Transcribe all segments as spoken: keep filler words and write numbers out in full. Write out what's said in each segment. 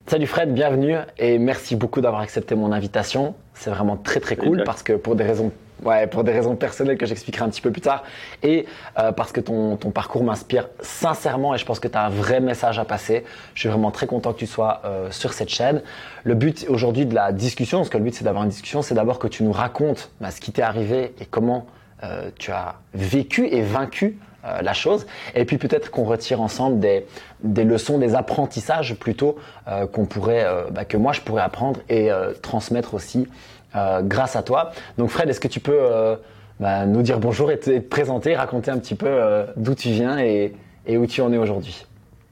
Salut Fred, bienvenue et merci beaucoup d'avoir accepté mon invitation. C'est vraiment très très cool parce que pour des raisons, ouais, pour des raisons personnelles que j'expliquerai un petit peu plus tard et euh, parce que ton, ton parcours m'inspire sincèrement et je pense que tu as un vrai message à passer. Je suis vraiment très content que tu sois euh, sur cette chaîne. Le but aujourd'hui de la discussion, parce que le but c'est d'avoir une discussion, c'est d'abord que tu nous racontes bah, ce qui t'est arrivé et comment euh, tu as vécu et vaincu Euh, la chose, et puis peut-être qu'on retire ensemble des, des leçons, des apprentissages plutôt euh, qu'on pourrait, euh, bah, que moi je pourrais apprendre et euh, transmettre aussi euh, grâce à toi. Donc Fred, est-ce que tu peux euh, bah, nous dire bonjour et te, et te présenter, raconter un petit peu euh, d'où tu viens et, et où tu en es aujourd'hui?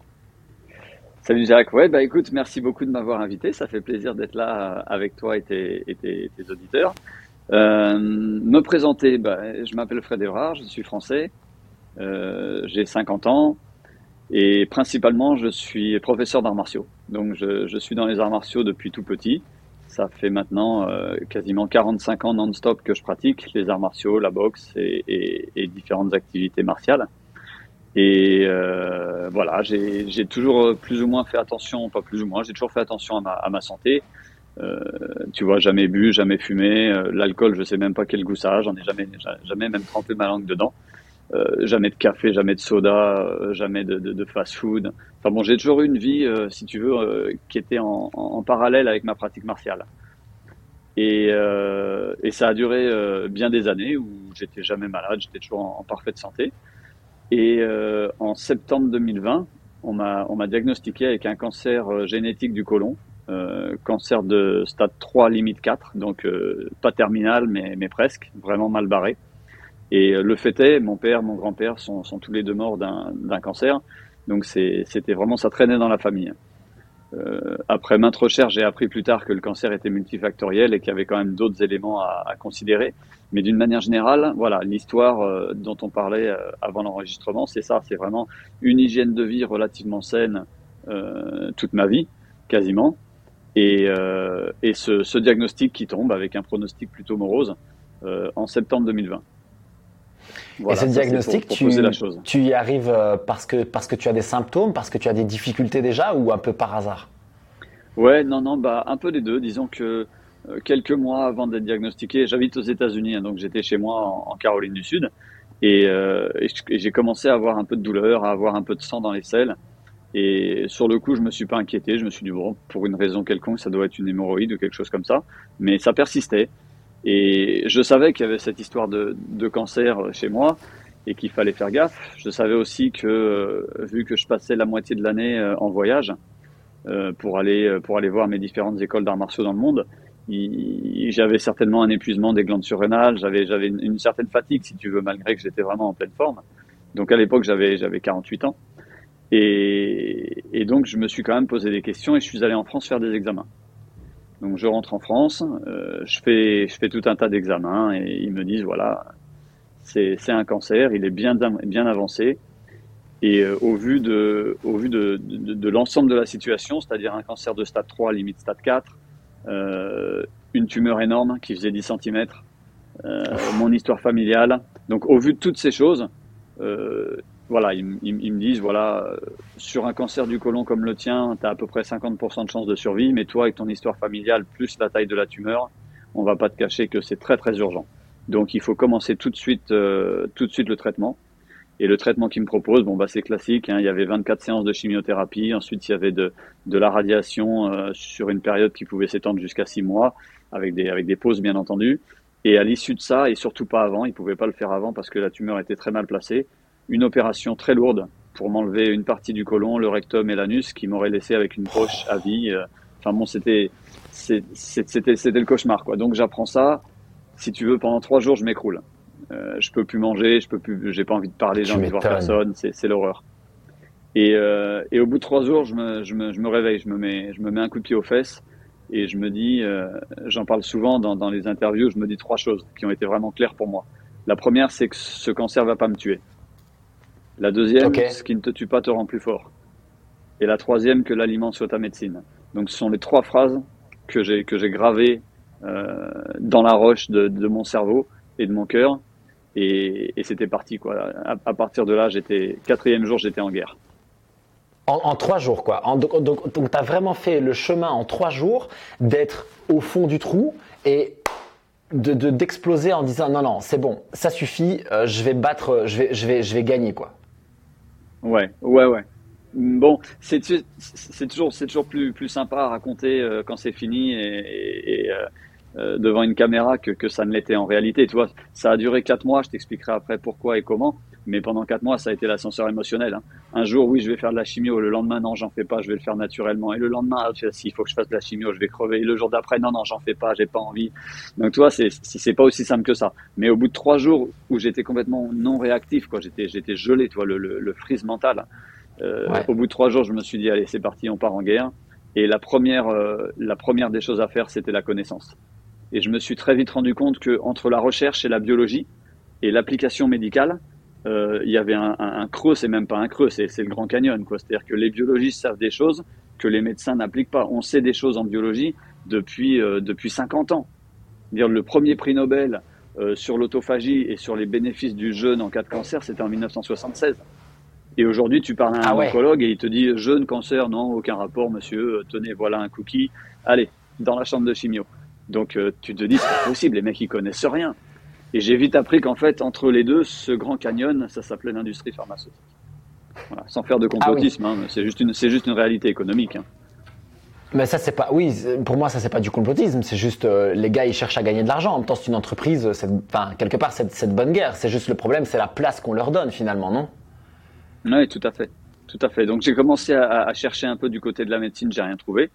Salut Jacques, ouais bah écoute, merci beaucoup de m'avoir invité, ça fait plaisir d'être là avec toi et tes, et tes, tes auditeurs. Euh, me présenter, bah, je m'appelle Fred Evrard, je suis français, euh, j'ai cinquante ans et principalement je suis professeur d'arts martiaux. Donc je, je suis dans les arts martiaux depuis tout petit, ça fait maintenant euh, quasiment quarante-cinq ans non-stop que je pratique les arts martiaux, la boxe et, et, et différentes activités martiales. Et euh, voilà, j'ai j'ai toujours plus ou moins fait attention, pas plus ou moins, j'ai toujours fait attention à ma, à ma santé. Euh, tu vois, jamais bu, jamais fumé. Euh, l'alcool, je sais même pas quel goût ça a, j'en ai jamais, jamais même trempé ma langue dedans. Euh, jamais de café, jamais de soda, euh, jamais de, de, de fast-food. Enfin bon, j'ai toujours eu une vie, euh, si tu veux, euh, qui était en, en, en parallèle avec ma pratique martiale. Et, euh, et ça a duré euh, bien des années où j'étais jamais malade, j'étais toujours en, en parfaite santé. Et euh, en septembre deux mille vingt, on m'a on m'a diagnostiqué avec un cancer euh, génétique du côlon, euh, cancer de stade trois limite quatre, donc euh, pas terminal mais mais presque, vraiment mal barré. Et euh, le fait est, mon père, mon grand-père sont sont tous les deux morts d'un d'un cancer, donc c'est c'était vraiment ça traînait dans la famille. Euh, après maintes recherches, j'ai appris plus tard que le cancer était multifactoriel et qu'il y avait quand même d'autres éléments à, à considérer. Mais d'une manière générale, voilà, l'histoire euh, dont on parlait euh, avant l'enregistrement, c'est ça, c'est vraiment une hygiène de vie relativement saine euh, toute ma vie, quasiment. Et, euh, et ce, ce diagnostic qui tombe avec un pronostic plutôt morose euh, en septembre deux mille vingt. Et ce Voilà, ça c'est pour, diagnostic, pour poser la tu, chose. tu y arrives euh, parce que, parce que tu as des symptômes, parce que tu as des difficultés déjà ou un peu par hasard? Ouais, non, non, bah un peu les deux. Disons que euh, quelques mois avant d'être diagnostiqué, j'habite aux États-Unis, hein, donc j'étais chez moi en, en Caroline du Sud, et, euh, et je- et j'ai commencé à avoir un peu de douleur, à avoir un peu de sang dans les selles. Et sur le coup, je me suis pas inquiété. Je me suis dit bon, pour une raison quelconque, ça doit être une hémorroïde ou quelque chose comme ça. Mais ça persistait, et je savais qu'il y avait cette histoire de, de cancer chez moi et qu'il fallait faire gaffe. Je savais aussi que euh, vu que je passais la moitié de l'année euh, en voyage euh, pour aller euh, pour aller voir mes différentes écoles d'arts martiaux dans le monde. Il- J'avais certainement un épuisement des glandes surrénales, j'avais j'avais une, une certaine fatigue si tu veux, malgré que j'étais vraiment en pleine forme. Donc à l'époque j'avais j'avais quarante-huit ans et, et donc je me suis quand même posé des questions et je suis allé en France faire des examens. Donc je rentre en France, euh, je fais je fais tout un tas d'examens et ils me disent voilà c'est c'est un cancer, il est bien bien avancé. Et euh, au vu de, au vu de, de, de l'ensemble de la situation, c'est-à-dire un cancer de stade trois, limite stade quatre, euh, une tumeur énorme qui faisait dix centimètres, euh, mon histoire familiale. Donc au vu de toutes ces choses, euh, voilà, ils, m- ils m- ils me disent, voilà, euh, sur un cancer du côlon comme le tien, tu as à peu près cinquante pour cent de chances de survie, mais toi, avec ton histoire familiale plus la taille de la tumeur, on va pas te cacher que c'est très très urgent. Donc il faut commencer tout de suite, euh, tout de suite le traitement. Et le traitement qu'ils me proposent, bon bah c'est classique, hein, il y avait vingt-quatre séances de chimiothérapie, ensuite il y avait de, de la radiation euh, sur une période qui pouvait s'étendre jusqu'à six mois, avec des, avec des pauses bien entendu. Et à l'issue de ça, et surtout pas avant, ils ne pouvaient pas le faire avant parce que la tumeur était très mal placée, une opération très lourde pour m'enlever une partie du côlon, le rectum et l'anus, qui m'aurait laissé avec une poche à vie. euh. Enfin bon, c'était c'est- c'est- c'était c'était le cauchemar quoi. Donc j'apprends ça, si tu veux, pendant trois jours, je m'écroule. Euh, je peux plus manger, je peux plus, j'ai pas envie de parler, j'ai Tu envie de voir m'étonnes. personne, c'est, c'est l'horreur. Et, euh, et au bout de trois jours, je me, je me, je me réveille, je me mets, je me mets un coup de pied aux fesses et je me dis, euh, j'en parle souvent dans, dans les interviews, je me dis trois choses qui ont été vraiment claires pour moi. La première, c'est que ce cancer va pas me tuer. La Ok. deuxième, ce qui ne te tue pas te rend plus fort. Et la troisième, que l'aliment soit ta médecine. Donc, ce sont les trois phrases que j'ai que j'ai gravées euh, dans la roche de, de mon cerveau et de mon cœur. Et, et c'était parti quoi. À, à partir de là, j'étais quatrième jour, j'étais en guerre. En, en trois jours, quoi. En, donc, donc, donc tu as vraiment fait le chemin en trois jours d'être au fond du trou et de, de, d'exploser en disant non, non, c'est bon, ça suffit, euh, je vais battre, je vais, je vais, je vais gagner, quoi. Ouais, ouais, ouais. Bon, c'est, c'est toujours, c'est toujours plus, plus sympa à raconter euh, quand c'est fini et, et, et, euh, euh, devant une caméra que, que ça ne l'était en réalité. Tu vois, ça a duré quatre mois. Je t'expliquerai après pourquoi et comment. Mais pendant quatre mois, ça a été l'ascenseur émotionnel. Hein. Un jour, oui, je vais faire de la chimio. Le lendemain, non, j'en fais pas. Je vais le faire naturellement. Et le lendemain, ah, s'il faut que je fasse de la chimio, je vais crever. Et le jour d'après, non, non, j'en fais pas. J'ai pas envie. Donc, tu vois, c'est, c'est pas aussi simple que ça. Mais au bout de trois jours où j'étais complètement non réactif, quoi, j'étais, j'étais gelé, tu vois, le, le, le freeze mental. Euh, Ouais. au bout de trois jours, je me suis dit, allez, c'est parti, on part en guerre. Et la première, euh, la première des choses à faire, c'était la connaissance. Et je me suis très vite rendu compte que entre la recherche et la biologie et l'application médicale, euh, il y avait un, un, un creux, c'est même pas un creux, c'est, c'est le Grand Canyon, quoi. C'est-à-dire que les biologistes savent des choses que les médecins n'appliquent pas. On sait des choses en biologie depuis, euh, depuis cinquante ans. Dire le premier prix Nobel euh, sur l'autophagie et sur les bénéfices du jeûne en cas de cancer, c'était en dix-neuf cent soixante-seize. Et aujourd'hui, tu parles à Ah un ouais. oncologue et il te dit jeûne, cancer, non, aucun rapport, monsieur. Tenez, voilà un cookie. Allez, dans la chambre de chimio. Donc euh, tu te dis c'est pas possible, les mecs ils connaissent rien. Et j'ai vite appris qu'en fait entre les deux, ce Grand Canyon, ça s'appelait l'industrie pharmaceutique. Voilà, sans faire de Ah oui. complotisme, hein, c'est juste une, c'est juste une réalité économique. Hein. Mais ça, c'est pas, oui, pour moi, ça, c'est pas du complotisme. C'est juste, euh, les gars, ils cherchent à gagner de l'argent. En même temps, c'est une entreprise, c'est, enfin, quelque part, c'est, c'est de bonne guerre. C'est juste le problème, c'est la place qu'on leur donne, finalement, non? Oui, tout à fait, tout à fait. Donc j'ai commencé à, à chercher un peu du côté de la médecine, j'ai rien trouvé.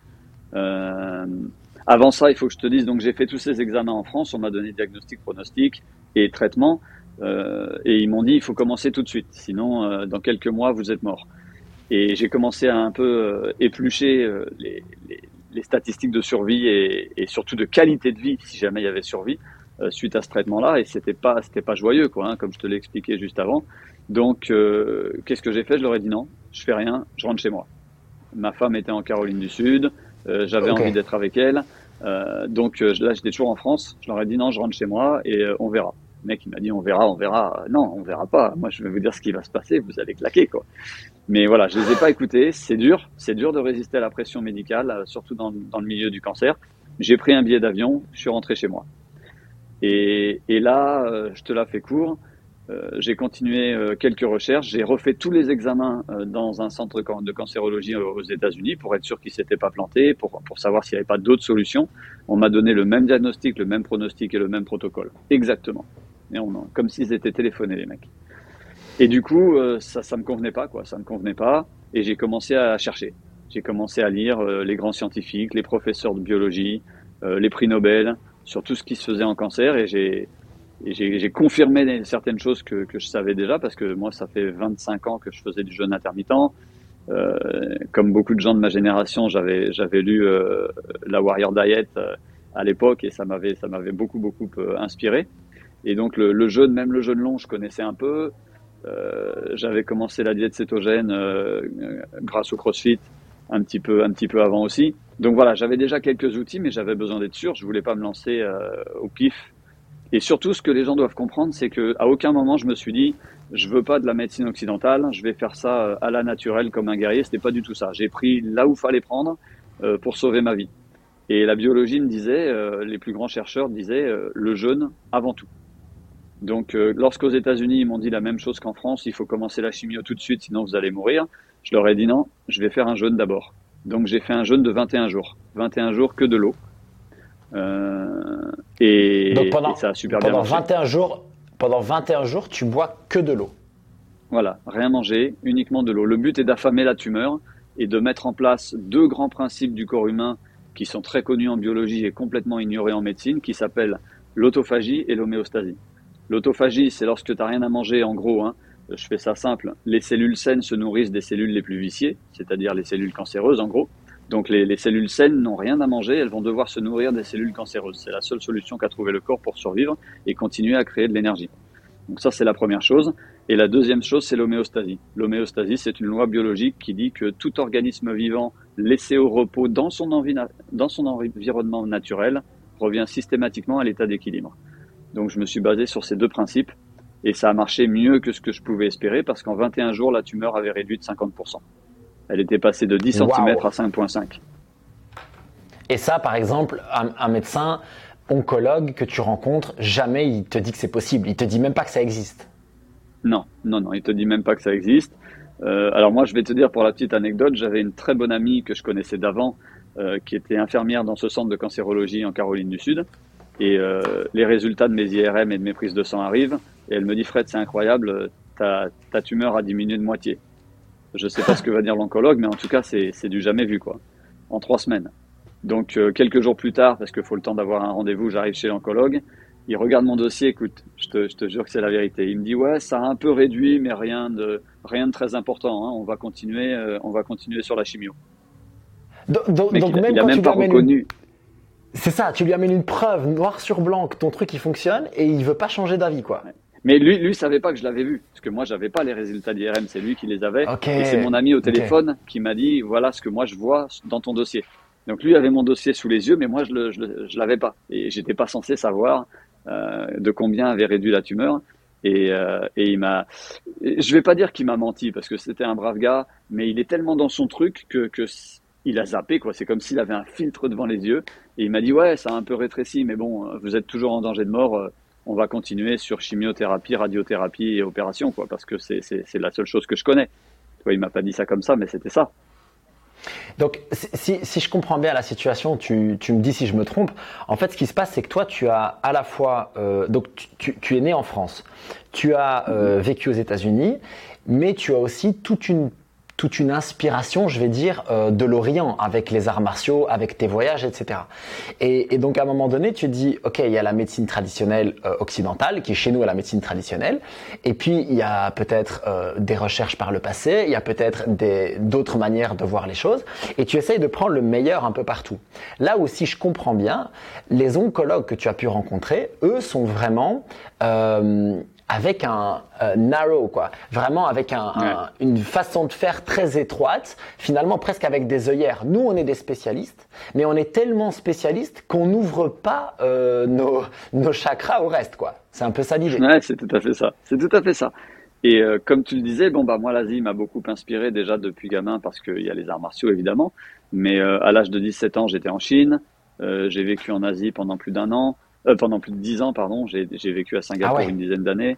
Euh, avant ça, il faut que je te dise, donc j'ai fait tous ces examens en France, on m'a donné diagnostic, pronostic et traitement, euh, et ils m'ont dit il faut commencer tout de suite, sinon euh, dans quelques mois vous êtes mort. Et j'ai commencé à un peu euh, éplucher euh, les, les, les statistiques de survie et, et surtout de qualité de vie, si jamais il y avait survie, euh, suite à ce traitement-là, et c'était pas, c'était pas joyeux, quoi, hein, comme je te l'ai expliqué juste avant. Donc, euh, qu'est-ce que j'ai fait? Je leur ai dit non, je fais rien, je rentre chez moi. Ma femme était en Caroline du Sud, euh, j'avais Ok. envie d'être avec elle, euh, donc euh, là j'étais toujours en France. Je leur ai dit non, je rentre chez moi et euh, on verra. Le mec il m'a dit on verra, on verra. Non, on verra pas. Moi je vais vous dire ce qui va se passer, vous allez claquer quoi. Mais voilà, je les ai pas écoutés. C'est dur, c'est dur de résister à la pression médicale, euh, surtout dans, dans le milieu du cancer. J'ai pris un billet d'avion, je suis rentré chez moi. Et, et là, euh, je te la fais court. Euh, j'ai continué euh, quelques recherches. J'ai refait tous les examens euh, dans un centre de cancérologie aux États-Unis pour être sûr qu'ils ne s'étaient pas plantés, pour, pour savoir s'il n'y avait pas d'autres solutions. On m'a donné le même diagnostic, le même pronostic et le même protocole. Exactement. Et on, comme s'ils étaient téléphonés, les mecs. Et du coup, euh, ça, ça me convenait pas, quoi. Ça me convenait pas. Et j'ai commencé à chercher. J'ai commencé à lire euh, les grands scientifiques, les professeurs de biologie, euh, les prix Nobel, sur tout ce qui se faisait en cancer. Et j'ai, et j'ai, j'ai confirmé certaines choses que, que je savais déjà, parce que moi, ça fait vingt-cinq ans que je faisais du jeûne intermittent. Euh, comme beaucoup de gens de ma génération, j'avais, j'avais lu euh, la Warrior Diet euh, à l'époque, et ça m'avait, ça m'avait beaucoup, beaucoup euh, inspiré. Et donc le, le jeûne, même le jeûne long, je connaissais un peu. Euh, j'avais commencé la diète cétogène euh, grâce au CrossFit un petit peu, un petit peu avant aussi. Donc voilà, j'avais déjà quelques outils, mais j'avais besoin d'être sûr. Je voulais pas me lancer euh, au pif. Et surtout, ce que les gens doivent comprendre, c'est que à aucun moment je me suis dit, je veux pas de la médecine occidentale, je vais faire ça à la naturelle comme un guerrier. C'était pas du tout ça. J'ai pris là où fallait prendre euh, pour sauver ma vie. Et la biologie me disait, euh, les plus grands chercheurs disaient, euh, le jeûne avant tout. Donc, euh, lorsqu'aux États-Unis, ils m'ont dit la même chose qu'en France, il faut commencer la chimio tout de suite, sinon vous allez mourir. Je leur ai dit non, je vais faire un jeûne d'abord. Donc, j'ai fait un jeûne de vingt et un jours. vingt et un jours que de l'eau. Euh, Donc et, et pendant, ça a super bien pendant marché. vingt et un jours, pendant vingt et un jours, tu bois que de l'eau. Voilà, rien manger, uniquement de l'eau. Le but est d'affamer la tumeur et de mettre en place deux grands principes du corps humain qui sont très connus en biologie et complètement ignorés en médecine, qui s'appellent l'autophagie et l'homéostasie. L'autophagie, c'est lorsque tu n'as rien à manger, en gros, hein, je fais ça simple, les cellules saines se nourrissent des cellules les plus viciées, c'est-à-dire les cellules cancéreuses, en gros. Donc les, les cellules saines n'ont rien à manger, elles vont devoir se nourrir des cellules cancéreuses. C'est la seule solution qu'a trouvé le corps pour survivre et continuer à créer de l'énergie. Donc ça, c'est la première chose. Et la deuxième chose, c'est l'homéostasie. L'homéostasie, c'est une loi biologique qui dit que tout organisme vivant laissé au repos dans son, envi- dans son environnement naturel revient systématiquement à l'état d'équilibre. Donc je me suis basé sur ces deux principes et ça a marché mieux que ce que je pouvais espérer parce qu'en vingt et un jours, la tumeur avait réduit de cinquante pour cent. Elle était passée de dix centimètres Wow. à cinq virgule cinq. Et ça, par exemple, un, un médecin oncologue que tu rencontres, jamais il te dit que c'est possible. Il te dit même pas que ça existe. Non, non, non, il te dit même pas que ça existe. Euh, alors moi, je vais te dire pour la petite anecdote, j'avais une très bonne amie que je connaissais d'avant, euh, qui était infirmière dans ce centre de cancérologie en Caroline du Sud. Et euh, les résultats de mes I R M et de mes prises de sang arrivent. Et elle me dit, Fred, c'est incroyable, ta, ta tumeur a diminué de moitié. Je sais pas ce que va dire l'oncologue, mais en tout cas, c'est, c'est du jamais vu, quoi. En trois semaines. Donc, euh, quelques jours plus tard, parce qu'il faut le temps d'avoir un rendez-vous, j'arrive chez l'oncologue. Il regarde mon dossier, écoute, je te, je te jure que c'est la vérité. Il me dit, ouais, ça a un peu réduit, mais rien de, rien de très important, hein. On va continuer, euh, on va continuer sur la chimio. Donc, donc, Mais donc il a, même il a quand même tu pas lui amènes reconnu. une... C'est ça, tu lui amènes une preuve noir sur blanc que ton truc il fonctionne et il veut pas changer d'avis, quoi. Mais lui, lui savait pas que je l'avais vu, parce que moi, j'avais pas les résultats d'I R M, c'est lui qui les avait. Ok. Et c'est mon ami au Ok. téléphone qui m'a dit, voilà ce que moi je vois dans ton dossier. Donc lui avait mon dossier sous les yeux, mais moi je le, je, le- je l'avais pas. Et j'étais pas censé savoir euh, de combien avait réduit la tumeur. Et, euh, et il m'a, je vais pas dire qu'il m'a menti, parce que c'était un brave gars, mais il est tellement dans son truc que, que s- il a zappé, quoi. C'est comme s'il avait un filtre devant les yeux. Et il m'a dit, ouais, ça a un peu rétréci, mais bon, euh, vous êtes toujours en danger de mort. euh, On va continuer sur chimiothérapie, radiothérapie et opération, quoi, parce que c'est, c'est, c'est la seule chose que je connais. Tu vois, il m'a pas dit ça comme ça, mais c'était ça. Donc, si, si, si je comprends bien la situation, tu, tu me dis si je me trompe. En fait, ce qui se passe, c'est que toi, tu as à la fois, euh, donc tu, tu, tu es né en France, tu as euh, vécu aux États-Unis, mais tu as aussi toute une toute une inspiration, je vais dire, euh, de l'Orient avec les arts martiaux, avec tes voyages, et cetera. Et, et donc à un moment donné, tu te dis, ok, il y a la médecine traditionnelle euh, occidentale, qui chez nous est la médecine traditionnelle, et puis il y a peut-être euh, des recherches par le passé, il y a peut-être des, d'autres manières de voir les choses, et tu essayes de prendre le meilleur un peu partout. Là où, si je comprends bien, les oncologues que tu as pu rencontrer, eux, sont vraiment euh, avec un euh, narrow, quoi, vraiment avec un, Ouais. un, une façon de faire très étroite, finalement presque avec des œillères. Nous, on est des spécialistes, mais on est tellement spécialistes qu'on n'ouvre pas euh, nos, nos chakras au reste, quoi. C'est un peu ça l'idée. Ouais, c'est tout à fait ça. C'est tout à fait ça. Et euh, comme tu le disais, bon bah moi l'Asie m'a beaucoup inspiré déjà depuis gamin parce qu'il y a les arts martiaux évidemment. Mais euh, à l'âge de dix-sept ans, j'étais en Chine. Euh, j'ai vécu en Asie pendant plus d'un an, euh, pendant plus de dix ans, pardon. J'ai, j'ai vécu à Ah Singapour ouais. une dizaine d'années.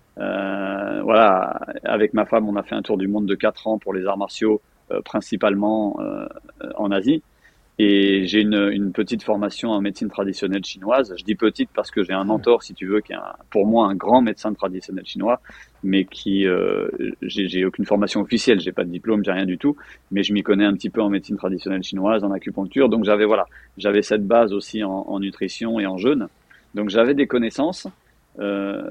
Euh, voilà, avec ma femme, on a fait un tour du monde de quatre ans pour les arts martiaux, euh, principalement euh, en Asie. Et j'ai une, une petite formation en médecine traditionnelle chinoise. Je dis petite parce que j'ai un mentor, si tu veux, qui est un, pour moi un grand médecin traditionnel chinois, mais qui, euh, j'ai, j'ai aucune formation officielle, j'ai pas de diplôme, j'ai rien du tout, mais je m'y connais un petit peu en médecine traditionnelle chinoise, en acupuncture. Donc j'avais voilà, j'avais cette base aussi en, en nutrition et en jeûne. Donc j'avais des connaissances. Euh,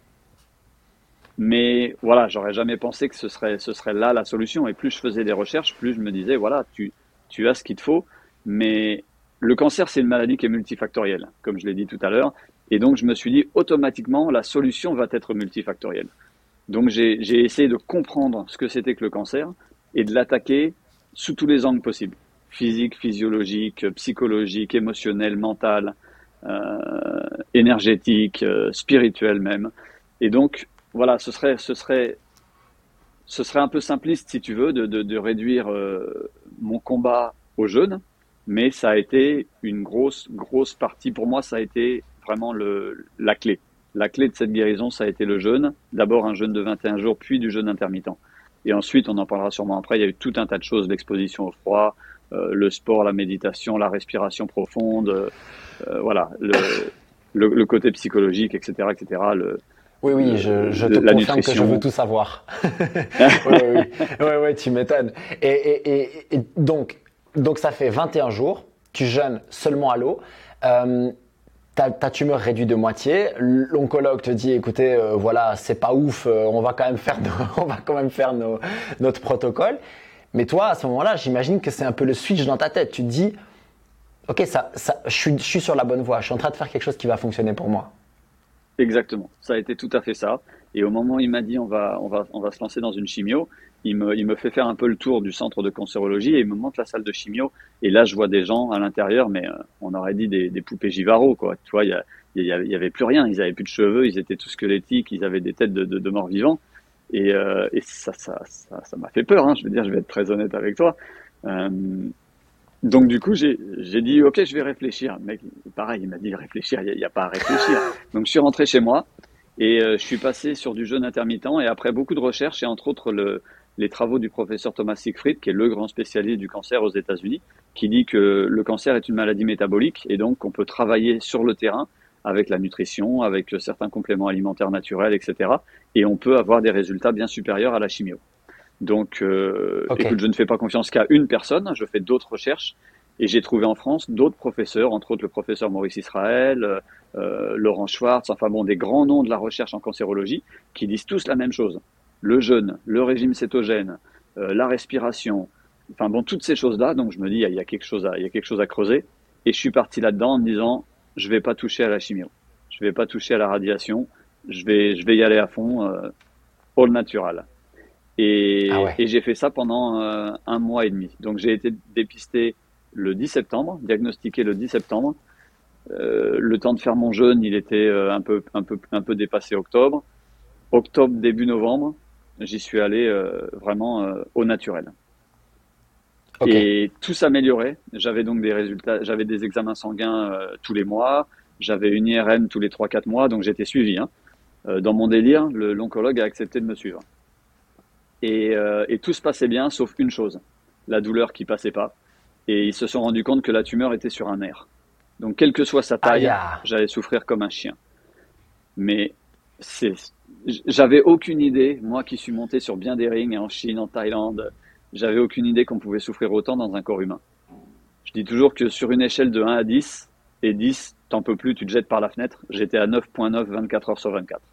mais voilà, j'aurais jamais pensé que ce serait, ce serait là la solution. Et plus je faisais des recherches, plus je me disais, voilà, tu, tu as ce qu'il te faut. Mais le cancer, c'est une maladie qui est multifactorielle, comme je l'ai dit tout à l'heure. Et donc, je me suis dit, automatiquement, la solution va être multifactorielle. Donc, j'ai, j'ai essayé de comprendre ce que c'était que le cancer et de l'attaquer sous tous les angles possibles. Physique, physiologique, psychologique, émotionnel, mental, euh, énergétique, euh, spirituel même. Et donc, voilà, ce serait, ce serait, ce serait un peu simpliste, si tu veux, de, de, de réduire euh, mon combat au jeûne, mais ça a été une grosse, grosse partie. Pour moi, ça a été vraiment le, la clé. La clé de cette guérison, ça a été le jeûne. D'abord un jeûne de vingt et un jours, puis du jeûne intermittent. Et ensuite, on en parlera sûrement après, il y a eu tout un tas de choses, l'exposition au froid, euh, le sport, la méditation, la respiration profonde, euh, voilà, le, le, le côté psychologique, et cetera, et cetera. Le, Oui, oui, je, je te la confirme nutrition. que je veux tout savoir. oui, oui, oui, oui, tu m'étonnes. Et, et, et, et donc, donc, ça fait vingt et un jours, tu jeûnes seulement à l'eau. Euh, ta, ta tumeur réduit de moitié. L'oncologue te dit, écoutez, euh, voilà, c'est pas ouf, euh, on va quand même faire, nos, on va quand même faire nos, notre protocole. Mais toi, à ce moment-là, j'imagine que c'est un peu le switch dans ta tête. Tu te dis, ok, ça, ça, je suis, je suis sur la bonne voie. Je suis en train de faire quelque chose qui va fonctionner pour moi. Exactement, ça a été tout à fait ça. Et au moment où il m'a dit on va, on va, on va se lancer dans une chimio, il me, il me fait faire un peu le tour du centre de cancérologie et il me montre la salle de chimio. Et là, je vois des gens à l'intérieur, mais euh, on aurait dit des, des poupées Givaro, quoi. Tu vois, il y, a, il y, avait, il y avait plus rien. Ils avaient plus de cheveux, ils étaient tous squelettiques, ils avaient des têtes de, de, de morts vivants. Et, euh, et ça, ça, ça, ça m'a fait peur, hein, je veux dire, je vais être très honnête avec toi. Euh, donc du coup, j'ai, j'ai dit, ok, je vais réfléchir. Le mec, pareil, il m'a dit réfléchir, il n'y a, il y a pas à réfléchir. Donc je suis rentré chez moi et euh, je suis passé sur du jeûne intermittent. Et après beaucoup de recherches et entre autres le, les travaux du professeur Thomas Siegfried, qui est le grand spécialiste du cancer aux États-Unis, qui dit que le cancer est une maladie métabolique et donc on peut travailler sur le terrain avec la nutrition, avec certains compléments alimentaires naturels, et cetera. Et on peut avoir des résultats bien supérieurs à la chimio. Donc, euh, Ok. écoute, je ne fais pas confiance qu'à une personne, je fais d'autres recherches et j'ai trouvé en France d'autres professeurs, entre autres le professeur Maurice Israël, euh, Laurent Schwartz, enfin bon, des grands noms de la recherche en cancérologie qui disent tous la même chose. Le jeûne, le régime cétogène, euh, la respiration, enfin bon, toutes ces choses-là. Donc je me dis, il y, a, il y a quelque chose à, il y a quelque chose à creuser. Et je suis parti là-dedans en me disant, je vais pas toucher à la chimio, je vais pas toucher à la radiation, je vais, je vais y aller à fond, euh, all natural. Ah Et, ouais. et j'ai fait ça pendant euh, un mois et demi. Donc j'ai été dépisté le dix septembre, diagnostiqué le dix septembre. Euh, le temps de faire mon jeûne, il était euh, un peu, un peu, un peu dépassé octobre. Octobre, début novembre, j'y suis allé euh, vraiment euh, au naturel. Ok. Et tout s'améliorait. J'avais donc des résultats, j'avais des examens sanguins euh, tous les mois, j'avais une I R M tous les trois quatre mois, donc j'étais suivi. Hein. Euh, dans mon délire, le, l'oncologue a accepté de me suivre. Et, euh, et tout se passait bien, sauf une chose, la douleur qui passait pas. Et ils se sont rendus compte que la tumeur était sur un nerf. Donc, quelle que soit sa Aïe. taille, j'allais souffrir comme un chien. Mais c'est, j'avais aucune idée, moi qui suis monté sur bien des rings en Chine, en Thaïlande, j'avais aucune idée qu'on pouvait souffrir autant dans un corps humain. Je dis toujours que sur une échelle de un à dix, et dix, t'en peux plus, tu te jettes par la fenêtre, j'étais à neuf virgule neuf, vingt-quatre heures sur vingt-quatre.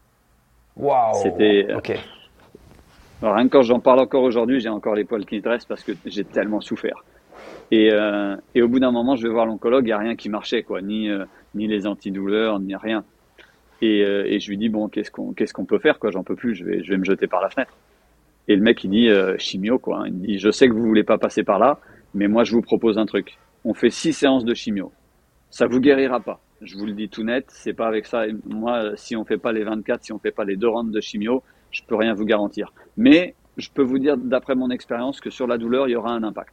Waouh. C'était, Ok. alors, rien que quand j'en parle encore aujourd'hui, j'ai encore les poils qui dressent parce que j'ai tellement souffert. Et, euh, et au bout d'un moment, je vais voir l'oncologue, il n'y a rien qui marchait, quoi, ni, euh, ni les antidouleurs, ni rien. Et, euh, et je lui dis, bon, qu'est-ce qu'on, qu'est-ce qu'on peut faire, quoi, j'en peux plus, je vais, je vais me jeter par la fenêtre. Et le mec, il dit, euh, chimio, quoi, hein. Il me dit, je sais que vous voulez pas passer par là, mais moi, je vous propose un truc. On fait six séances de chimio. Ça vous guérira pas. Je vous le dis tout net, c'est pas avec ça. Moi, si on fait pas les vingt-quatre, si on fait pas les deux rounds de chimio, je peux rien vous garantir. Mais je peux vous dire, d'après mon expérience, que sur la douleur, il y aura un impact.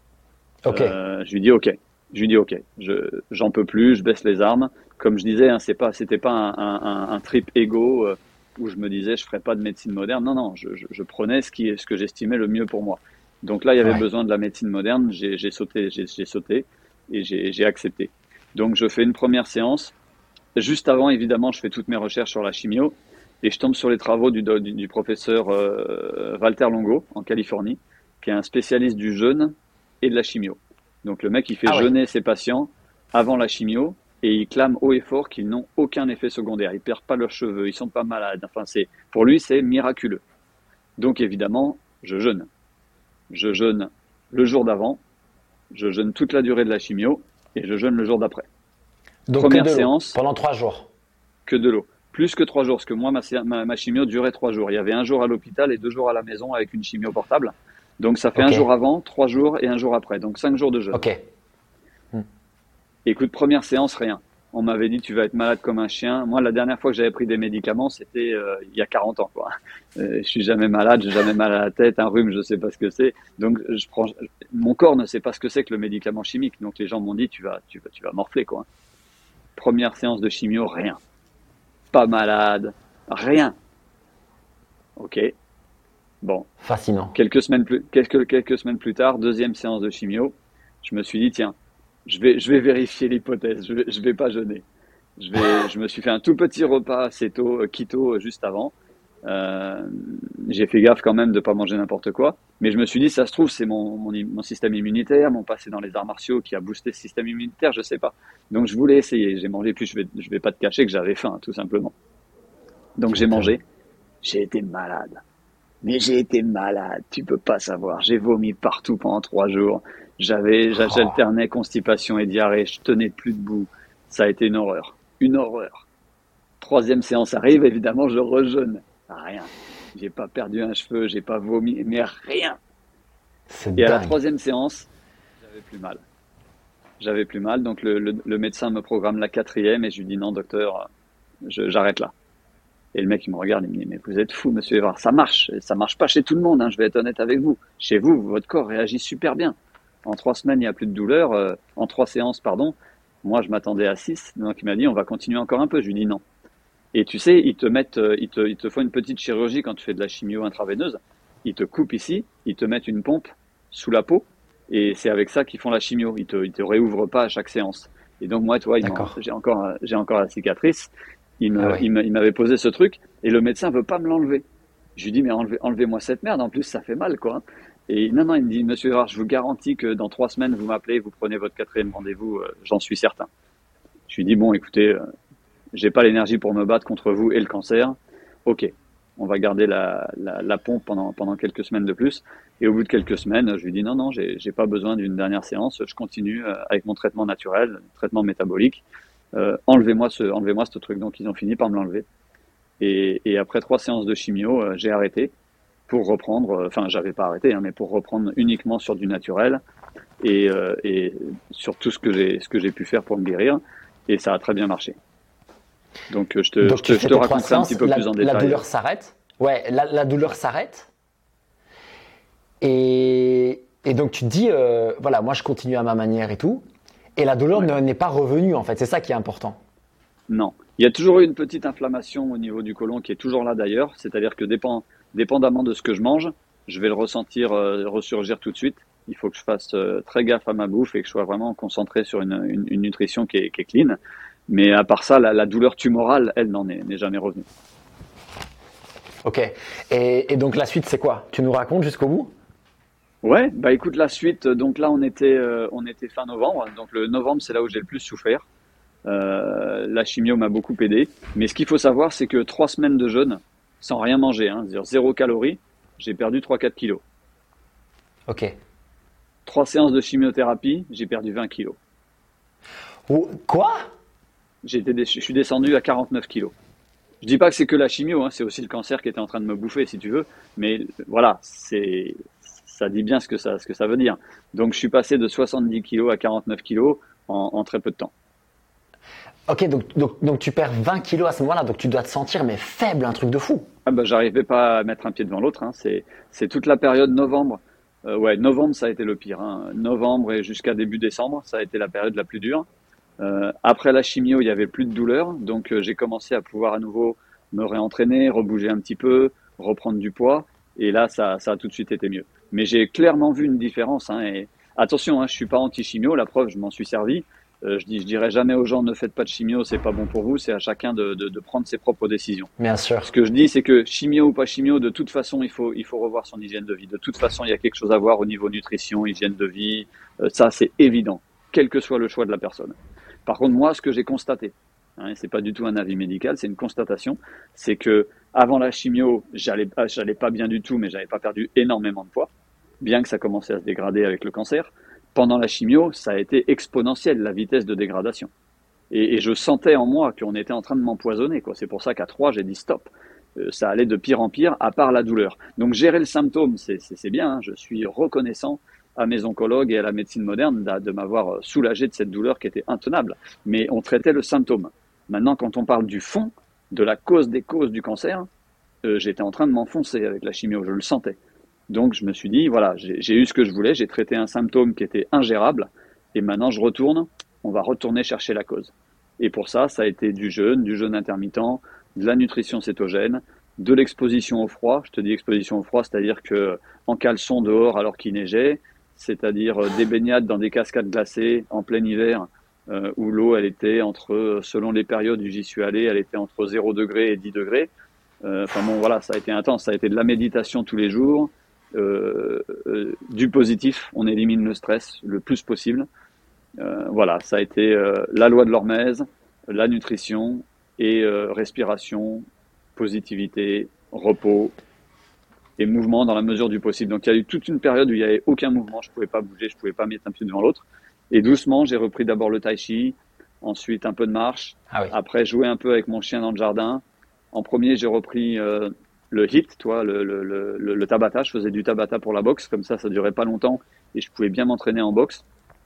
Ok. Euh, je lui dis ok. Je lui dis ok. Je, j'en peux plus. Je baisse les armes. Comme je disais, hein, c'est pas, c'était pas un, un, un trip égo euh, où je me disais je ferais pas de médecine moderne. Non, non. Je, je, je prenais ce qui, ce que j'estimais le mieux pour moi. Donc là, il y avait Ouais. besoin de la médecine moderne. J'ai, j'ai sauté, j'ai, j'ai sauté et j'ai, j'ai accepté. Donc je fais une première séance. Juste avant, évidemment, je fais toutes mes recherches sur la chimio et je tombe sur les travaux du, du, du professeur euh, Walter Longo en Californie, qui est un spécialiste du jeûne et de la chimio. Donc le mec, il fait Ah ouais. jeûner ses patients avant la chimio et il clame haut et fort qu'ils n'ont aucun effet secondaire. Ils perdent pas leurs cheveux, ils sont pas malades. Enfin, c'est pour lui, c'est miraculeux. Donc évidemment, je jeûne. Je jeûne le jour d'avant, je jeûne toute la durée de la chimio et je jeûne le jour d'après. Donc que Première de l'eau séance, pendant trois jours. que de l'eau. Plus que trois jours, parce que moi, ma, ma, ma chimio durait trois jours. Il y avait un jour à l'hôpital et deux jours à la maison avec une chimio portable. Donc ça fait un Ok. jour avant, trois jours et un jour après. Donc cinq jours de jeûne. Ok. Écoute, première séance, rien. On m'avait dit tu vas être malade comme un chien. Moi, la dernière fois que j'avais pris des médicaments, c'était euh, il y a quarante ans, quoi. Euh, je suis jamais malade, j'ai jamais mal à la tête, un rhume, je sais pas ce que c'est. Donc, je prends, mon corps ne sait pas ce que c'est que le médicament chimique. Donc, les gens m'ont dit tu vas, tu vas, tu vas morfler, quoi. Première séance de chimio, rien. Pas malade, rien. Ok. Bon. Fascinant. Quelques semaines plus, quelques, quelques semaines plus tard, deuxième séance de chimio. Je me suis dit tiens, je vais, je vais vérifier l'hypothèse. Je vais, je vais pas jeûner. Je vais, je me suis fait un tout petit repas céto, keto juste avant. Euh, j'ai fait gaffe quand même de pas manger n'importe quoi. Mais je me suis dit, ça se trouve, c'est mon, mon, mon système immunitaire, mon passé dans les arts martiaux qui a boosté ce système immunitaire, je sais pas. Donc je voulais essayer. J'ai mangé, puis je vais, je vais pas te cacher que j'avais faim, tout simplement. Donc Tu j'ai m'étonnes. mangé. J'ai été malade. Mais j'ai été malade, tu peux pas savoir. J'ai vomi partout pendant trois jours. J'avais, j'a- Oh. j'alternais constipation et diarrhée. Je tenais plus debout. Ça a été une horreur. Une horreur. Troisième séance arrive, évidemment, je rejeûne. Rien. J'ai pas perdu un cheveu, j'ai pas vomi, mais rien. C'est Et à la dingue. troisième séance, j'avais plus mal. J'avais plus mal, donc le, le, le médecin me programme la quatrième et je lui dis non, docteur, je- j'arrête là. Et le mec, il me regarde, il me dit, mais vous êtes fou, monsieur Évrard, ça marche. Ça marche pas chez tout le monde, hein, je vais être honnête avec vous. Chez vous, votre corps réagit super bien. En trois semaines, il n'y a plus de douleur. Euh, en trois séances, pardon. Moi, je m'attendais à six. Donc, il m'a dit, on va continuer encore un peu. Je lui dis non. Et tu sais, ils te mettent, euh, ils te, ils te font une petite chirurgie quand tu fais de la chimio intraveineuse. Ils te coupent ici, ils te mettent une pompe sous la peau. Et c'est avec ça qu'ils font la chimio. Ils te, ils te réouvrent pas à chaque séance. Et donc, moi, tu vois, j'ai encore, j'ai encore la cicatrice. Il me, ah ouais. il me, il m'avait posé ce truc et le médecin veut pas me l'enlever. Je lui dis, mais enlevez, enlevez-moi cette merde. En plus, ça fait mal, quoi. Et non, non, il me dit, monsieur Évrard, je vous garantis que dans trois semaines, vous m'appelez, vous prenez votre quatrième rendez-vous, euh, j'en suis certain. Je lui dis, bon, écoutez, euh, j'ai pas l'énergie pour me battre contre vous et le cancer. Ok, on va garder la, la, la pompe pendant, pendant quelques semaines de plus. Et au bout de quelques semaines, je lui dis, non, non, j'ai, j'ai pas besoin d'une dernière séance. Je continue euh, avec mon traitement naturel, traitement métabolique. Euh, enlevez-moi ce, enlevez-moi ce truc. Donc, ils ont fini par me l'enlever. Et, et après trois séances de chimio, euh, j'ai arrêté pour reprendre, enfin, euh, j'avais pas arrêté, hein, mais pour reprendre uniquement sur du naturel et, euh, et sur tout ce que j'ai, ce que j'ai pu faire pour me guérir. Et ça a très bien marché. Donc, euh, je te, donc, je te, je te raconterai un petit peu la, plus en détail. La douleur s'arrête. Ouais, la, la douleur s'arrête. Et, et donc, tu te dis, euh, voilà, moi, je continue à ma manière et tout. Et la douleur ouais. n'est pas revenue, en fait. C'est ça qui est important. Non. Il y a toujours eu une petite inflammation au niveau du côlon qui est toujours là d'ailleurs. C'est-à-dire que dépend, dépendamment de ce que je mange, je vais le ressentir euh, ressurgir tout de suite. Il faut que je fasse euh, très gaffe à ma bouffe et que je sois vraiment concentré sur une, une, une nutrition qui est, qui est clean. Mais à part ça, la, la douleur tumorale, elle, n'en est, n'est jamais revenue. Ok. Et, et donc la suite, c'est quoi? Tu nous racontes jusqu'au bout? Ouais, bah écoute, la suite, donc là on était, euh, on était fin novembre, donc le novembre c'est là où j'ai le plus souffert. Euh, la chimio m'a beaucoup aidé, mais ce qu'il faut savoir c'est que trois semaines de jeûne, sans rien manger, hein, c'est-à-dire zéro calorie, j'ai perdu trois à quatre kilos. Ok. Trois séances de chimiothérapie, j'ai perdu vingt kilos. Oh, quoi? J'ai été, je suis descendu à quarante-neuf kilos. Je dis pas que c'est que la chimio, hein, c'est aussi le cancer qui était en train de me bouffer si tu veux, mais voilà, c'est... ça dit bien ce que ça, ce que ça veut dire. Donc, je suis passé de soixante-dix kilos à quarante-neuf kilos en, en très peu de temps. Ok, donc, donc, donc tu perds vingt kilos à ce moment-là, donc tu dois te sentir mais faible, un truc de fou. Ah bah, j'arrivais pas à mettre un pied devant l'autre. Hein. C'est, c'est toute la période novembre. Euh, ouais, novembre, ça a été le pire. Hein. Novembre et jusqu'à début décembre, ça a été la période la plus dure. Euh, après la chimio, il y avait plus de douleur, donc euh, j'ai commencé à pouvoir à nouveau me réentraîner, rebouger un petit peu, reprendre du poids, et là, ça, ça a tout de suite été mieux. Mais j'ai clairement vu une différence. Hein, et attention, hein, je suis pas anti-chimio, la preuve, je m'en suis servi. Euh, je dis, je dirais jamais aux gens ne faites pas de chimio, c'est pas bon pour vous. C'est à chacun de, de, de prendre ses propres décisions. Bien sûr. Ce que je dis, c'est que chimio ou pas chimio, de toute façon, il faut il faut revoir son hygiène de vie. De toute façon, il y a quelque chose à voir au niveau nutrition, hygiène de vie. Euh, ça, c'est évident, quel que soit le choix de la personne. Par contre, moi, ce que j'ai constaté, hein, c'est pas du tout un avis médical, c'est une constatation, c'est que avant la chimio, j'allais j'allais pas bien du tout, mais j'avais pas perdu énormément de poids, bien que ça commençait à se dégrader avec le cancer. Pendant la chimio, ça a été exponentiel, la vitesse de dégradation. Et, et je sentais en moi qu'on était en train de m'empoisonner, quoi. C'est pour ça qu'à trois, j'ai dit stop. Euh, ça allait de pire en pire, à part la douleur. Donc gérer le symptôme, c'est, c'est, c'est bien. Hein. Je suis reconnaissant à mes oncologues et à la médecine moderne de, de m'avoir soulagé de cette douleur qui était intenable. Mais on traitait le symptôme. Maintenant, quand on parle du fond, de la cause des causes du cancer, euh, j'étais en train de m'enfoncer avec la chimio, je le sentais. Donc je me suis dit, voilà, j'ai, j'ai eu ce que je voulais, j'ai traité un symptôme qui était ingérable, et maintenant je retourne, on va retourner chercher la cause. Et pour ça, ça a été du jeûne, du jeûne intermittent, de la nutrition cétogène, de l'exposition au froid. Je te dis exposition au froid, c'est-à-dire que en caleçon dehors alors qu'il neigeait, c'est-à-dire des baignades dans des cascades glacées en plein hiver, euh, où l'eau, elle était entre, selon les périodes où j'y suis allé, elle était entre zéro degré et dix degrés. Euh, enfin bon, voilà, ça a été intense, ça a été de la méditation tous les jours, euh, euh, du positif, on élimine le stress le plus possible. Euh, voilà, ça a été euh, la loi de l'hormèse, la nutrition et euh, respiration, positivité, repos et mouvement dans la mesure du possible. Donc il y a eu toute une période où il n'y avait aucun mouvement, je ne pouvais pas bouger, je ne pouvais pas mettre un pied devant l'autre. Et doucement, j'ai repris d'abord le tai chi, ensuite un peu de marche, ah oui. Après jouer un peu avec mon chien dans le jardin. En premier, j'ai repris euh, le H I I T, toi, le, le, le, le Tabata. Je faisais du Tabata pour la boxe, comme ça, ça durait pas longtemps et je pouvais bien m'entraîner en boxe.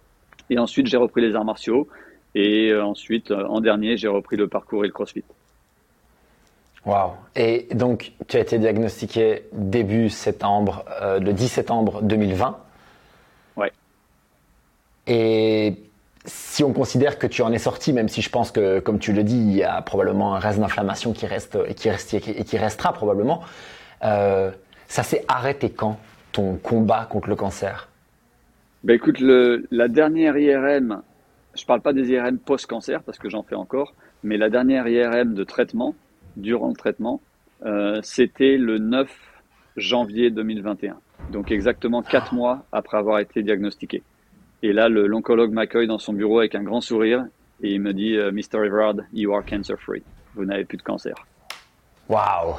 Et ensuite, j'ai repris les arts martiaux. Et euh, ensuite, euh, en dernier, j'ai repris le parcours et le crossfit. Waouh. Et donc, tu as été diagnostiqué début septembre, euh, le dix septembre deux mille vingt. Ouais. Et si on considère que tu en es sorti, même si je pense que, comme tu le dis, il y a probablement un reste d'inflammation qui reste et qui, reste, et qui restera probablement, euh, ça s'est arrêté quand, ton combat contre le cancer? Ben écoute, le, la dernière I R M, je parle pas des I R M post-cancer parce que j'en fais encore, mais la dernière I R M de traitement, durant le traitement, euh, c'était le neuf janvier deux mille vingt et un. Donc exactement quatre mois après avoir été diagnostiqué. Et là, le, l'oncologue m'accueille dans son bureau avec un grand sourire et il me dit euh, mister Everard, you are cancer free. Vous n'avez plus de cancer. Waouh.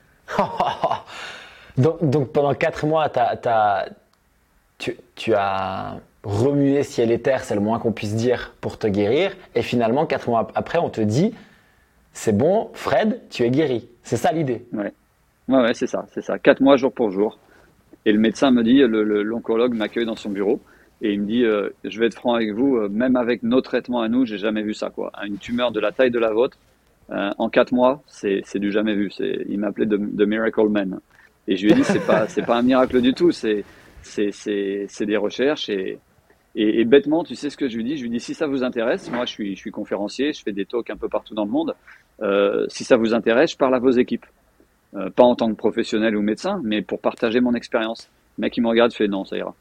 donc, donc pendant quatre mois, t'as, t'as, tu, tu as remué ciel et terre, c'est le moins qu'on puisse dire, pour te guérir. Et finalement, quatre mois après, on te dit, c'est bon, Fred, tu es guéri. C'est ça l'idée. Ouais, ouais, ouais, c'est ça, c'est ça. Quatre mois jour pour jour. Et le médecin me dit, le, le, l'oncologue m'accueille dans son bureau et il me dit, euh, je vais être franc avec vous, euh, même avec nos traitements à nous, j'ai jamais vu ça, quoi. Une tumeur de la taille de la vôtre, euh, en quatre mois, c'est, c'est du jamais vu. C'est, il m'appelait the, the Miracle Man. Et je lui ai dit, c'est pas, c'est pas un miracle du tout, c'est, c'est, c'est, c'est des recherches et, et, et bêtement, tu sais ce que je lui dis? Je lui dis, si ça vous intéresse, moi je suis, je suis conférencier, je fais des talks un peu partout dans le monde. Euh, si ça vous intéresse, je parle à vos équipes. Euh, pas en tant que professionnel ou médecin, mais pour partager mon expérience. Le mec, il me regarde, fait non, ça ira.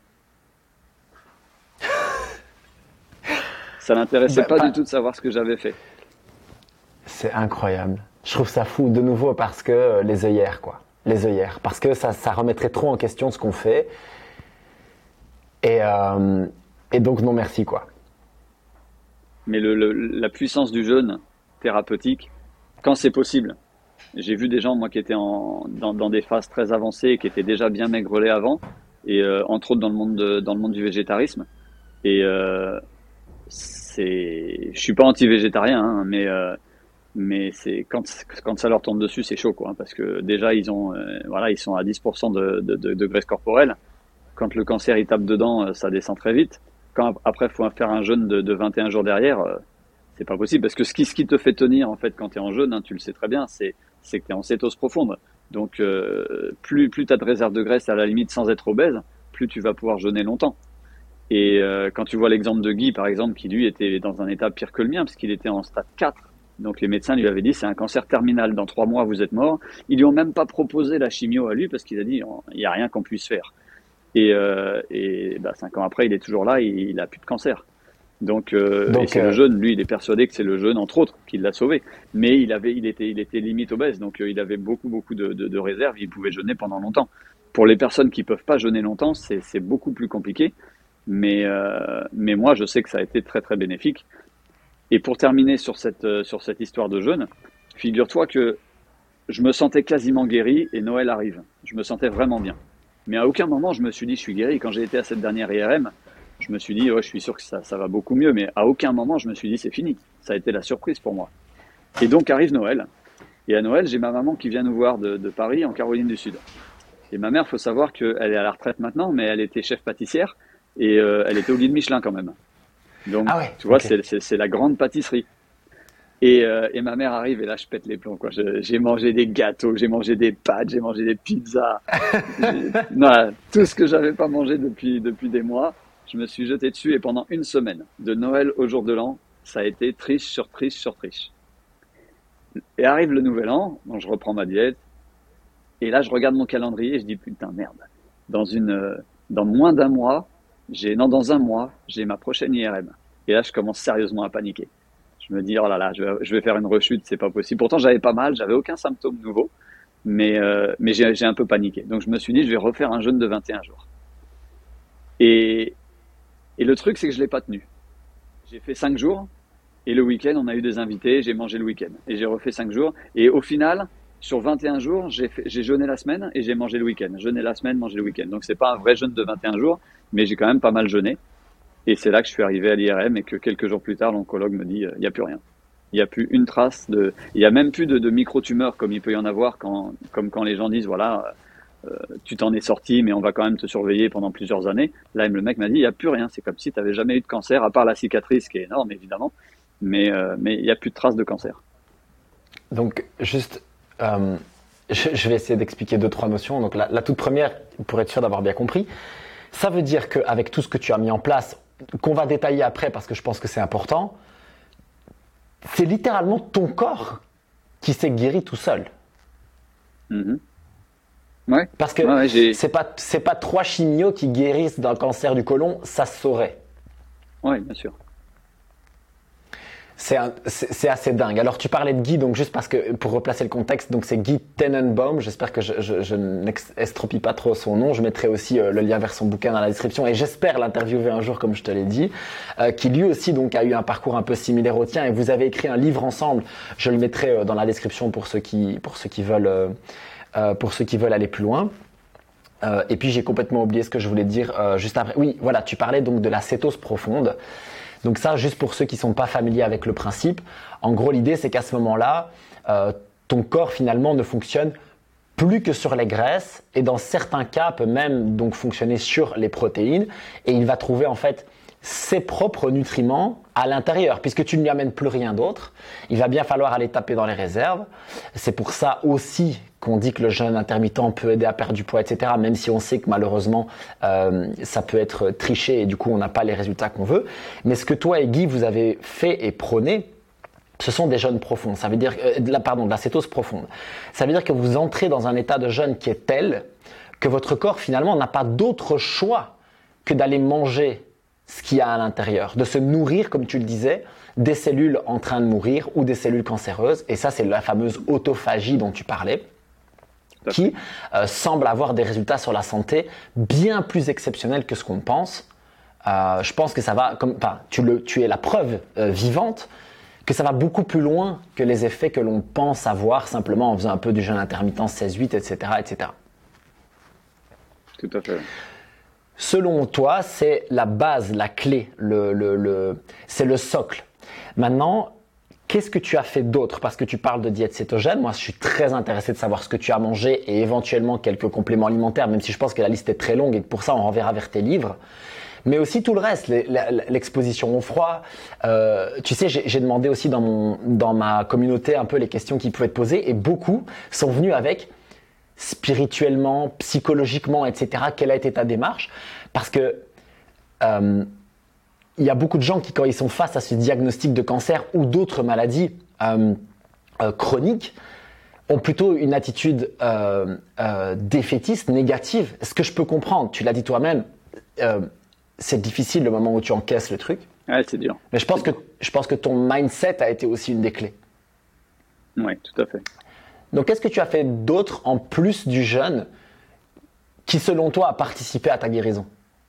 Ça l'intéressait bah, pas bah, du tout de savoir ce que j'avais fait. C'est incroyable. Je trouve ça fou de nouveau parce que euh, les œillères, quoi. Les œillères. Parce que ça, ça remettrait trop en question ce qu'on fait. Et, euh, et donc, non merci, quoi. Mais le, le, la puissance du jeûne thérapeutique, quand c'est possible. J'ai vu des gens, moi, qui étaient en, dans, dans des phases très avancées et qui étaient déjà bien maigrelés avant, et euh, entre autres dans le monde de, dans le monde du végétarisme. Et euh, c'est, je suis pas anti-végétarien, hein, mais euh, mais c'est quand quand ça leur tombe dessus, c'est chaud, quoi, hein, parce que déjà ils ont, euh, voilà, ils sont à dix pour cent de, de, de, de graisse corporelle. Quand le cancer il tape dedans, ça descend très vite. Quand après faut faire un jeûne de, de vingt et un jours derrière, euh, c'est pas possible, parce que ce qui, ce qui te fait tenir en fait quand tu es en jeûne, hein, tu le sais très bien, c'est c'est que tu es en cétose profonde. Donc euh, plus plus tu as de réserve de graisse, à la limite sans être obèse, plus tu vas pouvoir jeûner longtemps. Et euh, quand tu vois l'exemple de Guy, par exemple, qui lui était dans un état pire que le mien, parce qu'il était en stade quatre. Donc les médecins lui avaient dit, c'est un cancer terminal, dans trois mois vous êtes mort. Ils lui ont même pas proposé la chimio à lui, parce qu'il a dit, il n'y a rien qu'on puisse faire. Et, euh, et bah, cinq ans après, il est toujours là, et il a plus de cancer. Donc, euh, donc et c'est euh... le jeûne, lui, il est persuadé que c'est le jeûne, entre autres, qui l'a sauvé. Mais il avait, il était, il était limite obèse, donc euh, il avait beaucoup, beaucoup de, de, de réserves. Il pouvait jeûner pendant longtemps. Pour les personnes qui peuvent pas jeûner longtemps, c'est, c'est beaucoup plus compliqué. Mais, euh, mais moi, je sais que ça a été très, très bénéfique. Et pour terminer sur cette, euh, sur cette histoire de jeûne, figure-toi que je me sentais quasiment guéri et Noël arrive. Je me sentais vraiment bien. Mais à aucun moment, je me suis dit, je suis guéri. Quand j'ai été à cette dernière I R M, je me suis dit, ouais, je suis sûr que ça, ça va beaucoup mieux. Mais à aucun moment, je me suis dit, c'est fini. Ça a été la surprise pour moi. Et donc arrive Noël. Et à Noël, j'ai ma maman qui vient nous voir de, de Paris, en Caroline du Sud. Et ma mère, faut savoir qu'elle est à la retraite maintenant, mais elle était chef pâtissière. Et euh, elle était au guide Michelin quand même. Donc, ah ouais, tu vois, okay. c'est, c'est, c'est la grande pâtisserie. Et, euh, et ma mère arrive et là, je pète les plombs, quoi. Je, j'ai mangé des gâteaux, j'ai mangé des pâtes, j'ai mangé des pizzas. Non, tout ce que j'avais pas mangé depuis, depuis des mois, je me suis jeté dessus. Et pendant une semaine, de Noël au jour de l'an, ça a été triche sur triche sur triche. Et arrive le nouvel an, donc je reprends ma diète. Et là, je regarde mon calendrier et je dis, putain, merde. Dans une, dans moins d'un mois, J'ai, non, dans un mois, j'ai ma prochaine I R M. Et là, je commence sérieusement à paniquer. Je me dis, oh là là, je vais, je vais faire une rechute, c'est pas possible. Pourtant, j'avais pas mal, j'avais aucun symptôme nouveau, mais, euh, mais j'ai, j'ai un peu paniqué. Donc, je me suis dit, je vais refaire un jeûne de vingt et un jours. Et, et le truc, c'est que je l'ai pas tenu. J'ai fait cinq jours, et le week-end, on a eu des invités, j'ai mangé le week-end. Et j'ai refait cinq jours. Et au final, sur vingt et un jours, j'ai, fait, j'ai jeûné la semaine et j'ai mangé le week-end. Jeûné la semaine, mangé le week-end. Donc, c'est pas un vrai jeûne de vingt et un jours, mais j'ai quand même pas mal jeûné. Et c'est là que je suis arrivé à l'I R M et que quelques jours plus tard, l'oncologue me dit, il euh, n'y a plus rien. Il n'y a plus une trace de, il n'y a même plus de, de micro-tumeurs comme il peut y en avoir quand, comme quand les gens disent, voilà, euh, tu t'en es sorti, mais on va quand même te surveiller pendant plusieurs années. Là, le mec m'a dit, il n'y a plus rien. C'est comme si tu n'avais jamais eu de cancer, à part la cicatrice qui est énorme, évidemment. Mais, euh, mais il n'y a plus de traces de cancer. Donc, juste euh, je, je vais essayer d'expliquer deux, trois notions. Donc la, la toute première, pour être sûr d'avoir bien compris, ça veut dire qu'avec tout ce que tu as mis en place, qu'on va détailler après parce que je pense que c'est important, c'est littéralement ton corps qui s'est guéri tout seul. Mm-hmm. Ouais. Parce que ouais, j'ai... c'est pas c'est pas trois chimios qui guérissent d'un cancer du côlon, ça se saurait. Oui, bien sûr. C'est, un, c'est, c'est assez dingue. Alors tu parlais de Guy, donc juste parce que pour replacer le contexte, donc c'est Guy Tenenbaum. J'espère que je, je, je n'estropie pas trop son nom. Je mettrai aussi euh, le lien vers son bouquin dans la description et j'espère l'interviewer un jour, comme je te l'ai dit, euh, qui lui aussi donc a eu un parcours un peu similaire au tien et vous avez écrit un livre ensemble. Je le mettrai euh, dans la description pour ceux qui pour ceux qui veulent euh, euh, pour ceux qui veulent aller plus loin. Euh, et puis j'ai complètement oublié ce que je voulais dire euh, juste après. Oui, voilà, tu parlais donc de la cétose profonde. Donc ça, juste pour ceux qui sont pas familiers avec le principe, en gros l'idée c'est qu'à ce moment-là, euh, ton corps finalement ne fonctionne plus que sur les graisses et dans certains cas peut même donc fonctionner sur les protéines et il va trouver en fait ses propres nutriments à l'intérieur puisque tu ne lui amènes plus rien d'autre. Il va bien falloir aller taper dans les réserves. C'est pour ça aussi qu'on dit que le jeûne intermittent peut aider à perdre du poids, et cetera. Même si on sait que malheureusement, euh, ça peut être triché et du coup, on n'a pas les résultats qu'on veut. Mais ce que toi et Guy, vous avez fait et prôné, ce sont des jeûnes profonds. Ça veut dire, euh, de la, pardon, de la cétose profonde. Ça veut dire que vous entrez dans un état de jeûne qui est tel que votre corps finalement n'a pas d'autre choix que d'aller manger ce qu'il y a à l'intérieur, de se nourrir, comme tu le disais, des cellules en train de mourir ou des cellules cancéreuses. Et ça, c'est la fameuse autophagie dont tu parlais, qui euh, semble avoir des résultats sur la santé bien plus exceptionnels que ce qu'on pense. Euh, je pense que ça va, comme, enfin, tu, le, tu es la preuve euh, vivante que ça va beaucoup plus loin que les effets que l'on pense avoir simplement en faisant un peu du jeûne intermittent seize huit, et cetera, et cetera. Tout à fait. Selon toi, c'est la base, la clé, le, le, le, c'est le socle. Maintenant, qu'est-ce que tu as fait d'autre? Parce que tu parles de diète cétogène. Moi, je suis très intéressé de savoir ce que tu as mangé et éventuellement quelques compléments alimentaires, même si je pense que la liste est très longue et que pour ça, on renverra vers tes livres. Mais aussi tout le reste, l'exposition au froid. Euh, tu sais, j'ai, j'ai demandé aussi dans, mon, dans ma communauté un peu les questions qui pouvaient être posées et beaucoup sont venus avec spirituellement, psychologiquement, et cetera. Quelle a été ta démarche? Parce que euh, il y a beaucoup de gens qui, quand ils sont face à ce diagnostic de cancer ou d'autres maladies euh, euh, chroniques, ont plutôt une attitude euh, euh, défaitiste, négative. Ce que je peux comprendre, tu l'as dit toi-même, euh, c'est difficile le moment où tu encaisses le truc. Ouais, c'est dur. Mais je pense, c'est que, je pense que ton mindset a été aussi une des clés. Oui, tout à fait. Donc, qu'est-ce que tu as fait d'autre en plus du jeûne qui, selon toi, a participé à ta guérison?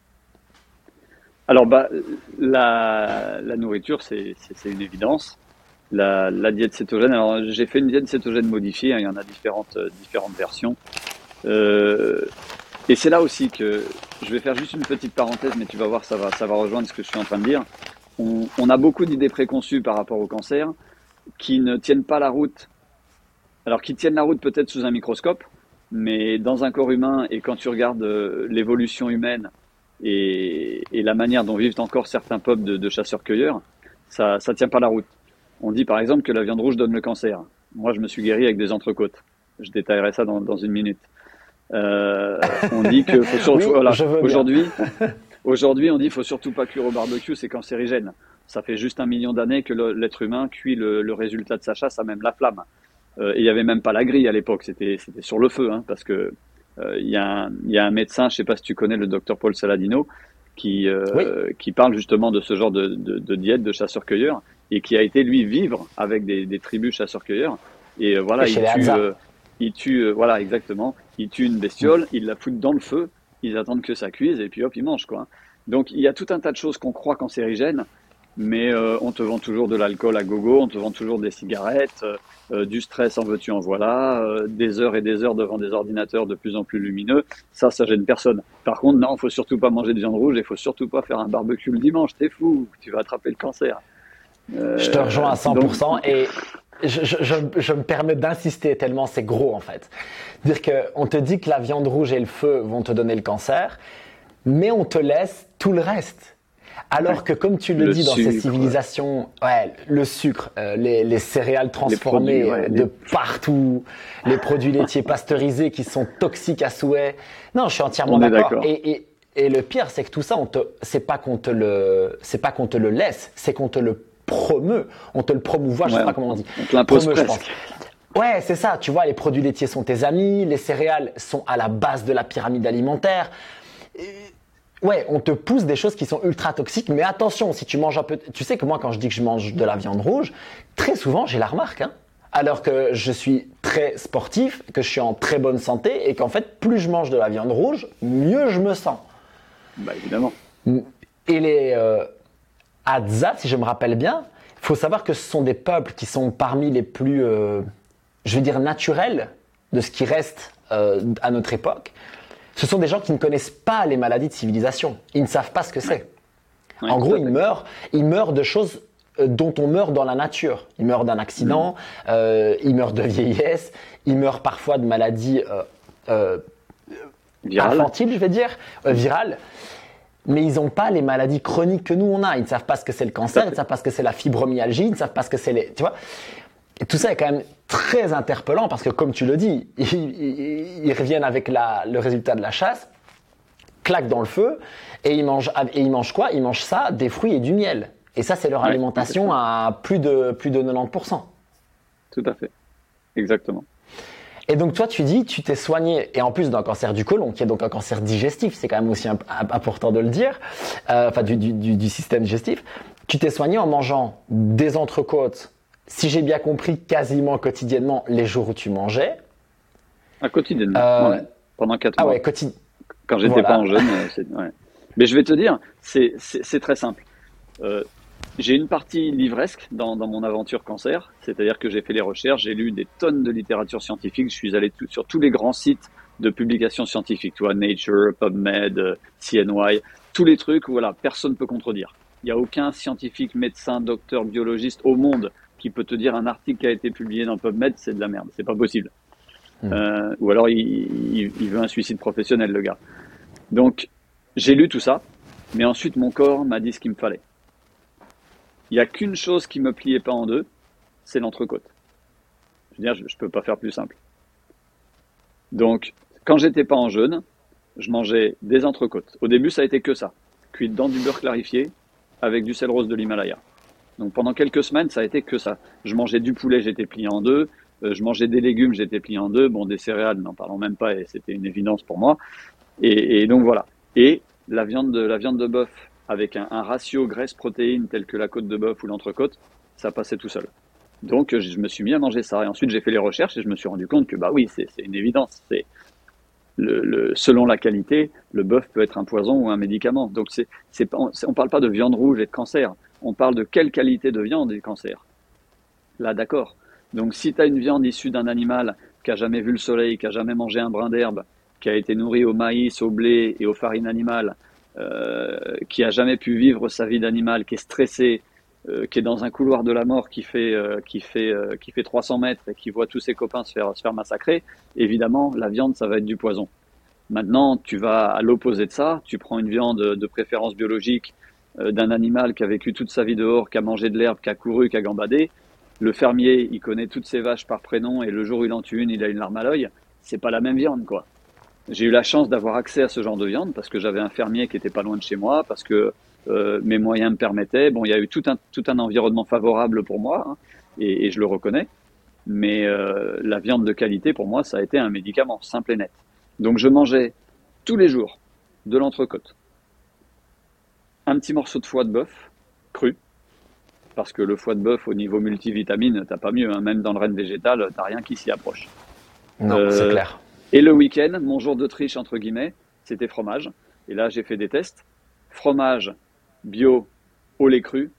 Alors, bah, la, la nourriture, c'est, c'est, c'est une évidence. La, la diète cétogène, alors j'ai fait une diète cétogène modifiée, hein, il y en a différentes, différentes versions. Euh, et c'est là aussi que je vais faire juste une petite parenthèse, mais tu vas voir, ça va, ça va rejoindre ce que je suis en train de dire. On, on a beaucoup d'idées préconçues par rapport au cancer qui ne tiennent pas la route. Alors, qui tiennent la route peut-être sous un microscope, mais dans un corps humain, et quand tu regardes euh, l'évolution humaine et, et la manière dont vivent encore certains peuples de, de chasseurs-cueilleurs, ça ne tient pas la route. On dit par exemple que la viande rouge donne le cancer. Moi, je me suis guéri avec des entrecôtes. Je détaillerai ça dans, dans une minute. Euh, on dit que faut surtout, oui, voilà, aujourd'hui, aujourd'hui, on dit qu'il faut surtout pas cuire au barbecue, c'est cancérigène. Ça fait juste un million d'années que le, l'être humain cuit le, le résultat de sa chasse à même la flamme. Euh, et il n'y avait même pas la grille à l'époque, c'était, c'était sur le feu, hein, parce que euh, il y a un, il y a un médecin, je sais pas si tu connais le docteur Paul Saladino, qui euh, oui. qui parle justement de ce genre de, de, de diète de chasseurs-cueilleurs et qui a été lui vivre avec des, des tribus chasseurs-cueilleurs et euh, voilà, et il tue, euh, il tue, euh, voilà exactement, il tue une bestiole, il la fout dans le feu, ils attendent que ça cuise et puis hop, ils mangent quoi. Donc il y a tout un tas de choses qu'on croit cancérigènes. Mais euh, on te vend toujours de l'alcool à gogo, on te vend toujours des cigarettes, euh, du stress en veux-tu en voilà, euh, des heures et des heures devant des ordinateurs de plus en plus lumineux. Ça, ça gêne personne. Par contre, non, il faut surtout pas manger de viande rouge et il faut surtout pas faire un barbecue le dimanche. T'es fou, tu vas attraper le cancer. Euh, je te rejoins à cent pour cent donc... et je, je, je, je me permets d'insister tellement c'est gros en fait. Dire qu'on te dit que la viande rouge et le feu vont te donner le cancer, mais on te laisse tout le reste. Alors ouais. que, comme tu le, le dis dans sucre, ces civilisations, ouais, le sucre, euh, les, les céréales transformées produits, ouais, de les... partout, les produits laitiers pasteurisés qui sont toxiques à souhait. Non, je suis entièrement On est d'accord. d'accord. Et, et, et le pire, c'est que tout ça, on te, c'est pas qu'on te le, c'est pas qu'on te le laisse, c'est qu'on te le promeut, on te le promouvoit, je ouais, sais pas comment on dit. On te l'impose Promeut, presque. Ouais, c'est ça. Tu vois, les produits laitiers sont tes amis, les céréales sont à la base de la pyramide alimentaire. Et ouais, on te pousse des choses qui sont ultra toxiques, mais attention, si tu manges un peu… Tu sais que moi, quand je dis que je mange de la viande rouge, très souvent, j'ai la remarque, hein, alors que je suis très sportif, que je suis en très bonne santé et qu'en fait, plus je mange de la viande rouge, mieux je me sens. Bah, évidemment. Et les euh, Hadza, si je me rappelle bien, il faut savoir que ce sont des peuples qui sont parmi les plus… Euh, je veux dire, naturel de ce qui reste euh, à notre époque. Ce sont des gens qui ne connaissent pas les maladies de civilisation. Ils ne savent pas ce que c'est. Ouais, en gros, ils meurent, ils meurent de choses euh, dont on meurt dans la nature. Ils meurent d'un accident, mmh. euh, ils meurent de vieillesse, ils meurent parfois de maladies euh, euh, Viral. infantiles, je vais dire, euh, virales. Mais ils n'ont pas les maladies chroniques que nous, on a. Ils ne savent pas ce que c'est le cancer, ils ne savent pas ce que c'est la fibromyalgie, ils ne savent pas ce que c'est les… Tu vois ? Et tout ça est quand même très interpellant parce que, comme tu le dis, ils, ils, ils reviennent avec la, le résultat de la chasse, claquent dans le feu et ils mangent, et ils mangent quoi ? Ils mangent ça, des fruits et du miel. Et ça, c'est leur ouais, alimentation à plus de, plus de quatre-vingt-dix pour cent. Tout à fait. Exactement. Et donc, toi, tu dis, tu t'es soigné, et en plus d'un cancer du côlon, qui est donc un cancer digestif, c'est quand même aussi important de le dire, euh, enfin, du, du, du système digestif, tu t'es soigné en mangeant des entrecôtes, si j'ai bien compris, quasiment quotidiennement les jours où tu mangeais. Ah, quotidiennement, euh, ouais. Pendant quatre ah mois. Ouais, quotidi... Quand j'étais voilà. pas en jeune. C'est... Ouais. Mais je vais te dire, c'est, c'est, c'est très simple. Euh, j'ai une partie livresque dans, dans mon aventure cancer, c'est-à-dire que j'ai fait les recherches, j'ai lu des tonnes de littérature scientifique, je suis allé tout, sur tous les grands sites de publications scientifiques, tu vois, Nature, PubMed, C N Y, tous les trucs où voilà, personne ne peut contredire. Il n'y a aucun scientifique, médecin, docteur, biologiste au monde qui peut te dire un article qui a été publié dans PubMed, c'est de la merde, c'est pas possible. Mmh. Euh, ou alors il, il, il veut un suicide professionnel, le gars. Donc, j'ai lu tout ça, mais ensuite mon corps m'a dit ce qu'il me fallait. Il n'y a qu'une chose qui me pliait pas en deux, c'est l'entrecôte. Je veux dire, je, je peux pas faire plus simple. Donc, quand j'étais pas en jeûne, je mangeais des entrecôtes. Au début, ça a été que ça, cuites dans du beurre clarifié avec du sel rose de l'Himalaya. Donc pendant quelques semaines, ça a été que ça. Je mangeais du poulet, j'étais plié en deux. Euh, je mangeais des légumes, j'étais plié en deux. Bon, des céréales, n'en parlons même pas, et c'était une évidence pour moi. Et, et donc voilà. Et la viande de, la viande de bœuf avec un, un ratio graisse-protéine tel que la côte de bœuf ou l'entrecôte, ça passait tout seul. Donc je me suis mis à manger ça. Et ensuite, j'ai fait les recherches et je me suis rendu compte que bah oui, c'est, c'est une évidence. C'est le, le, selon la qualité, le bœuf peut être un poison ou un médicament. Donc c'est, c'est, on ne parle pas de viande rouge et de cancer. On parle de quelle qualité de viande et de cancer. Là, d'accord. Donc, si tu as une viande issue d'un animal qui a jamais vu le soleil, qui a jamais mangé un brin d'herbe, qui a été nourri au maïs, au blé et aux farines animales, euh, qui a jamais pu vivre sa vie d'animal, qui est stressé, euh, qui est dans un couloir de la mort qui fait, euh, qui fait, euh, qui fait trois cents mètres et qui voit tous ses copains se faire, se faire massacrer, évidemment, la viande, ça va être du poison. Maintenant, tu vas à l'opposé de ça, tu prends une viande de préférence biologique euh, d'un animal qui a vécu toute sa vie dehors, qui a mangé de l'herbe, qui a couru, qui a gambadé. Le fermier, il connaît toutes ses vaches par prénom et le jour où il en tue une, il a une larme à l'œil. C'est pas la même viande, quoi. J'ai eu la chance d'avoir accès à ce genre de viande parce que j'avais un fermier qui était pas loin de chez moi, parce que euh, mes moyens me permettaient. Bon, il y a eu tout un, tout un environnement favorable pour moi, hein, et, et je le reconnais. Mais euh, la viande de qualité, pour moi, ça a été un médicament, simple et net. Donc je mangeais tous les jours de l'entrecôte, un petit morceau de foie de bœuf cru, parce que le foie de bœuf au niveau multivitamine, t'as pas mieux, hein, même dans le renne végétal, t'as rien qui s'y approche. Non, euh, c'est clair. Et le week-end, mon jour de triche, entre guillemets, c'était fromage. Et là, j'ai fait des tests. Fromage bio au lait cru.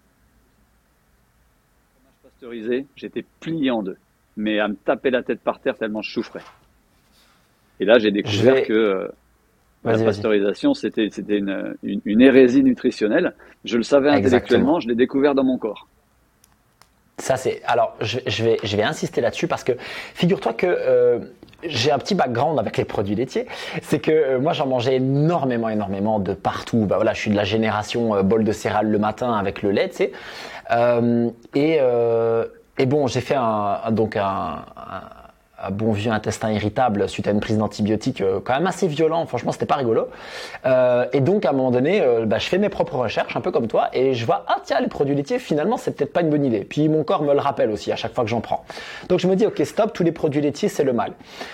Fromage pasteurisé, j'étais plié en deux. Mais à me taper la tête par terre tellement je souffrais. Et là, j'ai découvert vais... que euh, la pasteurisation, c'était, c'était une, une, une hérésie nutritionnelle. Je le savais intellectuellement, Exactement. Je l'ai découvert dans mon corps. Ça, c'est. Alors, je, je, vais, je vais insister là-dessus parce que figure-toi que euh, j'ai un petit background avec les produits laitiers, c'est que euh, moi j'en mangeais énormément, énormément de partout. Bah voilà, je suis de la génération euh, bol de céréales le matin avec le lait, tu sais. Euh, et, euh, et bon, j'ai fait un, un donc un, un, un bon vieux intestin irritable suite à une prise d'antibiotiques euh, quand même assez violent. Franchement, c'était pas rigolo. Euh, et donc à un moment donné, euh, bah, je fais mes propres recherches, un peu comme toi, et je vois ah tiens les produits laitiers finalement c'est peut-être pas une bonne idée. Puis mon corps me le rappelle aussi à chaque fois que j'en prends. Donc je me dis ok stop, tous les produits laitiers c'est le mal.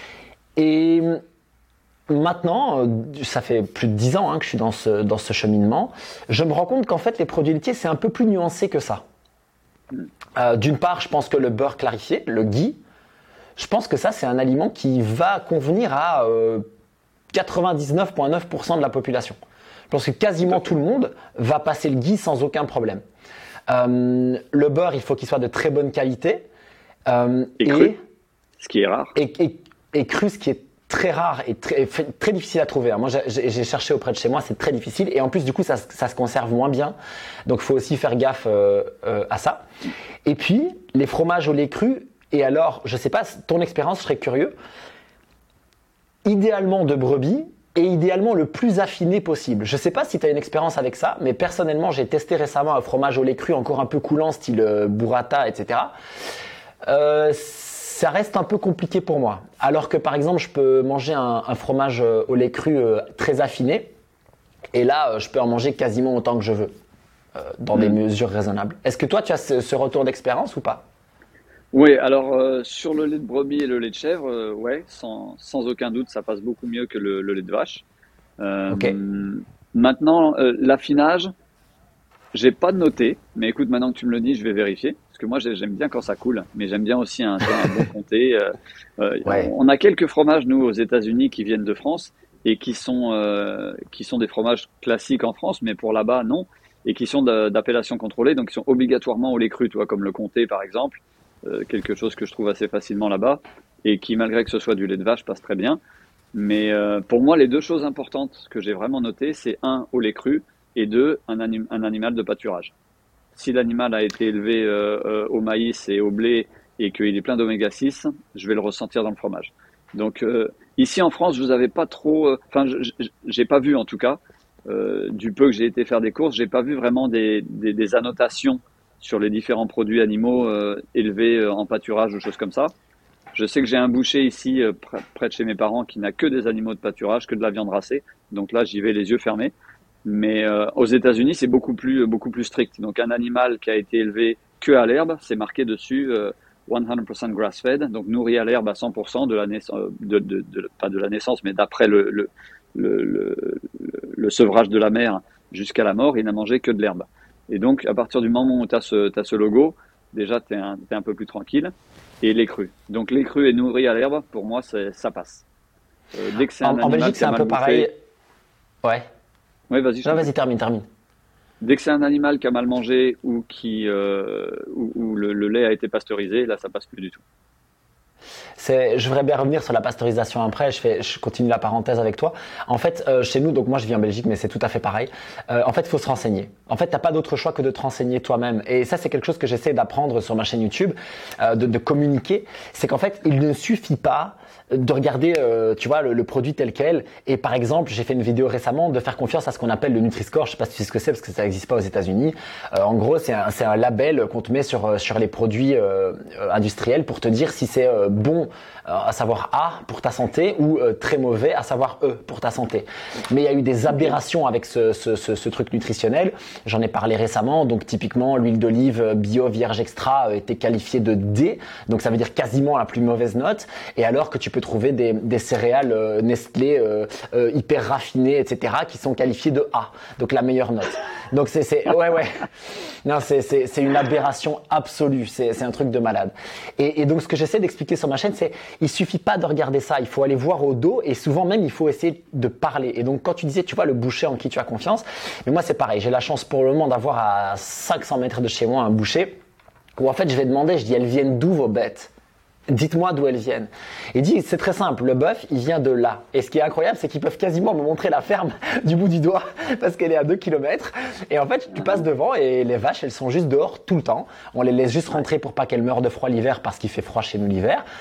Et maintenant, ça fait plus de dix ans hein, que je suis dans ce, dans ce cheminement, je me rends compte qu'en fait les produits laitiers c'est un peu plus nuancé que ça. Euh, d'une part, je pense que le beurre clarifié, le ghee, je pense que ça c'est un aliment qui va convenir à euh, quatre-vingt-dix-neuf virgule neuf pour cent de la population. Je pense que quasiment tout le monde va passer le ghee sans aucun problème. Euh, le beurre, il faut qu'il soit de très bonne qualité. Euh, et, et cru, ce qui est rare. Et, et, et cru, ce qui est très rare et très, très difficile à trouver. Moi, j'ai, j'ai cherché auprès de chez moi, c'est très difficile. Et en plus, du coup, ça, ça se conserve moins bien. Donc, il faut aussi faire gaffe euh, euh, à ça. Et puis, les fromages au lait cru. Et alors, je ne sais pas, ton expérience, je serais curieux. Idéalement de brebis et idéalement le plus affiné possible. Je ne sais pas si tu as une expérience avec ça, mais personnellement, j'ai testé récemment un fromage au lait cru encore un peu coulant, style euh, burrata, et cetera. Euh, ça reste un peu compliqué pour moi. Alors que par exemple, je peux manger un, un fromage au lait cru euh, très affiné, et là, euh, je peux en manger quasiment autant que je veux, euh, dans mmh. des mesures raisonnables. Est-ce que toi, tu as ce, ce retour d'expérience ou pas ? Oui, alors euh, sur le lait de brebis et le lait de chèvre, euh, ouais, sans, sans aucun doute, ça passe beaucoup mieux que le, le lait de vache. Euh, okay. Maintenant, euh, l'affinage, j'ai pas noté, mais écoute, maintenant que tu me le dis, je vais vérifier. Parce que moi, j'aime bien quand ça coule, mais j'aime bien aussi un, un bon comté. Euh, euh, ouais. On a quelques fromages, nous, aux États-Unis, qui viennent de France et qui sont, euh, qui sont des fromages classiques en France, mais pour là-bas, non. Et qui sont d'appellation contrôlée, donc qui sont obligatoirement au lait cru, tu vois, comme le comté, par exemple. Euh, quelque chose que je trouve assez facilement là-bas et qui, malgré que ce soit du lait de vache, passe très bien. Mais euh, pour moi, les deux choses importantes que j'ai vraiment notées, c'est un, au lait cru, et deux, un, anim- un animal de pâturage. Si l'animal a été élevé euh, euh, au maïs et au blé et qu'il est plein d'oméga six, je vais le ressentir dans le fromage. Donc euh, ici en France, je vous avais pas trop, enfin, euh, j'ai pas vu en tout cas, euh, du peu que j'ai été faire des courses, j'ai pas vu vraiment des, des, des annotations sur les différents produits animaux euh, élevés euh, en pâturage ou choses comme ça. Je sais que j'ai un boucher ici, euh, pr- près de chez mes parents, qui n'a que des animaux de pâturage, que de la viande racée. Donc là, j'y vais les yeux fermés. Mais euh, aux États-Unis, c'est beaucoup plus, beaucoup plus strict. Donc un animal qui a été élevé que à l'herbe, c'est marqué dessus euh, cent pour cent grass-fed, donc nourri à l'herbe à cent pour cent de la naissance, de, de, de, pas de la naissance, mais d'après le, le, le, le, le sevrage de la mère jusqu'à la mort, il n'a mangé que de l'herbe. Et donc, à partir du moment où tu as ce, t'as ce logo, déjà, tu es un, t'es un peu plus tranquille. Et les crus. Donc, les crus et nourris à l'herbe, pour moi, c'est, ça passe. Euh, dès que c'est un en, animal en Belgique, c'est un peu bouffé, pareil. Ouais. Ouais, vas-y. Non, vas-y, termine, termine. Dès que c'est un animal qui a mal mangé ou qui, euh, où, où le, le lait a été pasteurisé, là, ça passe plus du tout. C'est, je voudrais bien revenir sur la pasteurisation après. Je fais, je continue la parenthèse avec toi. En fait, euh, chez nous, donc moi je vis en Belgique, mais c'est tout à fait pareil. Euh, en fait, il faut se renseigner. En fait, t'as pas d'autre choix que de te renseigner toi-même. Et ça, c'est quelque chose que j'essaie d'apprendre sur ma chaîne YouTube, euh, de, de communiquer. C'est qu'en fait, il ne suffit pas de regarder, euh, tu vois, le, le produit tel quel. Et par exemple, j'ai fait une vidéo récemment de faire confiance à ce qu'on appelle le Nutri-Score. Je sais pas si tu sais ce que c'est parce que ça n'existe pas aux États-Unis. Euh, en gros, c'est un, c'est un label qu'on te met sur sur les produits euh, industriels pour te dire si c'est euh, bon, euh, à savoir A pour ta santé, ou euh, très mauvais, à savoir E pour ta santé. Mais il y a eu des aberrations avec ce, ce, ce, ce truc nutritionnel. J'en ai parlé récemment. Donc typiquement, l'huile d'olive bio vierge extra était qualifiée de D, donc ça veut dire quasiment la plus mauvaise note. Et alors que tu peux trouver des, des céréales euh, Nestlé euh, euh, hyper raffinées, et cetera, qui sont qualifiées de A, donc la meilleure note. Donc c'est, c'est ouais ouais, non c'est c'est c'est une aberration absolue, c'est c'est un truc de malade. Et, et donc ce que j'essaie d'expliquer sur ma chaîne, c'est il suffit pas de regarder ça, il faut aller voir au dos et souvent même il faut essayer de parler. Et donc quand tu disais, tu vois, le boucher en qui tu as confiance, mais moi c'est pareil, j'ai la chance pour le moment d'avoir à cinq cents mètres de chez moi un boucher où en fait je vais demander, je dis elles viennent d'où vos bêtes ? Dites-moi d'où elles viennent. Il dit, c'est très simple, le bœuf, il vient de là. Et ce qui est incroyable, c'est qu'ils peuvent quasiment me montrer la ferme du bout du doigt parce qu'elle est à deux kilomètres. Et en fait, tu passes devant et les vaches, elles sont juste dehors tout le temps. On les laisse juste rentrer pour pas qu'elles meurent de froid l'hiver parce qu'il fait froid chez nous l'hiver.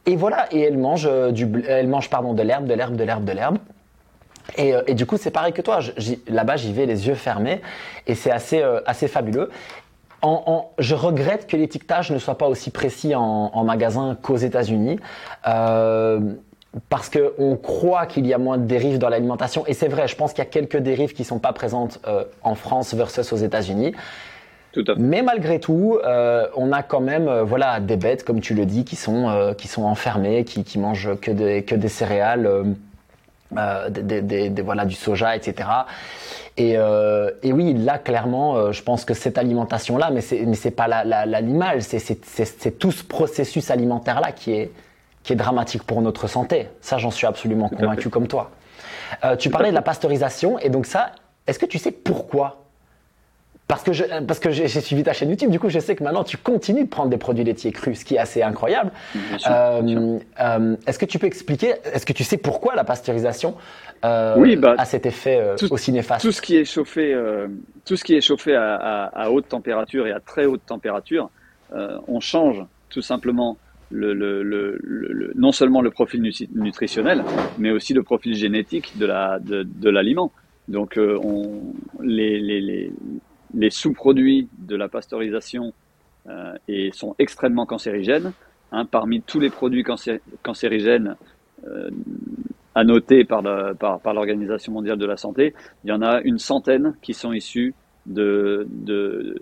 et voilà, et elle mange euh, du, elle mange pardon de l'herbe, de l'herbe, de l'herbe, de l'herbe. Et, euh, et du coup, c'est pareil que toi. Je- j'y- Là-bas, j'y vais les yeux fermés, et c'est assez, euh, assez fabuleux. En, en- je regrette que l'étiquetage ne soit pas aussi précis en, en magasin qu'aux États-Unis, euh, parce que on croit qu'il y a moins de dérives dans l'alimentation. Et c'est vrai, je pense qu'il y a quelques dérives qui sont pas présentes euh, en France versus aux États-Unis. Tout à fait. Mais malgré tout, euh, on a quand même, euh, voilà, des bêtes, comme tu le dis, qui sont euh, qui sont enfermées, qui qui mangent que des que des céréales, euh, euh, des, des, des, des- voilà, du soja, et cetera. Et, euh, et oui, là, clairement, euh, je pense que cette alimentation-là, mais c'est mais c'est pas la- la- l'animal, c'est c'est c'est c'est tout ce processus alimentaire-là qui est qui est dramatique pour notre santé. Ça, j'en suis absolument Tout à convaincu fait. comme toi. Euh, tu Tout à parlais de la fait. pasteurisation, et donc ça, est-ce que tu sais pourquoi? Parce que je, parce que j'ai j'ai suivi ta chaîne YouTube, du coup, je sais que maintenant tu continues de prendre des produits laitiers crus, ce qui est assez incroyable. Bien sûr, bien sûr. Euh, euh, est-ce que tu peux expliquer, est-ce que tu sais pourquoi la pasteurisation Oui, euh, bah, a cet effet euh, tout, aussi tout ce néfaste? qui est chauffé, euh, tout ce qui est chauffé à, à- à haute température et à très haute température, euh, on change tout simplement le, le- le- le- le- non seulement le profil nu- nutritionnel, mais aussi le profil génétique de la, de, de l'aliment. Donc, euh, on, les, les, les, les sous-produits de la pasteurisation euh, et sont extrêmement cancérigènes. Hein, parmi tous les produits cancé- cancérigènes euh, annotés par, la- par, par l'Organisation mondiale de la santé, il y en a une centaine qui sont issus de, de,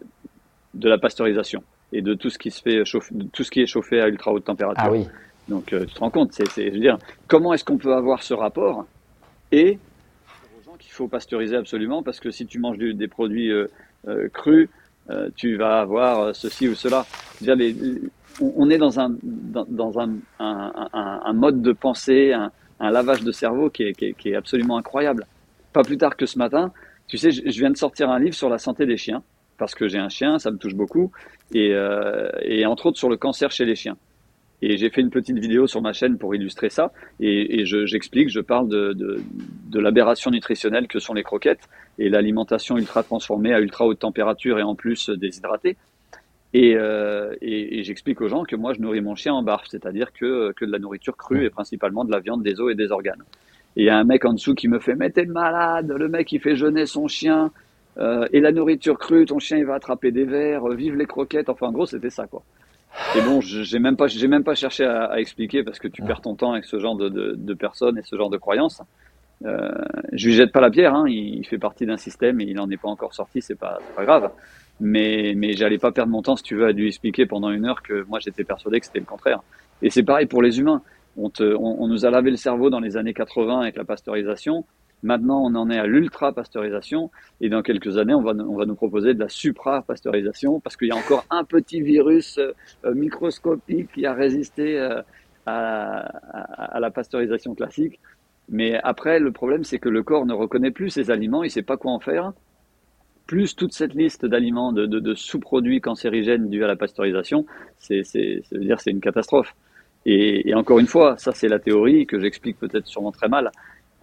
de la pasteurisation et de tout ce qui se fait chauffer, de tout ce qui est chauffé à ultra haute Ah température. oui, Donc, euh, tu te rends compte, c'est, c'est, je veux dire, comment est-ce qu'on peut avoir ce rapport et aux gens qu'il faut pasteuriser absolument parce que si tu manges du- des produits euh, euh, crus, euh, tu vas avoir euh, ceci ou cela. Je veux dire, les- les- on, on est dans un, dans, dans un, un, un- un mode de pensée, un, un lavage de cerveau qui est, qui, est, qui est absolument incroyable. Pas plus tard que ce matin, tu sais, je, je viens de sortir un livre sur la santé des chiens parce que j'ai un chien, ça me touche beaucoup, et, euh, et entre autres sur le cancer chez les chiens. Et j'ai fait une petite vidéo sur ma chaîne pour illustrer ça. Et, et je, j'explique, je parle de, de, de l'aberration nutritionnelle que sont les croquettes et l'alimentation ultra transformée à ultra haute température et en plus déshydratée. Et, euh, et, et j'explique aux gens que moi, je nourris mon chien en barf, c'est-à-dire que, que de la nourriture crue et principalement de la viande, des os et des organes. Et il y a un mec en dessous qui me fait « Mais t'es malade, le mec il fait jeûner son chien, euh, et la nourriture crue, ton chien il va attraper des vers, euh, vive les croquettes ». Enfin, en gros, c'était ça, quoi. Et bon, je- j'ai même pas, j'ai même pas cherché à, à expliquer parce que tu perds ton temps avec ce genre de, de, de personnes et ce genre de croyances. Euh, je lui jette pas la pierre, hein, il, il fait partie d'un système et il en est pas encore sorti, c'est pas, c'est pas grave. Mais, mais j'allais pas perdre mon temps, si tu veux, à lui expliquer pendant une heure que moi j'étais persuadé que c'était le contraire. Et c'est pareil pour les humains. On, te, on, on nous a lavé le cerveau dans les années quatre-vingts avec la pasteurisation. Maintenant, on en est à l'ultra-pasteurisation. Et dans quelques années, on va, on va nous proposer de la supra-pasteurisation parce qu'il y a encore un petit virus euh, microscopique qui a résisté euh, à, à, à la pasteurisation classique. Mais après, le problème, c'est que le corps ne reconnaît plus ces aliments, il ne sait pas quoi en faire. Plus toute cette liste d'aliments, de, de, de sous-produits cancérigènes dus à la pasteurisation, c'est, c'est, ça veut dire c'est une catastrophe. Et, et encore une fois, ça c'est la théorie que j'explique peut-être sûrement très mal.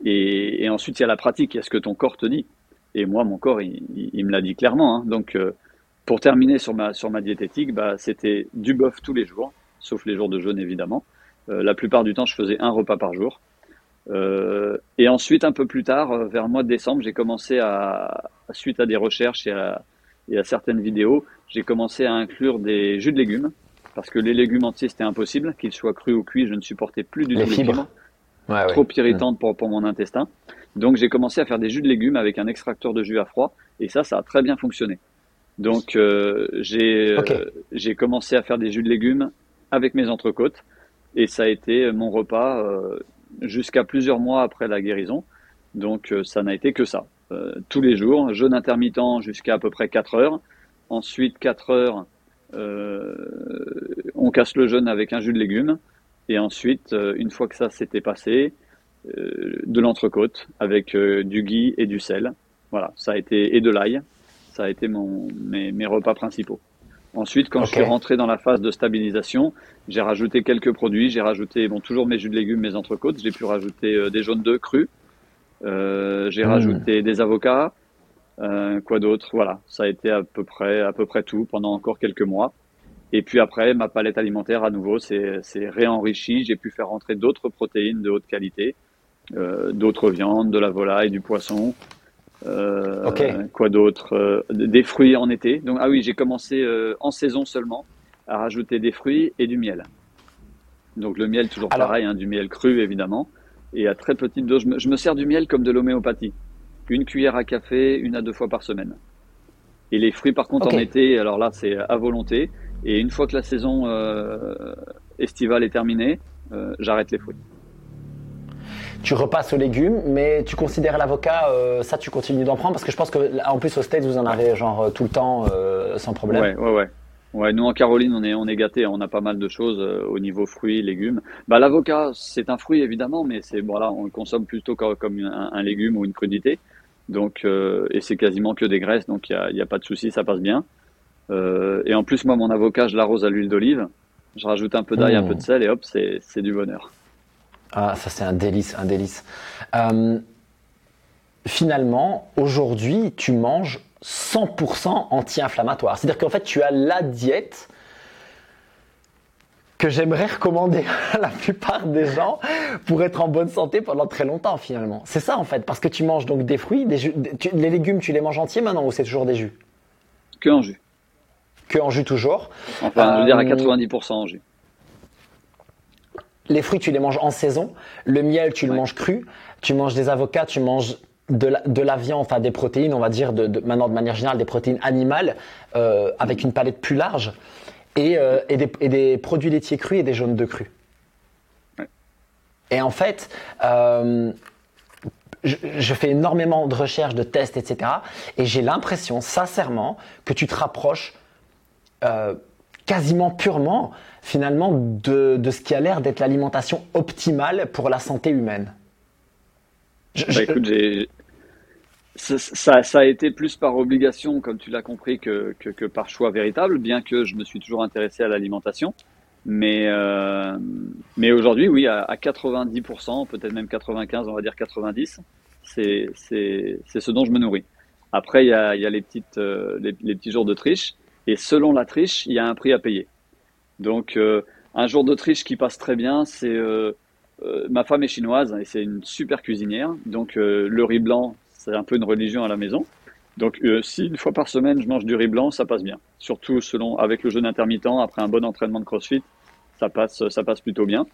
Et, et ensuite, il y a la pratique, il y a ce que ton corps te dit. Et moi, mon corps, il, il, il me l'a dit clairement. Hein. Donc, euh, pour terminer sur ma, sur ma diététique, bah, c'était du bœuf tous les jours, sauf les jours de jeûne évidemment. Euh, la plupart du temps, je faisais un repas par jour. Euh, et ensuite, un peu plus tard, euh, vers le mois de décembre, j'ai commencé à, suite à des recherches et à, et à certaines vidéos, j'ai commencé à inclure des jus de légumes, parce que les légumes entiers, c'était impossible, qu'ils soient crus ou cuits, je ne supportais plus du les tout les fibres. fibres, Ouais, ouais. trop irritantes pour, pour mon intestin. Donc j'ai commencé à faire des jus de légumes avec un extracteur de jus à froid, et ça, ça a très bien fonctionné. Donc euh, j'ai Ok. euh, j'ai commencé à faire des jus de légumes avec mes entrecôtes, et ça a été mon repas euh, jusqu'à plusieurs mois après la guérison. Donc euh, ça n'a été que ça. Euh, tous les jours, jeûne intermittent jusqu'à à peu près quatre heures. Ensuite, quatre heures, euh, on casse le jeûne avec un jus de légumes. Et ensuite, euh, une fois que ça s'était passé, euh, de l'entrecôte avec euh, du ghee et du sel. Voilà, ça a été, et de l'ail. Ça a été mon, mes, mes repas principaux. Ensuite, quand je Ok. suis rentré dans la phase de stabilisation, j'ai rajouté quelques produits. J'ai rajouté, bon, toujours mes jus de légumes, mes entrecôtes. J'ai pu rajouter euh, des jaunes d'œufs crus. Euh, j'ai Hmm. rajouté des avocats. Euh, quoi d'autre? Voilà, ça a été à peu près, à peu près tout pendant encore quelques mois. Et puis après, ma palette alimentaire, à nouveau, c'est, c'est réenrichi. J'ai pu faire rentrer d'autres protéines de haute qualité, euh, d'autres viandes, de la volaille, du poisson. Euh, Ok. quoi d'autre? Euh, Des fruits en été. Donc, ah oui, j'ai commencé euh, en saison seulement à rajouter des fruits et du miel. Donc le miel, toujours Alors, pareil, hein, du miel cru évidemment. Et à très petite dose, je me, je me sers du miel comme de l'homéopathie. Une cuillère à café, une à deux fois par semaine. Et les fruits, par contre, ok. en été, alors là, c'est à volonté. Et une fois que la saison euh, estivale est terminée, euh, j'arrête les fruits. Tu repasses aux légumes, mais tu considères l'avocat, euh, ça tu continues d'en prendre parce que je pense que en plus au States vous en Ouais, avez genre euh, tout le temps euh, sans problème. ouais, ouais, ouais. Ouais, nous en Caroline, on est, on est gâtés, on a pas mal de choses euh, au niveau fruits, légumes. Bah, l'avocat, c'est un fruit évidemment, mais c'est voilà, on le consomme plutôt co- comme un, un légume ou une crudité. Donc, euh, et c'est quasiment que des graisses, donc il y a, il y a pas de souci, ça passe bien. Euh, et en plus, moi, mon avocat, je l'arrose à l'huile d'olive. Je rajoute un peu d'ail, un peu de Hmm. sel, et hop, c'est, c'est du bonheur. Ah, ça c'est un délice, un délice. Euh, Finalement, aujourd'hui, tu manges cent pour cent anti-inflammatoire. C'est-à-dire qu'en fait, tu as la diète que j'aimerais recommander à la plupart des gens pour être en bonne santé pendant très longtemps finalement. C'est ça en fait, parce que tu manges donc des fruits, des jus, des- tu- les légumes, tu les manges entiers maintenant ou c'est toujours des jus? Que en jus. Que en jus toujours. Enfin, je veux dire à Euh, quatre-vingt-dix pour cent en jus. les fruits, tu les manges en saison. Le miel, tu le Ouais. manges cru. Tu manges des avocats, tu manges de la, de la viande, enfin des protéines, on va dire, de, de- maintenant de manière générale, des protéines animales euh, avec Mhm. une palette plus large. Et, euh, et, des, et des produits laitiers crus et des jaunes de crus. Ouais. Et en fait, euh, je, je fais énormément de recherches, de tests, et cetera. Et j'ai l'impression, sincèrement, que tu te rapproches euh, quasiment purement, finalement, de, de ce qui a l'air d'être l'alimentation optimale pour la santé humaine. Je- Bah je- écoute, j'ai, ça, ça, ça a été plus par obligation, comme tu l'as compris, que, que, que par choix véritable, bien que je me suis toujours intéressé à l'alimentation. Mais, euh, mais aujourd'hui, oui, à, à quatre-vingt-dix pour cent, peut-être même quatre-vingt-quinze, on va dire quatre-vingt-dix, c'est, c'est, c'est ce dont je me nourris. Après, il y a, il y a les petites, euh, les, les petits jours de triche, et selon la triche, il y a un prix à payer. Donc, euh, un jour d'Autriche qui passe très bien, c'est euh, euh, ma femme est chinoise et c'est une super cuisinière. Donc, euh, le riz blanc, c'est un peu une religion à la maison. Donc, euh, si une fois par semaine je mange du riz blanc, ça passe bien. Surtout selon avec le jeûne intermittent après un bon entraînement de CrossFit, ça passe, ça passe plutôt bien.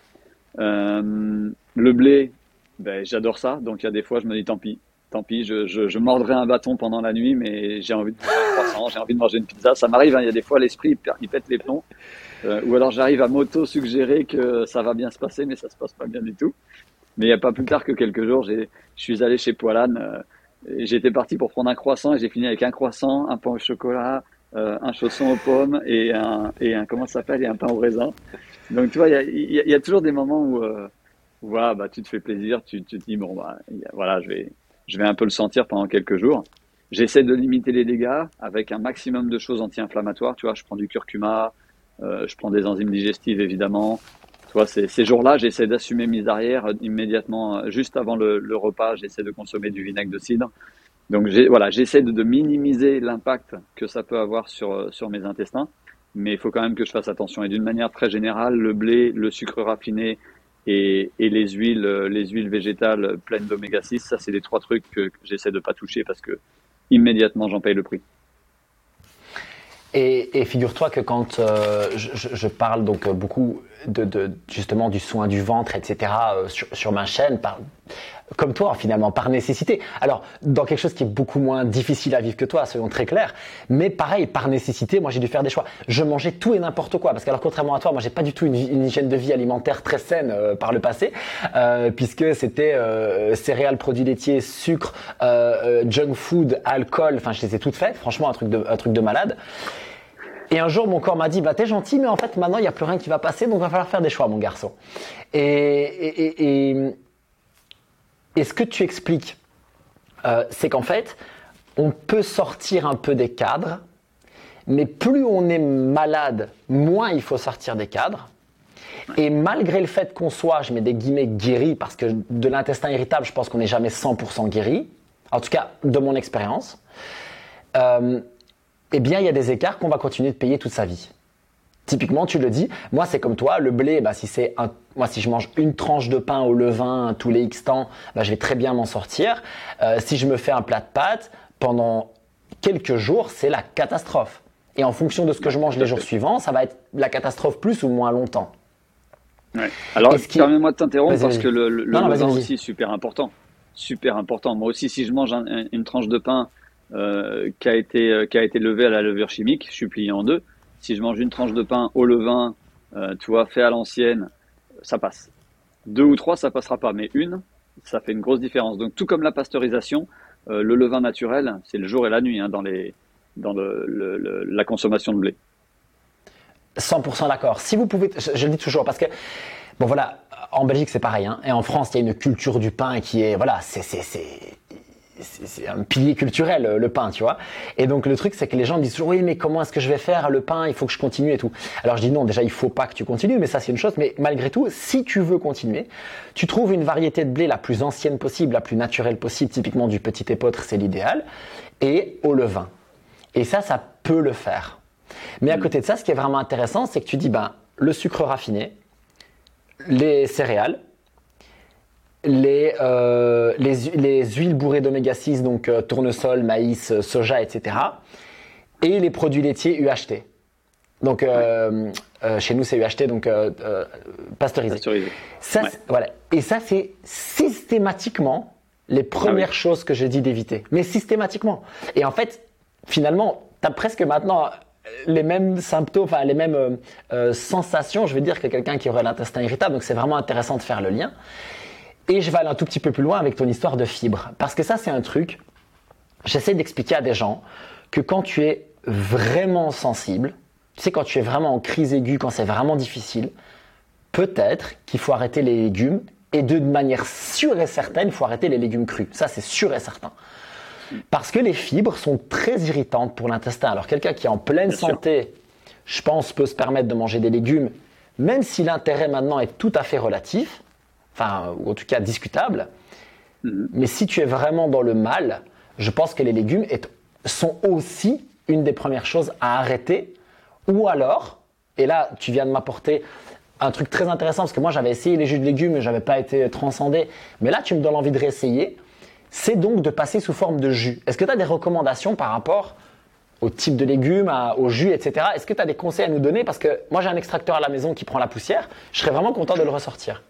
Euh, le blé, ben, j'adore ça. Donc, il y a des fois, je me dis tant pis. Tant pis, je, je, je mordrai un bâton pendant la nuit, mais j'ai envie de manger un croissant, j'ai envie de manger une pizza. Ça m'arrive, hein, il y a des fois, l'esprit, il, per- il pète les plombs. Euh, ou alors j'arrive à m'auto-suggérer que ça va bien se passer, mais ça se passe pas bien du tout. Mais il n'y a pas plus Ok. tard que quelques jours, j'ai, je suis allé chez Poilane. Euh, et j'étais parti pour prendre un croissant et j'ai fini avec un croissant, un pain au chocolat, euh, un chausson aux pommes et un, et un comment ça s'appelle, et un pain au raisin. Donc tu vois, il y a, il y a- il y a toujours des moments où, euh, où, voilà, bah, tu te fais plaisir, tu, tu te dis bon bah il y a- voilà, je vais, je vais un peu le sentir pendant quelques jours. J'essaie de limiter les dégâts avec un maximum de choses anti-inflammatoires. Tu vois, je prends du curcuma, euh, je prends des enzymes digestives évidemment. Tu vois, ces, ces jours-là, j'essaie d'assumer mes arrières euh, immédiatement, euh, juste avant le, le repas, j'essaie de consommer du vinaigre de cidre. Donc j'ai, voilà, j'essaie de, de minimiser l'impact que ça peut avoir sur, euh, sur mes intestins, mais il faut quand même que je fasse attention. Et d'une manière très générale, le blé, le sucre raffiné et, et les huiles, euh, les huiles végétales pleines d'oméga six, ça c'est les trois trucs que, que j'essaie de pas toucher parce que immédiatement j'en paye le prix. Et, et figure-toi que quand euh, je, je- je parle donc euh, beaucoup de, de justement du soin du ventre, et cetera euh, sur, sur ma chaîne, par, comme toi finalement, par nécessité. Alors dans quelque chose qui est beaucoup moins difficile à vivre que toi, soyons très clairs. Mais pareil, par nécessité, moi j'ai dû faire des choix. Je mangeais tout et n'importe quoi parce que alors contrairement à toi, moi j'ai pas du tout une, une hygiène de vie alimentaire très saine euh, par le passé, euh, puisque c'était euh, céréales, produits laitiers, sucre, euh, euh, junk food, alcool. Enfin, je les ai toutes faites. Franchement, un truc de un truc de malade. Et un jour, mon corps m'a dit, bah, t'es gentil, mais en fait, maintenant, il n'y a plus rien qui va passer, donc il va falloir faire des choix, mon garçon. Et, et, et, et, et ce que tu expliques, euh, c'est qu'en fait, on peut sortir un peu des cadres, mais plus on est malade, moins il faut sortir des cadres. Et malgré le fait qu'on soit, je mets des guillemets, guéri, parce que de l'intestin irritable, je pense qu'on n'est jamais cent pour cent guéri, en tout cas de mon expérience, euh, eh bien, il y a des écarts qu'on va continuer de payer toute sa vie. Typiquement, tu le dis, moi c'est comme toi, le blé, bah, si c'est un, moi si je mange une tranche de pain au levain tous les X temps, bah, je vais très bien m'en sortir. Euh, si je me fais un plat de pâtes, pendant quelques jours, c'est la catastrophe. Et en fonction de ce que je mange les jours suivants, ça va être la catastrophe plus ou moins longtemps. Ouais. Alors, qui... permets-moi de t'interrompre parce vas-y. que le, le, non, le levain vas-y, vas-y. aussi est super important. Super important. Moi aussi, si je mange un, une tranche de pain euh, qui a été euh, qui a été levée à la levure chimique, je suis plié en deux. Si je mange une tranche de pain au levain, euh, tu vois, fait à l'ancienne, ça passe. Deux ou trois, ça passera pas, mais une, ça fait une grosse différence. Donc, tout comme la pasteurisation, euh, le levain naturel, c'est le jour et la nuit hein, dans les dans le, le, le, la consommation de blé. cent pour cent d'accord. Si vous pouvez, je, je le dis toujours parce que bon voilà, en Belgique c'est pareil, hein, et en France il y a une culture du pain qui est voilà, c'est c'est c'est c'est un pilier culturel, le pain, tu vois. Et donc le truc c'est que les gens me disent toujours oui mais comment est-ce que je vais faire le pain, il faut que je continue et tout. Alors je dis non, déjà il faut pas que tu continues, mais ça c'est une chose. Mais malgré tout, si tu veux continuer, tu trouves une variété de blé la plus ancienne possible, la plus naturelle possible, typiquement du petit épeautre, c'est l'idéal, et au levain. Et ça, ça peut le faire. Mais à côté de ça, ce qui est vraiment intéressant, c'est que tu dis ben, le sucre raffiné, les céréales, les, euh, les, les huiles bourrées d'oméga six, donc euh, tournesol, maïs, soja, et cetera. Et les produits laitiers U H T. Donc euh, euh, chez nous, c'est U H T, donc euh, euh, pasteurisé. Pasteurisé. Ça, Ouais. voilà. Et ça, c'est systématiquement les premières Ah oui. choses que je dis d'éviter. Mais systématiquement. Et en fait, finalement, tu as presque maintenant les mêmes symptômes, enfin les mêmes euh, euh, sensations, je veux dire, que quelqu'un qui aurait l'intestin irritable. Donc c'est vraiment intéressant de faire le lien. Et je vais aller un tout petit peu plus loin avec ton histoire de fibres. Parce que ça, c'est un truc, j'essaie d'expliquer à des gens que quand tu es vraiment sensible, tu sais, quand tu es vraiment en crise aiguë, quand c'est vraiment difficile, peut-être qu'il faut arrêter les légumes et de manière sûre et certaine, il faut arrêter les légumes crus. Ça, c'est sûr et certain. Parce que les fibres sont très irritantes pour l'intestin. Alors, quelqu'un qui est en pleine Bien sûr. santé, je pense, peut se permettre de manger des légumes, même si l'intérêt maintenant est tout à fait relatif, enfin, ou en tout cas discutable. Mhm. Mais si tu es vraiment dans le mal, je pense que les légumes est- sont aussi une des premières choses à arrêter. Ou alors, et là, tu viens de m'apporter un truc très intéressant, parce que moi, j'avais essayé les jus de légumes et je n'avais pas été transcendé. Mais là, tu me donnes envie de réessayer. C'est donc de passer sous forme de jus. Est-ce que tu as des recommandations par rapport au type de légumes, à- au jus, et cetera. Est-ce que tu as des conseils à nous donner? Parce que moi, j'ai un extracteur à la maison qui prend la poussière. Je serais vraiment content de le ressortir.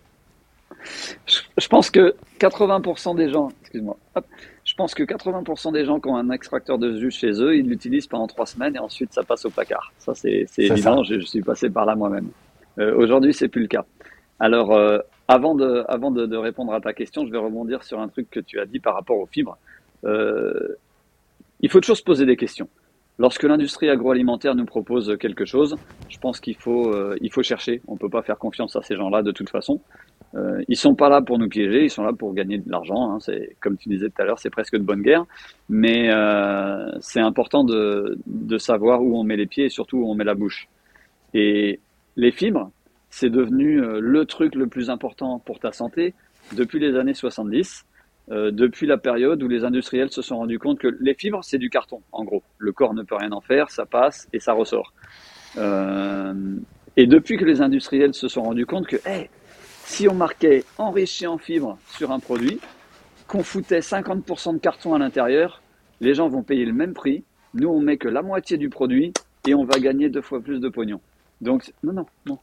Je, je pense que quatre-vingts pour cent des gens, excuse-moi, hop, je pense que quatre-vingts pour cent des gens qui ont un extracteur de jus chez eux, ils l'utilisent pendant trois semaines et ensuite ça passe au placard. Ça, c'est c'est C'est évident, ça. je, je suis passé par là moi-même. Euh, aujourd'hui, c'est plus le cas. Alors, euh, avant de, avant de, de répondre à ta question, je vais rebondir sur un truc que tu as dit par rapport aux fibres. Euh, il faut toujours se poser des questions. Lorsque l'industrie agroalimentaire nous propose quelque chose, je pense qu'il faut, euh, il faut chercher. On ne peut pas faire confiance à ces gens-là de toute façon. Euh, ils sont pas là pour nous piéger, ils sont là pour gagner de l'argent. Hein. C'est, comme tu disais tout à l'heure, c'est presque de bonne guerre. Mais euh, c'est important de, de savoir où on met les pieds et surtout où on met la bouche. Et les fibres, c'est devenu euh, le truc le plus important pour ta santé depuis les années soixante-dix. Euh, depuis la période où les industriels se sont rendus compte que les fibres, c'est du carton, en gros. Le corps ne peut rien en faire, ça passe et ça ressort. Euh, et depuis que les industriels se sont rendus compte que, hey, si on marquait enrichi en fibres sur un produit, qu'on foutait cinquante pour cent de carton à l'intérieur, les gens vont payer le même prix. Nous, on met que la moitié du produit et on va gagner deux fois plus de pognon. Donc, non, non, non.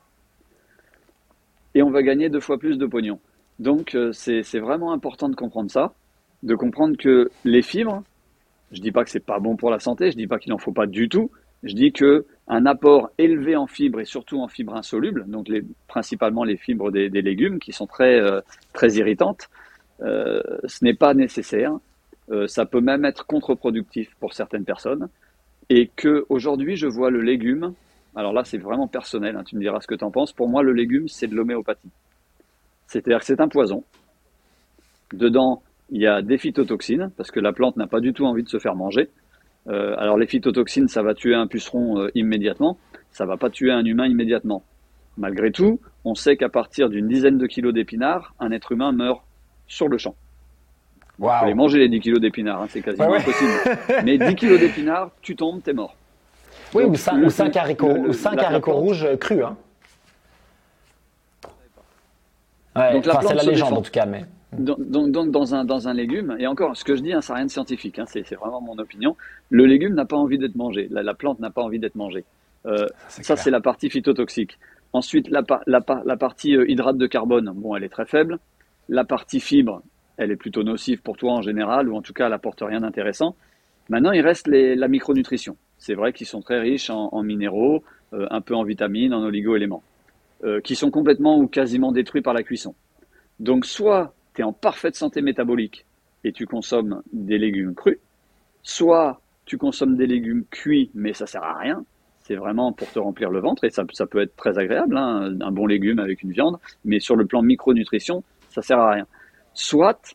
Et on va gagner deux fois plus de pognon. Donc, euh, c'est, c'est vraiment important de comprendre ça, de comprendre que les fibres, je dis pas que c'est pas bon pour la santé, je dis pas qu'il n'en faut pas du tout, je dis que un apport élevé en fibres et surtout en fibres insolubles, donc les, principalement les fibres des, des légumes qui sont très, euh, très irritantes, euh, ce n'est pas nécessaire. Euh, ça peut même être contre-productif pour certaines personnes. Et que aujourd'hui, je vois le légume, alors là, c'est vraiment personnel, hein, tu me diras ce que tu en penses. Pour moi, le légume, c'est de l'homéopathie. C'est-à-dire que c'est un poison. Dedans, il y a des phytotoxines, parce que la plante n'a pas du tout envie de se faire manger. Euh, alors les phytotoxines, ça va tuer un puceron euh, immédiatement, ça va pas tuer un humain immédiatement. Malgré tout, on sait qu'à partir d'une dizaine de kilos d'épinards, un être humain meurt sur le champ. Il faut les Waouh. manger les dix kilos d'épinards, hein, c'est quasiment Ouais, ouais. impossible. Mais dix kilos d'épinards, tu tombes, t'es mort. Oui, donc, ou cinq, le, ou cinq haricots, le, ou cinq haricots rouges crus. Hein. Ouais, donc, c'est la légende en tout cas. Mais... Donc, donc, donc dans, un, dans un légume, et encore, ce que je dis, hein, ça n'a rien de scientifique, hein, c'est, c'est vraiment mon opinion, le légume n'a pas envie d'être mangé, la, la plante n'a pas envie d'être mangée. Euh, ça, ça c'est la partie phytotoxique. Ensuite, la, la, la partie hydrate de carbone, bon, elle est très faible. La partie fibre, elle est plutôt nocive pour toi en général, ou en tout cas, elle n'apporte rien d'intéressant. Maintenant, il reste les, la micronutrition. C'est vrai qu'ils sont très riches en, en minéraux, euh, un peu en vitamines, en oligo-éléments, euh, qui sont complètement ou quasiment détruits par la cuisson. Donc, soit tu es en parfaite santé métabolique et tu consommes des légumes crus, soit tu consommes des légumes cuits, mais ça sert à rien. C'est vraiment pour te remplir le ventre et ça, ça peut être très agréable, hein, un bon légume avec une viande, mais sur le plan micronutrition, ça sert à rien. Soit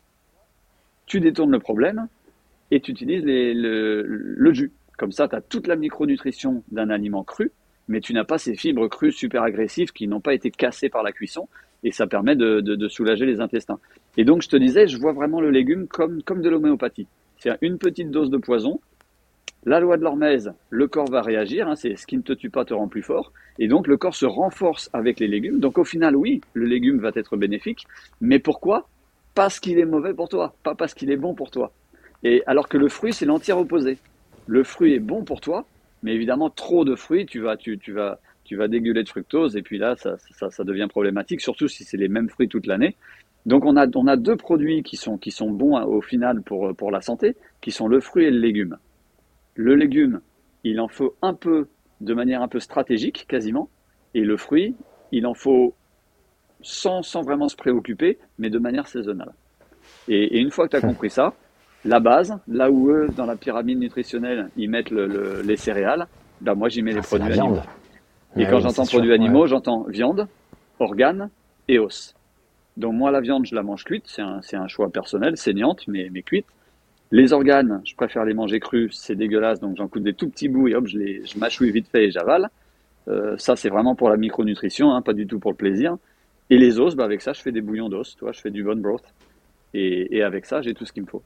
tu détournes le problème et tu utilises les, le, le jus. Comme ça, tu as toute la micronutrition d'un aliment cru, mais tu n'as pas ces fibres crues super agressives qui n'ont pas été cassées par la cuisson et ça permet de, de, de soulager les intestins. Et donc, je te disais, je vois vraiment le légume comme, comme de l'homéopathie. C'est une petite dose de poison. La loi de l'hormèse, le corps va réagir, hein, c'est ce qui ne te tue pas te rend plus fort, et donc le corps se renforce avec les légumes. Donc au final, oui, le légume va être bénéfique, mais pourquoi ? Parce qu'il est mauvais pour toi, pas parce qu'il est bon pour toi. Et alors que le fruit, c'est l'entière opposé. Le fruit est bon pour toi, mais évidemment, trop de fruits, tu vas, tu, tu vas, tu vas dégueuler de fructose, et puis là, ça, ça, ça devient problématique, surtout si c'est les mêmes fruits toute l'année. Donc on a, on a deux produits qui sont, qui sont bons au final pour, pour la santé, qui sont le fruit et le légume. Le légume, il en faut un peu de manière un peu stratégique, quasiment. Et le fruit, il en faut sans, sans vraiment se préoccuper, mais de manière saisonnale. Et, et une fois que tu as compris ça, la base, là où eux, dans la pyramide nutritionnelle, ils mettent le, le, les céréales, bah moi j'y mets les ah, produits animaux. Et ouais, quand j'entends produits sûr, animaux, ouais. j'entends viande, organes et os. Donc moi la viande, je la mange cuite, c'est un, c'est un choix personnel, saignante, mais, mais cuite. Les organes, je préfère les manger crus, c'est dégueulasse, donc j'en coupe des tout petits bouts et hop, je les je mâchouille vite fait et j'avale. Euh, ça, c'est vraiment pour la micronutrition, hein, pas du tout pour le plaisir. Et les os, bah, avec ça, je fais des bouillons d'os, tu vois, je fais du bone broth. Et, et avec ça, j'ai tout ce qu'il me faut.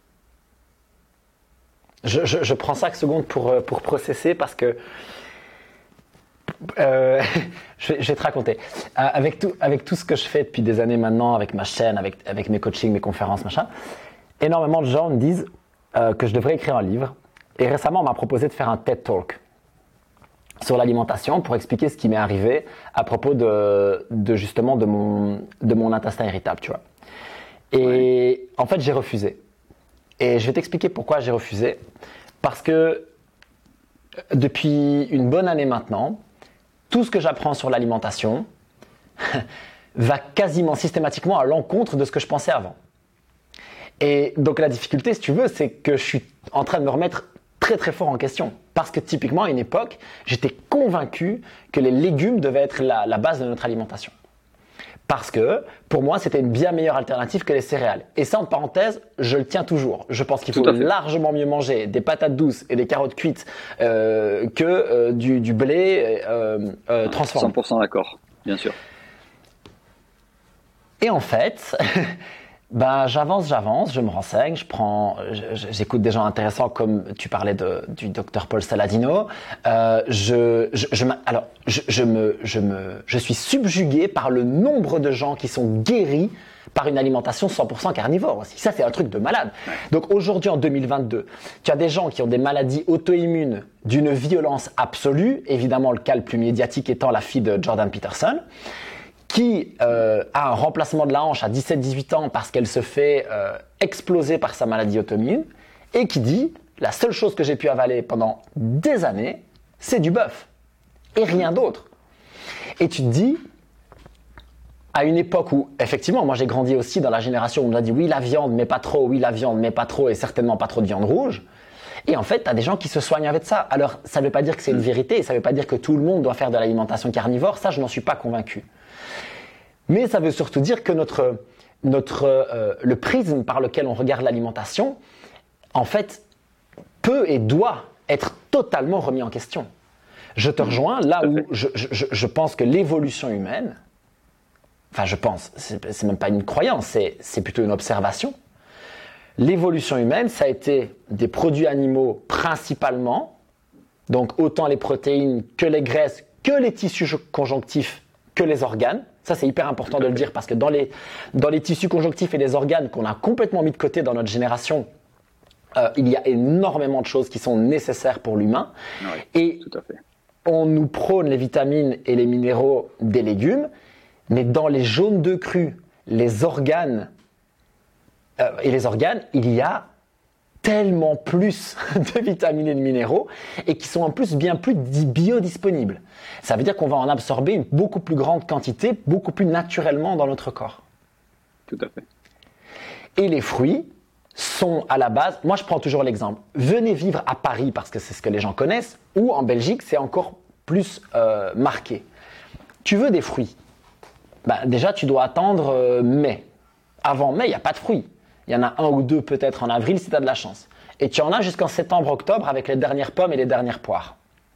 Je, je, je prends cinq secondes pour, pour processer parce que euh, je, vais, je vais te raconter. Euh, avec, tout, avec tout ce que je fais depuis des années maintenant, avec ma chaîne, avec, avec mes coachings, mes conférences, machin, énormément de gens me disent euh, que je devrais écrire un livre. Et récemment, on m'a proposé de faire un TED Talk sur l'alimentation pour expliquer ce qui m'est arrivé à propos de, de justement de mon, de mon intestin irritable, tu vois. Et ouais. En fait, j'ai refusé. Et je vais t'expliquer pourquoi j'ai refusé. Parce que depuis une bonne année maintenant, tout ce que j'apprends sur l'alimentation va quasiment systématiquement à l'encontre de ce que je pensais avant. Et donc la difficulté, si tu veux, c'est que je suis en train de me remettre très très fort en question. Parce que typiquement, à une époque, j'étais convaincu que les légumes devaient être la, la base de notre alimentation. Parce que pour moi, c'était une bien meilleure alternative que les céréales. Et ça, en parenthèse, je le tiens toujours. Je pense qu'il faut largement mieux manger des patates douces et des carottes cuites euh, que euh, du, du blé euh, euh, transformé. cent pour cent d'accord, bien sûr. Et en fait... Ben, j'avance, j'avance, je me renseigne, je prends, j'écoute des gens intéressants comme tu parlais de, du docteur Paul Saladino. Euh, je, je, je, alors, je, je me, je me, je suis subjugué par le nombre de gens qui sont guéris par une alimentation cent pour cent carnivore aussi. Ça, c'est un truc de malade. Donc aujourd'hui, en deux mille vingt-deux, tu as des gens qui ont des maladies auto-immunes d'une violence absolue. Évidemment, le cas le plus médiatique étant la fille de Jordan Peterson, qui euh, a un remplacement de la hanche à dix-sept dix-huit ans parce qu'elle se fait euh, exploser par sa maladie auto-immune et qui dit « la seule chose que j'ai pu avaler pendant des années, c'est du bœuf et rien d'autre ». Et tu te dis, à une époque où, effectivement, moi j'ai grandi aussi dans la génération où on nous a dit « oui, la viande, mais pas trop, oui, la viande, mais pas trop et certainement pas trop de viande rouge ». Et en fait, tu as des gens qui se soignent avec ça. Alors, ça ne veut pas dire que c'est une vérité, ça ne veut pas dire que tout le monde doit faire de l'alimentation carnivore, ça je n'en suis pas convaincu. Mais ça veut surtout dire que notre, notre, euh, le prisme par lequel on regarde l'alimentation, en fait, peut et doit être totalement remis en question. Je te rejoins là où je, je, je pense que l'évolution humaine, enfin je pense, c'est, c'est même pas une croyance, c'est, c'est plutôt une observation. L'évolution humaine, ça a été des produits animaux principalement Donc autant les protéines que les graisses, que les tissus conjonctifs, que les organes. Ça, c'est hyper important de le dire parce que dans les, dans les tissus conjonctifs et les organes qu'on a complètement mis de côté dans notre génération, euh, il y a énormément de choses qui sont nécessaires pour l'humain. Oui, et tout à fait. On nous prône les vitamines et les minéraux des légumes, mais dans les jaunes d'œufs crus, les organes euh, et les organes, il y a tellement plus de vitamines et de minéraux et qui sont en plus bien plus biodisponibles. Ça veut dire qu'on va en absorber une beaucoup plus grande quantité, beaucoup plus naturellement dans notre corps. Tout à fait. Et les fruits sont à la base, moi je prends toujours l'exemple, venez vivre à Paris parce que c'est ce que les gens connaissent, ou en Belgique c'est encore plus euh, marqué. Tu veux des fruits, ben, déjà tu dois attendre euh, mai. Avant mai, il n'y a pas de fruits. Il y en a un ou deux peut-être en avril si tu as de la chance. Et tu en as jusqu'en septembre-octobre avec les dernières pommes et les dernières poires.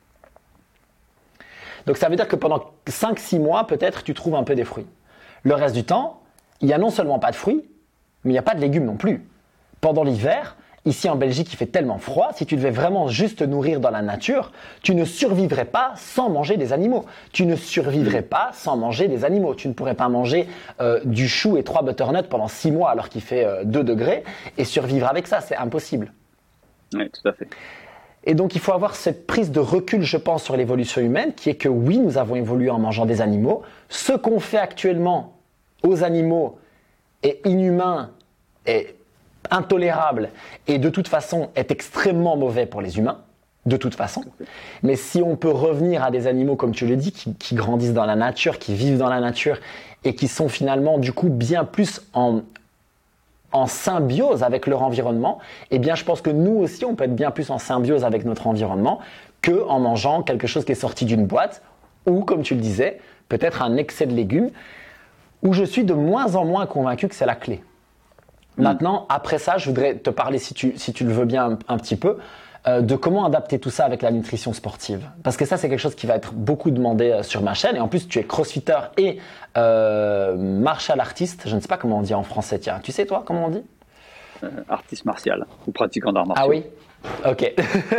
Donc ça veut dire que pendant cinq six mois, peut-être, tu trouves un peu des fruits. Le reste du temps, il n'y a non seulement pas de fruits, mais il n'y a pas de légumes non plus. Pendant l'hiver, ici en Belgique, il fait tellement froid, si tu devais vraiment juste te nourrir dans la nature, tu ne survivrais pas sans manger des animaux. Tu ne survivrais pas sans manger des animaux. Tu ne pourrais pas manger euh, du chou et trois butternuts pendant six mois alors qu'il fait euh, deux degrés et survivre avec ça, c'est impossible. Oui, tout à fait. Et donc, il faut avoir cette prise de recul, je pense, sur l'évolution humaine, qui est que oui, nous avons évolué en mangeant des animaux. Ce qu'on fait actuellement aux animaux est inhumain, est intolérable et de toute façon est extrêmement mauvais pour les humains, de toute façon. Mais si on peut revenir à des animaux, comme tu le dis, qui, qui grandissent dans la nature, qui vivent dans la nature et qui sont finalement du coup bien plus en... en symbiose avec leur environnement, eh bien je pense que nous aussi on peut être bien plus en symbiose avec notre environnement que en mangeant quelque chose qui est sorti d'une boîte ou, comme tu le disais, peut-être un excès de légumes, où je suis de moins en moins convaincu que c'est la clé. Mmh. Maintenant, après ça, je voudrais te parler, si tu, si tu le veux bien un, un petit peu, euh, de comment adapter tout ça avec la nutrition sportive. Parce que ça, c'est quelque chose qui va être beaucoup demandé euh, sur ma chaîne. Et en plus, tu es crossfitter et euh, martial artiste. Je ne sais pas comment on dit en français. Tiens, tu sais toi comment on dit euh, Artiste martial ou pratiquant d'arts martiaux. Ah oui. Ok.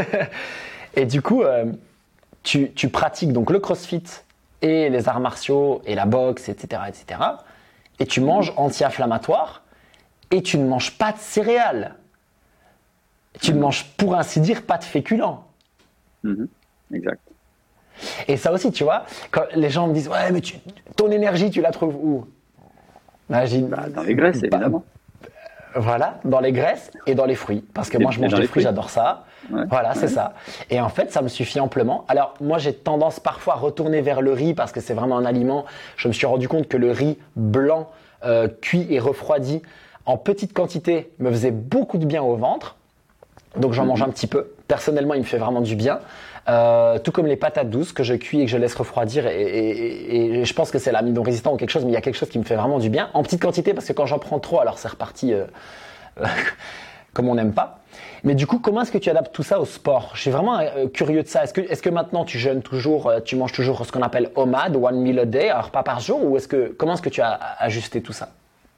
Et du coup, euh, tu, tu pratiques donc le crossfit et les arts martiaux et la boxe, et cetera, et cetera. Et tu manges anti-inflammatoire et tu ne manges pas de céréales. Tu ne manges, pour ainsi dire, pas de féculents. Mmh, exact. Et ça aussi, tu vois, quand les gens me disent « Ouais, mais tu, ton énergie, tu la trouves où ?» bah, bah, Dans les graisses, bah, évidemment. Voilà, dans les graisses et dans les fruits. Parce que et moi, je mange des fruits, fruits, j'adore ça. Ouais, voilà, ouais. C'est ça. Et en fait, ça me suffit amplement. Alors, moi, j'ai tendance parfois à retourner vers le riz parce que c'est vraiment un aliment. Je me suis rendu compte que le riz blanc, euh, cuit et refroidi, en petite quantité, me faisait beaucoup de bien au ventre. Donc j'en mange un petit peu. Personnellement, il me fait vraiment du bien. Euh, tout comme les patates douces que je cuis et que je laisse refroidir. Et, et, et je pense que c'est l'amidon résistant ou quelque chose, mais il y a quelque chose qui me fait vraiment du bien. En petite quantité, parce que quand j'en prends trop, alors c'est reparti euh, euh, comme on n'aime pas. Mais du coup, comment est-ce que tu adaptes tout ça au sport ? Je suis vraiment euh, curieux de ça. Est-ce que, est-ce que maintenant tu jeûnes toujours, euh, tu manges toujours ce qu'on appelle O M A D, one meal a day, un repas par jour, ou est-ce que comment est-ce que tu as ajusté tout ça ?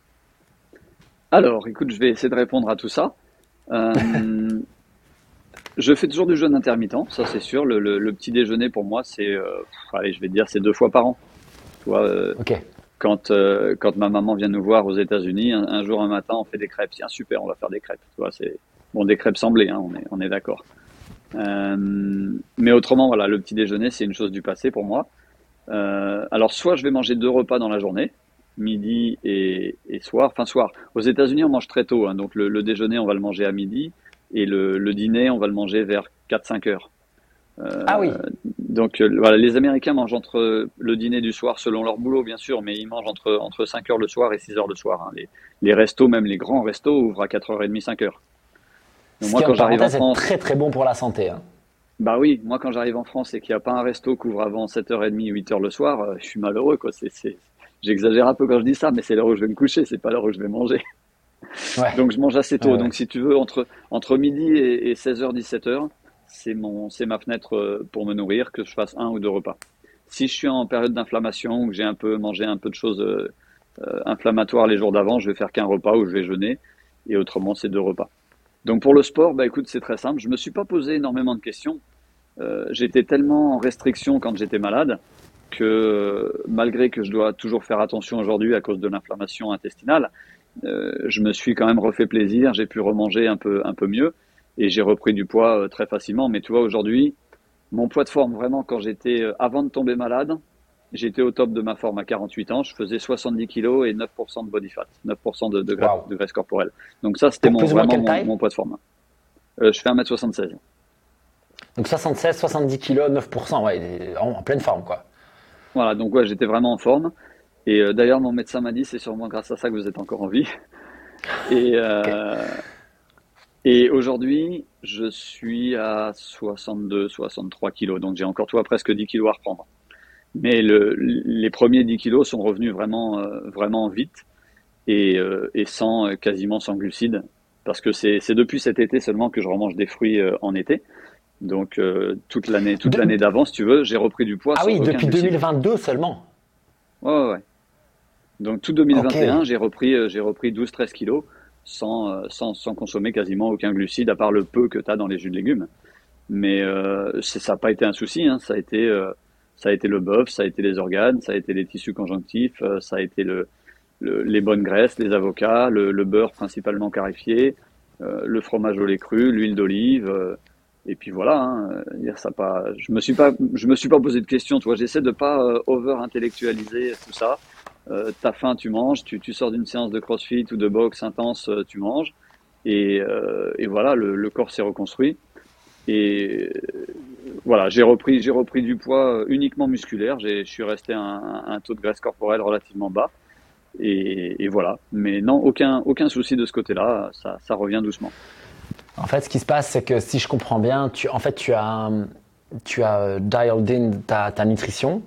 Alors, écoute, je vais essayer de répondre à tout ça. Euh, je fais toujours du jeûne intermittent, ça c'est sûr. Le, le, le petit déjeuner pour moi, c'est, euh, allez, je vais te dire, c'est deux fois par an. Tu vois, euh, okay. quand euh, quand ma maman vient nous voir aux États-Unis, un, un jour un matin, on fait des crêpes. Tiens, super, on va faire des crêpes. Tu vois, c'est bon, des crêpes sans blé, hein, on est on est d'accord. Euh, mais autrement, voilà, le petit déjeuner, c'est une chose du passé pour moi. Euh, alors, soit je vais manger deux repas dans la journée, midi et, et soir, enfin soir. Aux États-Unis, on mange très tôt, hein, donc le, le déjeuner, on va le manger à midi, et le, le dîner, on va le manger vers quatre cinq heures. Euh, ah oui. Donc euh, voilà, les Américains mangent entre le dîner du soir selon leur boulot, bien sûr, mais ils mangent entre entre cinq heures le soir et six heures le soir. Hein. Les, les restos, même les grands restos, ouvrent à quatre heures trente, cinq heures. Donc, moi, quand j'arrive en France, c'est très très bon pour la santé. Hein. Bah oui, moi quand j'arrive en France et qu'il n'y a pas un resto qui ouvre avant sept heures trente, huit heures le soir, euh, je suis malheureux, quoi. C'est, c'est... J'exagère un peu quand je dis ça, mais c'est l'heure où je vais me coucher, c'est pas l'heure où je vais manger. Ouais. Donc je mange assez tôt. Ouais, ouais. Donc si tu veux, entre entre midi et, et seize heures, dix-sept heures, c'est mon c'est ma fenêtre pour me nourrir, que je fasse un ou deux repas. Si je suis en période d'inflammation ou que j'ai un peu mangé un peu de choses euh, euh, inflammatoires les jours d'avant, je vais faire qu'un repas ou je vais jeûner, et autrement c'est deux repas. Donc pour le sport, bah écoute, c'est très simple. Je me suis pas posé énormément de questions. euh, j'étais tellement en restriction quand j'étais malade que malgré que je dois toujours faire attention aujourd'hui à cause de l'inflammation intestinale, euh, je me suis quand même refait plaisir, j'ai pu remanger un peu, un peu mieux et j'ai repris du poids euh, très facilement. Mais tu vois, aujourd'hui, mon poids de forme, vraiment, quand j'étais, euh, avant de tomber malade, j'étais au top de ma forme à quarante-huit ans, je faisais soixante-dix kilos et neuf pour cent de body fat, neuf pour cent de, de, gra- Waouh. de graisse corporelle. Donc ça, c'était Pour mon, plus ou moins vraiment quelle mon, taille? mon poids de forme. Euh, je fais un mètre soixante-seize. Donc soixante-seize, soixante-dix kilos, neuf pour cent, ouais, en, en pleine forme, quoi. Voilà, donc ouais, j'étais vraiment en forme. Et euh, d'ailleurs, mon médecin m'a dit, c'est sûrement grâce à ça que vous êtes encore en vie. Et, Ok. euh, et aujourd'hui, je suis à soixante-deux, soixante-trois kilos. Donc j'ai encore, toi, presque dix kilos à reprendre. Mais le, les premiers dix kilos sont revenus vraiment, euh, vraiment vite et, euh, et sans, euh, quasiment sans glucides. Parce que c'est, c'est depuis cet été seulement que je remange des fruits euh, en été. Donc euh, toute l'année, toute De- l'année d'avant, si tu veux, j'ai repris du poids ah sans oui, aucun depuis glucide. deux mille vingt-deux seulement. Ouais, ouais, ouais. Donc tout Ok. deux mille vingt et un, j'ai repris, euh, j'ai repris douze treize kilos sans, euh, sans, sans consommer quasiment aucun glucide, à part le peu que tu as dans les jus de légumes. Mais euh, c'est- ça n'a pas été un souci, hein. Ça a été, euh, ça a été le bœuf, ça a été les organes, ça a été les tissus conjonctifs, euh, ça a été le, le- les bonnes graisses, les avocats, le, le beurre principalement clarifié, euh, le fromage au lait cru, l'huile d'olive. Euh, et puis voilà, hein, euh, dire ça pas, je me suis pas, je me suis pas posé de questions. Tu vois, j'essaie de pas euh, over intellectualiser tout ça. Euh, t'as faim, tu manges. Tu, tu sors d'une séance de CrossFit ou de boxe intense, euh, tu manges. Et, euh, et voilà, le, le corps s'est reconstruit. Et euh, voilà, j'ai repris, j'ai repris du poids euh, uniquement musculaire. J'ai, je suis resté à un, un taux de graisse corporelle relativement bas. Et, et voilà. Mais non, aucun, aucun souci de ce côté-là. Ça, ça revient doucement. En fait, ce qui se passe, c'est que si je comprends bien, tu, en fait, tu as, tu as euh, dialed in ta, ta nutrition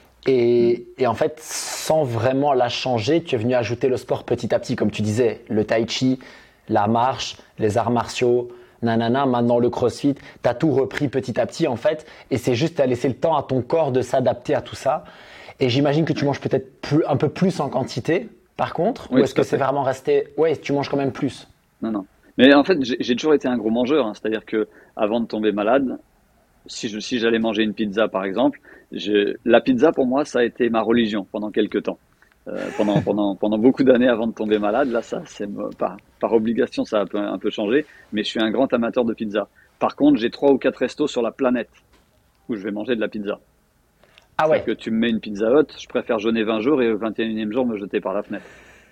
Mm. et, et en fait, sans vraiment la changer, tu es venu ajouter le sport petit à petit, comme tu disais, le tai chi, la marche, les arts martiaux, nanana, maintenant le crossfit, tu as tout repris petit à petit en fait, et c'est juste à laisser le temps à ton corps de s'adapter à tout ça. Et j'imagine que tu Ouais. manges peut-être plus, un peu plus en quantité, par contre, ou Oui, est-ce tout que à c'est fait. vraiment resté, ouais, tu manges quand même plus. Non, non. Mais en fait, j'ai j'ai toujours été un gros mangeur, hein. C'est-à-dire que avant de tomber malade, si je, si j'allais manger une pizza, par exemple, je, la pizza pour moi, ça a été ma religion pendant quelques temps. Euh, pendant, pendant, pendant beaucoup d'années avant de tomber malade, là, ça, c'est me- par, par obligation, ça a un peu, un peu changé. Mais je suis un grand amateur de pizza. Par contre, j'ai trois ou quatre restos sur la planète où je vais manger de la pizza. Ah C'est-à-dire ouais, que tu me mets une pizza hut, je préfère jeûner vingt jours et au vingt et unième jour me jeter par la fenêtre.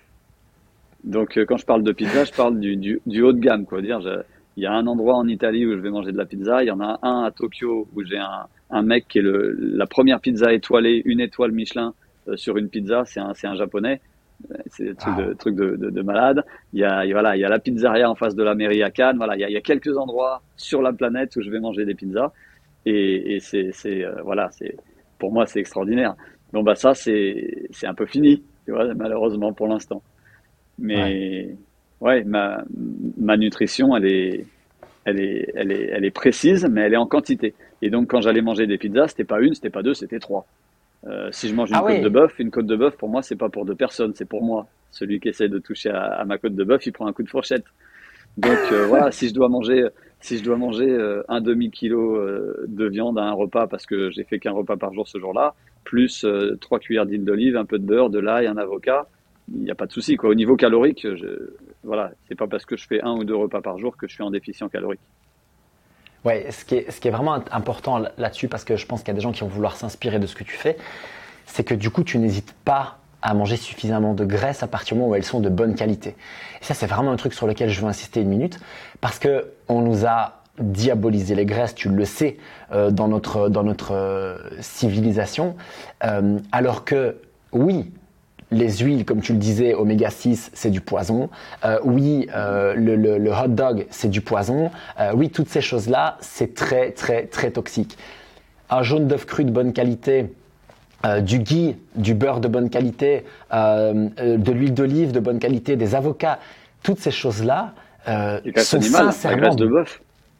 Donc, euh, quand je parle de pizza, je parle du, du, du haut de gamme, quoi. Dire, je- il y a un endroit en Italie où je vais manger de la pizza. Il y en a un à Tokyo où j'ai un, un mec qui est le, la première pizza étoilée, une étoile Michelin euh, sur une pizza. C'est un, c'est un japonais. Euh, C'est un truc wow. de, truc de, de, de malade. Il y a, il y a- voilà, il y a la pizzeria en face de la mairie à Cannes. Voilà, il y a, il y a quelques endroits sur la planète où je vais manger des pizzas. Et, et c'est, c'est, euh, voilà, c'est, pour moi, c'est extraordinaire. Bon, bah, ça, c'est, c'est un peu fini, tu vois, malheureusement pour l'instant. Ouais. Mais ouais, ma, ma nutrition, elle est, elle est, elle est, elle est précise, mais elle est en quantité. Et donc, quand j'allais manger des pizzas, c'était pas une, c'était pas deux, c'était trois. Euh, si je mange une Ah côte de oui, bœuf, une côte de bœuf, pour moi, c'est pas pour deux personnes, c'est pour moi. Celui qui essaie de toucher à, à ma côte de bœuf, il prend un coup de fourchette. Donc euh, voilà, si je dois manger, si je dois manger euh, un demi kilo euh, de viande à un repas parce que j'ai fait qu'un repas par jour ce jour-là, plus euh, trois cuillères d'huile d'olive, un peu de beurre, de l'ail, un avocat, il n'y a pas de souci quoi. Au niveau calorique, je, voilà, c'est pas parce que je fais un ou deux repas par jour que je suis en déficient calorique. ouais, ce qui est, ce qui est vraiment important là-dessus, parce que je pense qu'il y a des gens qui vont vouloir s'inspirer de ce que tu fais, c'est que du coup, tu n'hésites pas à manger suffisamment de graisse à partir du moment où elles sont de bonne qualité. Et ça, c'est vraiment un truc sur lequel je veux insister une minute, parce que on nous a diabolisé les graisses, tu le sais, euh, dans notre, dans notre euh, civilisation, euh, alors que oui, les huiles, comme tu le disais, oméga six, c'est du poison. Euh, oui, euh, le, le, le hot dog, c'est du poison. Euh, oui, toutes ces choses-là, c'est très, très, très toxique. Un jaune d'œuf cru de bonne qualité, euh, du ghee, du beurre de bonne qualité, euh, euh, de l'huile d'olive de bonne qualité, des avocats, toutes ces choses-là euh, Les graisses sont animales, la sincèrement… graisse de bœuf,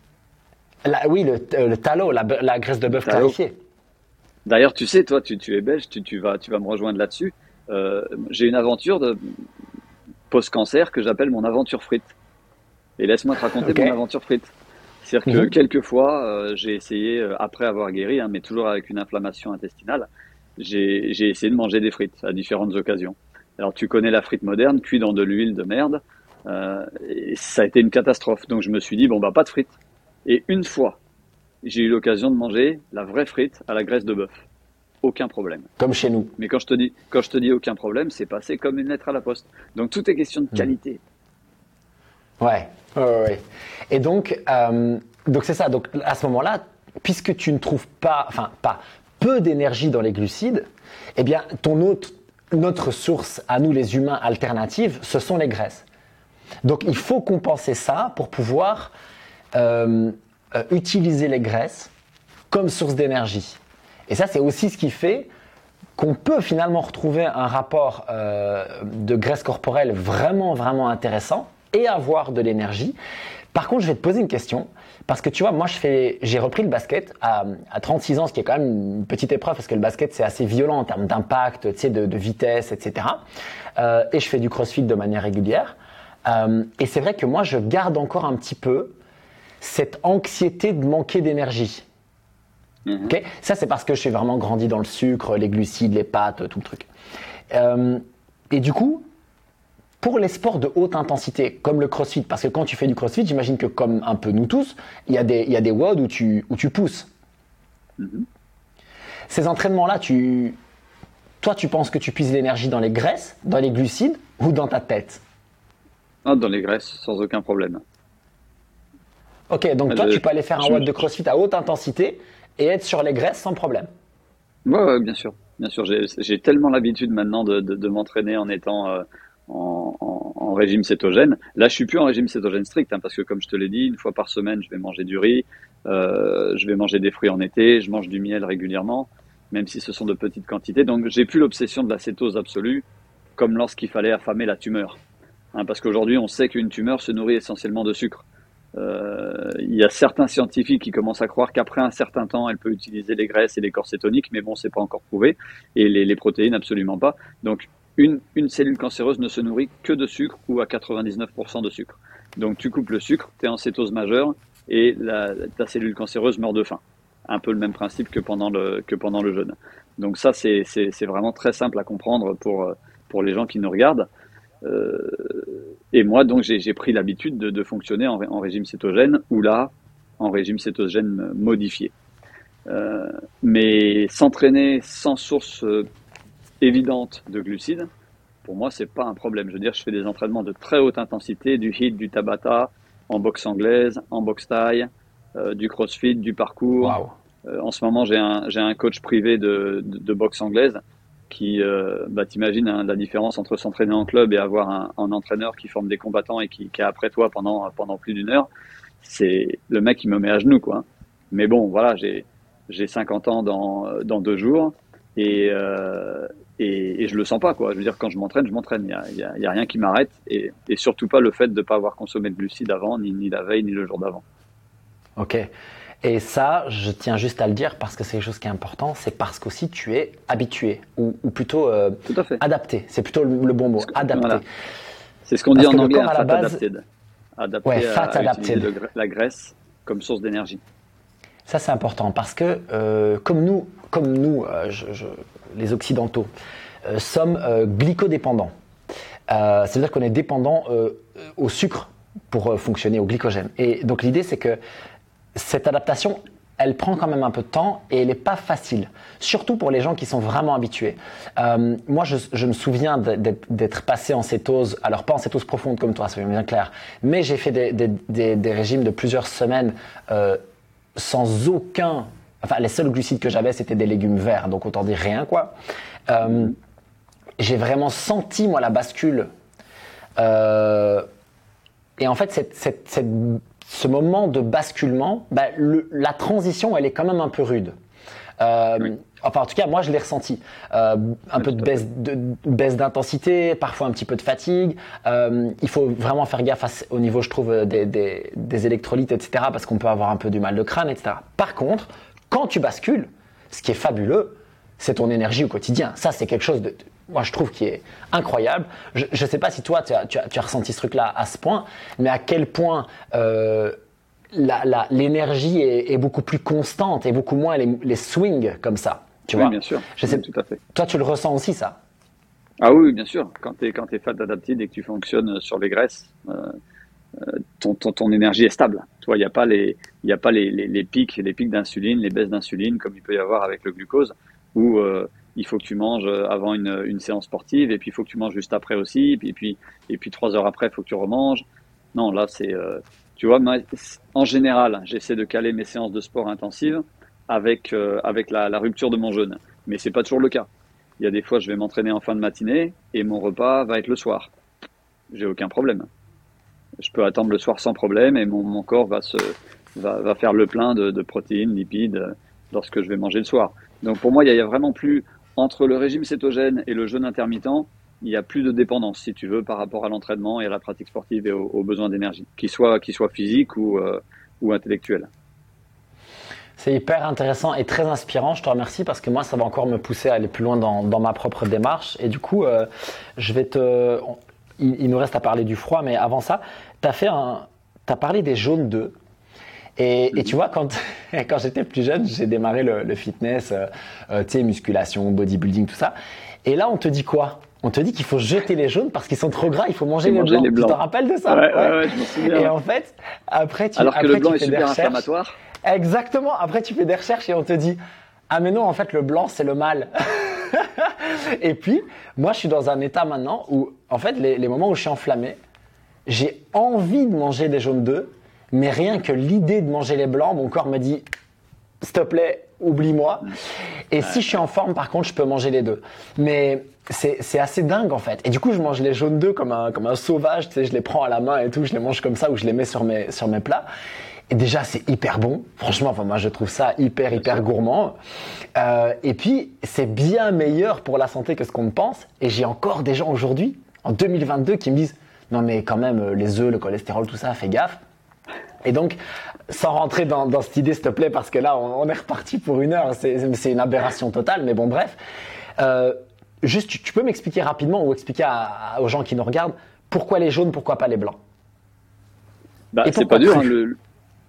La, oui, le, euh, le tallow, la, la graisse de le bœuf tallow. clarifiée. D'ailleurs, tu sais, toi, tu, tu es belge, tu, tu vas, tu vas me rejoindre là-dessus. Euh, j'ai une aventure de post-cancer que j'appelle mon aventure frite. Et laisse-moi te raconter Ok. mon aventure frite. C'est-à-dire que Mhm. quelquefois, euh, j'ai essayé, euh, après avoir guéri, hein, mais toujours avec une inflammation intestinale, j'ai j'ai essayé de manger des frites à différentes occasions. Alors tu connais la frite moderne, cuite dans de l'huile de merde, euh, et ça a été une catastrophe. Donc je me suis dit, bon bah pas de frites. Et une fois, j'ai eu l'occasion de manger la vraie frite à la graisse de bœuf. Aucun problème. Comme chez nous. Mais quand je te dis, quand je te dis aucun problème, c'est passé comme une lettre à la poste. Donc tout est question de Mhm. qualité. Ouais, ouais, ouais, ouais. Et donc, euh, donc c'est ça. Donc à ce moment-là, puisque tu ne trouves pas, enfin pas peu d'énergie dans les glucides, eh bien ton autre, notre source à nous les humains alternative, ce sont les graisses. Donc il faut compenser ça pour pouvoir euh, euh, utiliser les graisses comme source d'énergie. Et ça, c'est aussi ce qui fait qu'on peut finalement retrouver un rapport euh, de graisse corporelle vraiment, vraiment intéressant et avoir de l'énergie. Par contre, je vais te poser une question, parce que tu vois, moi, je fais, j'ai repris le basket à, à trente-six ans, ce qui est quand même une petite épreuve, parce que le basket, c'est assez violent en termes d'impact, tu sais, de, de vitesse, et cetera. Euh, et je fais du crossfit de manière régulière. Euh, et c'est vrai que moi, je garde encore un petit peu cette anxiété de manquer d'énergie. Mhm. Okay, ça, c'est parce que je suis vraiment grandi dans le sucre, les glucides, les pâtes, tout le truc. Euh, et du coup, pour les sports de haute intensité, comme le crossfit, parce que quand tu fais du crossfit, j'imagine que comme un peu nous tous, il y a des, il y a des W O D où tu, où tu pousses. Mhm. Ces entraînements-là, tu, toi, tu penses que tu puises l'énergie dans les graisses, dans les glucides ou dans ta tête? Ah, dans les graisses, sans aucun problème. Ok, donc toi, Je, tu peux aller faire un je, W O D de je- crossfit à haute intensité et être sur les graisses sans problème. Ouais, ouais, bien sûr. Bien sûr, j'ai j'ai tellement l'habitude maintenant de, de, de m'entraîner en étant euh, en, en, en régime cétogène. Là, je suis plus en régime cétogène strict, hein, parce que comme je te l'ai dit, une fois par semaine, je vais manger du riz, euh, je vais manger des fruits en été, je mange du miel régulièrement, même si ce sont de petites quantités. Donc, j'ai plus l'obsession de la cétose absolue, comme lorsqu'il fallait affamer la tumeur. Hein, parce qu'aujourd'hui, on sait qu'une tumeur se nourrit essentiellement de sucre. Euh, il y a certains scientifiques qui commencent à croire qu'après un certain temps, elle peut utiliser les graisses et les corps cétoniques, mais bon, c'est pas encore prouvé, et les, les protéines absolument pas. Donc, une, une cellule cancéreuse ne se nourrit que de sucre ou à quatre-vingt-dix-neuf pour cent de sucre. Donc, tu coupes le sucre, tu es en cétose majeure, et la, ta cellule cancéreuse meurt de faim. Un peu le même principe que pendant le, que pendant le jeûne. Donc ça, c'est, c'est, c'est vraiment très simple à comprendre pour, pour les gens qui nous regardent. Euh, et moi, donc, j'ai, j'ai pris l'habitude de, de fonctionner en, en régime cétogène ou là, en régime cétogène modifié. Euh, mais s'entraîner sans source euh, évidente de glucides, pour moi, c'est pas un problème. Je veux dire, je fais des entraînements de très haute intensité, du HIIT, du Tabata, en boxe anglaise, en boxe thaï, euh, du crossfit, du parcours. Waouh. Euh, en ce moment, j'ai un, j'ai un coach privé de, de, de boxe anglaise qui, euh, bah, t'imagines hein, la différence entre s'entraîner en club et avoir un, un entraîneur qui forme des combattants et qui, qui est après toi pendant, pendant plus d'une heure. C'est le mec qui me met à genoux, quoi. Mais bon, voilà, j'ai, j'ai cinquante ans dans, dans deux jours et, euh, et, et je le sens pas, quoi. Je veux dire, quand je m'entraîne, je m'entraîne. Il y a, il y a, il y a rien qui m'arrête et, et surtout pas le fait de pas avoir consommé de glucides avant, ni, ni la veille, ni le jour d'avant. Ok. Et ça, je tiens juste à le dire parce que c'est quelque chose qui est important, c'est parce qu'aussi tu es habitué, ou, ou plutôt euh, Tout à fait. adapté, c'est plutôt le, le bon mot, Parce que- adapté. Voilà. C'est ce qu'on dit Parce en que le anglais, corps un à la fat base, adapted. ouais, Adapté à, fat à utiliser adapted. le gra- la graisse comme source d'énergie. Ça c'est important parce que euh, comme nous, comme nous euh, je, je- les Occidentaux, euh, sommes euh, glycodépendants. Euh, C'est-à-dire qu'on est dépendant euh, au sucre pour euh, fonctionner, au glycogène. Et donc l'idée c'est que cette adaptation, elle prend quand même un peu de temps et elle n'est pas facile, surtout pour les gens qui sont vraiment habitués. Euh, moi, je, je me souviens d'être d'être passé en cétose, alors pas en cétose profonde comme toi, soyons bien clair, mais j'ai fait des, des, des, des régimes de plusieurs semaines euh, sans aucun... Enfin, les seuls glucides que j'avais, c'était des légumes verts, donc autant dire rien, quoi. Euh, j'ai vraiment senti, moi, la bascule. Euh, et en fait, cette, cette, cette ce moment de basculement, bah, le, la transition, elle est quand même un peu rude. Euh, Oui. Enfin, en tout cas, moi, je l'ai ressenti. Euh, un Oui, peu tout de à fait. baisse, de, baisse d'intensité, parfois un petit peu de fatigue. Euh, il faut vraiment faire gaffe à, au niveau, je trouve, des, des, des électrolytes, et cetera, parce qu'on peut avoir un peu du mal de crâne, et cetera. Par contre, quand tu bascules, ce qui est fabuleux, c'est ton énergie au quotidien. Ça, c'est quelque chose de, moi, je trouve qui est incroyable. Je ne sais pas si toi, tu as, tu, as, tu as ressenti ce truc-là à ce point, mais à quel point euh, la, la, l'énergie est, est beaucoup plus constante et beaucoup moins les, les swings comme ça. Tu oui, vois bien sûr. Je sais, oui, tout à fait. Toi, tu le ressens aussi, ça? Ah oui, bien sûr. Quand tu es quand t'es fat adapted et que tu fonctionnes sur les graisses, euh, ton, ton, ton énergie est stable. Tu vois, il n'y a pas les, il y a pas les, les, les pics, les pics d'insuline, les baisses d'insuline comme il peut y avoir avec le glucose, où euh, il faut que tu manges avant une, une séance sportive et puis il faut que tu manges juste après aussi, et puis, et puis, et puis trois heures après, il faut que tu remanges. Non, là, c'est, euh, tu vois, moi, en général, j'essaie de caler mes séances de sport intensives avec, euh, avec la, la rupture de mon jeûne. Mais c'est pas toujours le cas. Il y a des fois, je vais m'entraîner en fin de matinée et mon repas va être le soir. J'ai aucun problème. Je peux attendre le soir sans problème et mon, mon corps va, se, va, va faire le plein de, de protéines, lipides lorsque je vais manger le soir. Donc pour moi, il y a vraiment plus, entre le régime cétogène et le jeûne intermittent, il n'y a plus de dépendance, si tu veux, par rapport à l'entraînement et à la pratique sportive et aux, aux besoins d'énergie, qu'ils soient, qu'ils soient physiques ou, euh, ou intellectuels. C'est hyper intéressant et très inspirant. Je te remercie parce que moi, ça va encore me pousser à aller plus loin dans, dans ma propre démarche. Et du coup, euh, je vais te. Il, il nous reste à parler du froid, mais avant ça, tu as fait un. T'as parlé des jaunes d'œufs. Et, mm-hmm. et tu vois, quand, quand j'étais plus jeune, j'ai démarré le, le fitness, euh, tu sais, musculation, bodybuilding, tout ça. Et là, on te dit quoi? On te dit qu'il faut jeter les jaunes parce qu'ils sont trop gras, il faut manger, les, manger blancs. les blancs. Tu te rappelles de ça? Ouais, ouais, ouais, je m'en souviens. Et en fait, après, tu Alors que après, le blanc tu est fais super des recherches. inflammatoire. Exactement. Après, tu fais des recherches et on te dit ah mais non, en fait, le blanc, c'est le mal. Et puis, moi, je suis dans un état maintenant où, en fait, les, les moments où je suis enflammé, j'ai envie de manger des jaunes d'œufs, mais rien que l'idée de manger les blancs, mon corps me dit s'il te plaît, oublie-moi. Et ouais. Si je suis en forme, par contre, je peux manger les deux. Mais c'est, c'est assez dingue, en fait. Et du coup, je mange les jaunes d'œufs comme un, comme un sauvage. Tu sais, je les prends à la main et tout, je les mange comme ça ou je les mets sur mes, sur mes plats. Et déjà, c'est hyper bon. Franchement, enfin, moi, je trouve ça hyper, hyper gourmand. Euh, et puis, c'est bien meilleur pour la santé que ce qu'on ne pense. Et j'ai encore des gens aujourd'hui, en deux mille vingt-deux, qui me disent « Non, mais quand même, les œufs, le cholestérol, tout ça, fais gaffe. » Et donc, sans rentrer dans, dans cette idée, s'il te plaît, parce que là, on, on est reparti pour une heure. C'est, c'est une aberration totale, mais bon, bref. Euh, juste, tu, tu peux m'expliquer rapidement ou expliquer à, à, aux gens qui nous regardent pourquoi les jaunes, pourquoi pas les blancs? Bah, c'est pas dur, hein, le...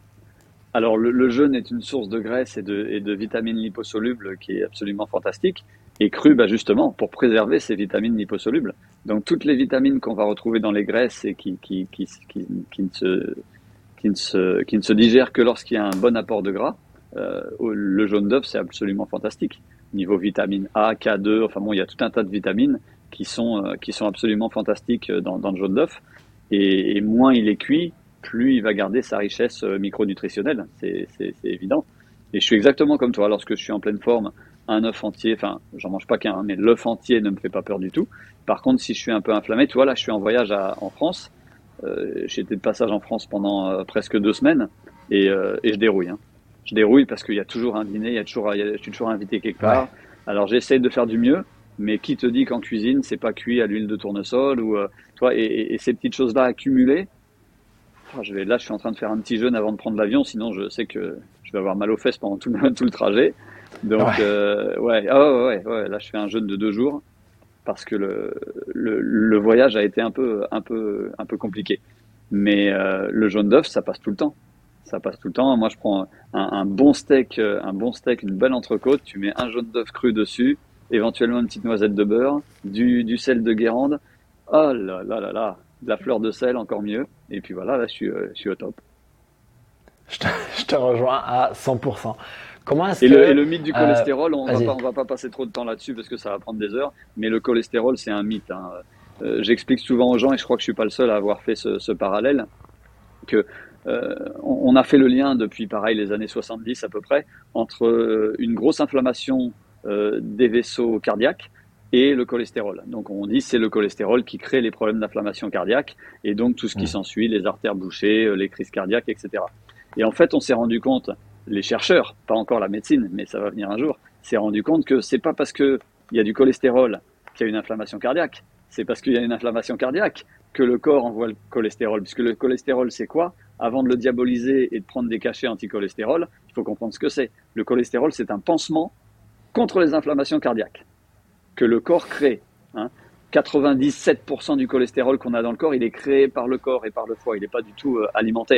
Alors, le, le jeûne est une source de graisse et de, et de vitamines liposolubles qui est absolument fantastique. Et cru, bah justement, pour préserver ces vitamines liposolubles. Donc, toutes les vitamines qu'on va retrouver dans les graisses et qui, qui, qui, qui, qui, ne, se, qui, ne, se, qui ne se digèrent que lorsqu'il y a un bon apport de gras, euh, le jaune d'œuf, c'est absolument fantastique. Niveau vitamine A, K deux, enfin bon, il y a tout un tas de vitamines qui sont, euh, qui sont absolument fantastiques dans, dans le jaune d'œuf. Et, et moins il est cuit, plus il va garder sa richesse micronutritionnelle, c'est, c'est, c'est évident. Et je suis exactement comme toi, lorsque je suis en pleine forme, un œuf entier, enfin, j'en mange pas qu'un, hein, mais l'œuf entier ne me fait pas peur du tout. Par contre, si je suis un peu inflammé, tu vois, là, je suis en voyage à, en France, euh, j'ai été de passage en France pendant euh, presque deux semaines, et, euh, et je dérouille. Hein. Je dérouille parce qu'il y a toujours un dîner, il y a toujours, il y a, je suis toujours invité quelque part. Ouais. Alors, j'essaie de faire du mieux, mais qui te dit qu'en cuisine, c'est pas cuit à l'huile de tournesol, ou, euh, toi, et, et, et ces petites choses-là accumulées, je vais, là, je suis en train de faire un petit jeûne avant de prendre l'avion, sinon je sais que je vais avoir mal aux fesses pendant tout le, tout le trajet. Donc, ouais. Euh, ouais, oh, ouais, ouais, là, je fais un jeûne de deux jours parce que le, le, le voyage a été un peu, un peu, un peu compliqué. Mais euh, le jaune d'œuf, ça passe tout le temps. Ça passe tout le temps. Moi, je prends un, un bon steak, un bon steak, une belle entrecôte. Tu mets un jaune d'œuf cru dessus, éventuellement une petite noisette de beurre, du, du sel de Guérande. Oh là là là là. De la fleur de sel, encore mieux. Et puis voilà, là, je suis, euh, je suis au top. Je te, je te rejoins à cent pour cent. Comment est-ce et, que, le, et le mythe du cholestérol, euh, on vas-y. va pas, on va pas passer trop de temps là-dessus parce que ça va prendre des heures. Mais le cholestérol, c'est un mythe. Hein. Euh, j'explique souvent aux gens, et je crois que je suis pas le seul à avoir fait ce, ce parallèle, que euh, on, on a fait le lien depuis, pareil, les années soixante-dix à peu près, entre une grosse inflammation euh, des vaisseaux cardiaques et le cholestérol. Donc on dit c'est le cholestérol qui crée les problèmes d'inflammation cardiaque et donc tout ce qui mmh. s'ensuit, les artères bouchées, les crises cardiaques, et cetera. Et en fait, on s'est rendu compte, les chercheurs, pas encore la médecine, mais ça va venir un jour, s'est rendu compte que c'est pas parce qu'il y a du cholestérol qu'il y a une inflammation cardiaque, c'est parce qu'il y a une inflammation cardiaque que le corps envoie le cholestérol. Puisque le cholestérol, c'est quoi? Avant de le diaboliser et de prendre des cachets anti-cholestérol, il faut comprendre ce que c'est. Le cholestérol, c'est un pansement contre les inflammations cardiaques que le corps crée. Hein. quatre-vingt-dix-sept pour cent du cholestérol qu'on a dans le corps, il est créé par le corps et par le foie. Il n'est pas du tout euh, alimentaire.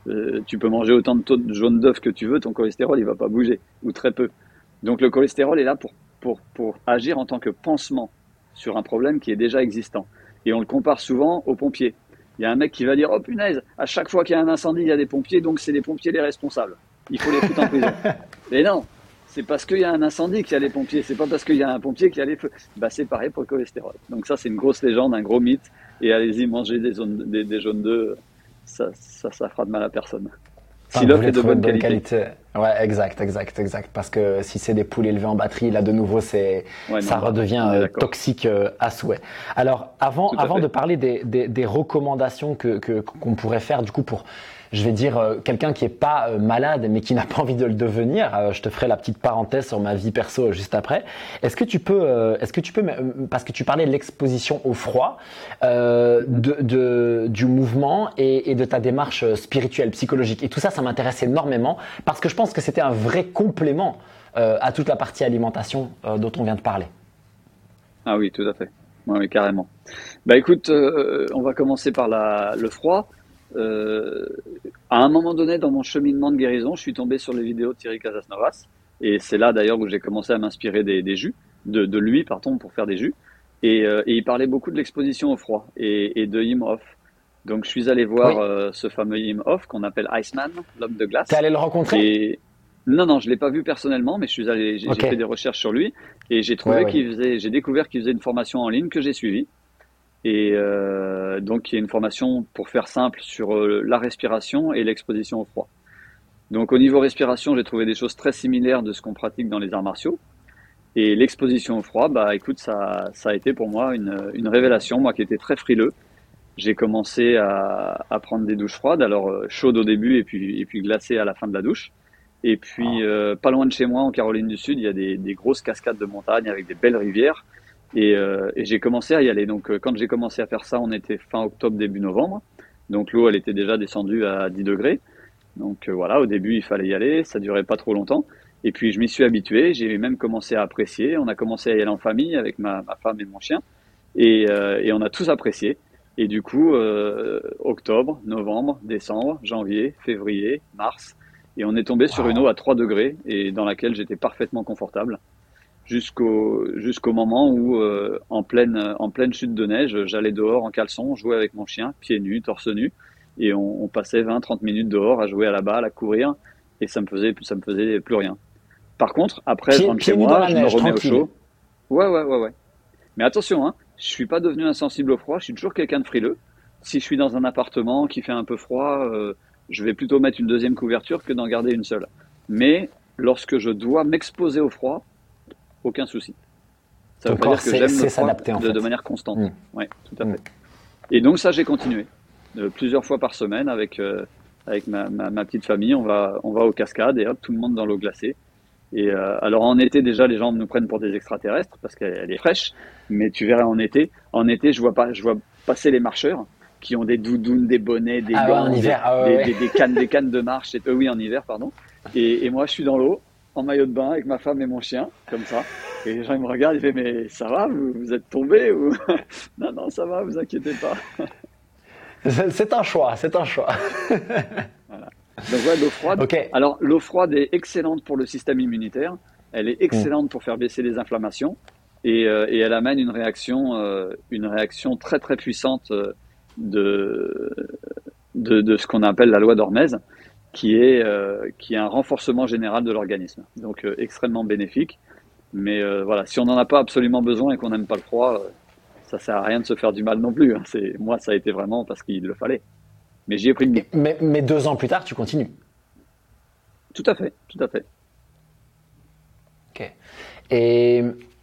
Euh, tu peux manger autant de taux de jaune d'œuf que tu veux, ton cholestérol, il va pas bouger, ou très peu. Donc le cholestérol est là pour, pour, pour agir en tant que pansement sur un problème qui est déjà existant. Et on le compare souvent aux pompiers. Il y a un mec qui va dire « Oh punaise, à chaque fois qu'il y a un incendie, il y a des pompiers, donc c'est les pompiers les responsables. Il faut les foutre en prison. » Mais non, c'est parce qu'il y a un incendie qu'il y a les pompiers, c'est pas parce qu'il y a un pompier qu'il y a les feux. Bah, c'est pareil pour le cholestérol. Donc ça, c'est une grosse légende, un gros mythe. Et allez-y, manger des, zones, des, des jaunes d'œufs, ça, ça, ça fera de mal à personne. Si l'œuf est de bonne, bonne qualité. qualité. Ouais, exact, exact, exact. Parce que si c'est des poules élevées en batterie, là de nouveau, c'est, ouais, ça non, redevient euh, toxique euh, à souhait. Alors, avant, avant de parler des, des, des recommandations que, que, qu'on pourrait faire, du coup, pour, je vais dire, euh, quelqu'un qui est pas euh, malade, mais qui n'a pas envie de le devenir, euh, je te ferai la petite parenthèse sur ma vie perso juste après. Est-ce que tu peux, euh, est-ce que tu peux, parce que tu parlais de l'exposition au froid, euh, de, de, du mouvement et, et de ta démarche spirituelle, psychologique, et tout ça, ça m'intéresse énormément parce que je pense que c'était un vrai complément euh, à toute la partie alimentation euh, dont on vient de parler. Ah oui, tout à fait. Oui, oui, carrément. Bah écoute, euh, on va commencer par la, le froid. Euh, à un moment donné, dans mon cheminement de guérison, je suis tombé sur les vidéos de Thierry Casasnovas. Et c'est là d'ailleurs où j'ai commencé à m'inspirer des, des jus, de, de lui, pardon, pour faire des jus. Et, euh, et il parlait beaucoup de l'exposition au froid et, et de Wim Hof. Donc je suis allé voir oui. euh, ce fameux Wim Hof qu'on appelle Iceman, l'homme de glace. T'es allé le rencontrer? Et... Non, non, je l'ai pas vu personnellement, mais je suis allé, j'ai, okay. j'ai fait des recherches sur lui et j'ai trouvé ouais, qu'il ouais. faisait, j'ai découvert qu'il faisait une formation en ligne que j'ai suivie. Et euh, donc, il y a une formation, pour faire simple, sur euh, la respiration et l'exposition au froid. Donc, au niveau respiration, j'ai trouvé des choses très similaires de ce qu'on pratique dans les arts martiaux. Et l'exposition au froid, bah, écoute, ça, ça a été pour moi une, une révélation. Moi qui étais très frileux, j'ai commencé à, à prendre des douches froides, alors euh, chaudes au début et puis, et puis glacées à la fin de la douche. Et puis, euh, pas loin de chez moi, en Caroline du Sud, il y a des, des grosses cascades de montagne avec des belles rivières. Et, euh, et j'ai commencé à y aller. Donc, euh, quand j'ai commencé à faire ça, on était fin octobre, début novembre. Donc, l'eau, elle était déjà descendue à dix degrés. Donc, euh, voilà, au début, il fallait y aller. Ça durait pas trop longtemps. Et puis, je m'y suis habitué. J'ai même commencé à apprécier. On a commencé à y aller en famille avec ma, ma femme et mon chien. Et, euh, et on a tous apprécié. Et du coup, euh, octobre, novembre, décembre, janvier, février, mars. Et on est tombé sur une eau à trois degrés et dans laquelle j'étais parfaitement confortable. Jusqu'au jusqu'au moment où, euh, en pleine en pleine chute de neige, j'allais dehors en caleçon, jouer avec mon chien, pieds nus, torse nu, et on, on passait vingt trente minutes dehors à jouer à la balle, à courir, et ça me faisait ça me faisait plus rien. Par contre, après, pieds, je rentre chez moi, je neige, me remets tranquille. au chaud. Ouais, ouais, ouais, ouais. Mais attention, hein, je suis pas devenu insensible au froid, je suis toujours quelqu'un de frileux. Si je suis dans un appartement qui fait un peu froid, euh, je vais plutôt mettre une deuxième couverture que d'en garder une seule. Mais lorsque je dois m'exposer au froid, aucun souci. Ça veut pas dire que j'aime le froid de, de manière constante. Mmh. Ouais, tout à fait. Mmh. Et donc ça, j'ai continué euh, plusieurs fois par semaine avec euh, avec ma, ma, ma petite famille. On va on va aux cascades et hop, tout le monde dans l'eau glacée. Et euh, alors en été déjà, les gens nous prennent pour des extraterrestres parce qu'elle est fraîche. Mais tu verras en été, en été, je vois pas, je vois passer les marcheurs qui ont des doudounes, des bonnets, des ah gants, ouais, en hiver. des, ah ouais, des, ouais. des, des cannes, des cannes de marche. Et, euh, oui, en hiver, pardon. Et, et moi, je suis dans l'eau, en maillot de bain, avec ma femme et mon chien, comme ça. Et les gens ils me regardent, ils disent mais ça va, vous, vous êtes tombé ou non non ça va, vous inquiétez pas. C'est un choix, c'est un choix. Voilà. Donc ouais, l'eau froide. Okay. Alors l'eau froide est excellente pour le système immunitaire. Elle est excellente mmh. pour faire baisser les inflammations et, euh, et elle amène une réaction, euh, une réaction très très puissante de de, de ce qu'on appelle la loi d'Hormèse, qui est euh, qui est un renforcement général de l'organisme. Donc euh, extrêmement bénéfique. Mais euh, voilà, si on n'en a pas absolument besoin et qu'on n'aime pas le froid, euh, ça sert à rien de se faire du mal non plus. Hein. C'est, moi, ça a été vraiment parce qu'il le fallait. Mais j'y ai pris le goût. Mais, mais deux ans plus tard, tu continues. Tout à fait, tout à fait. Ok. Et,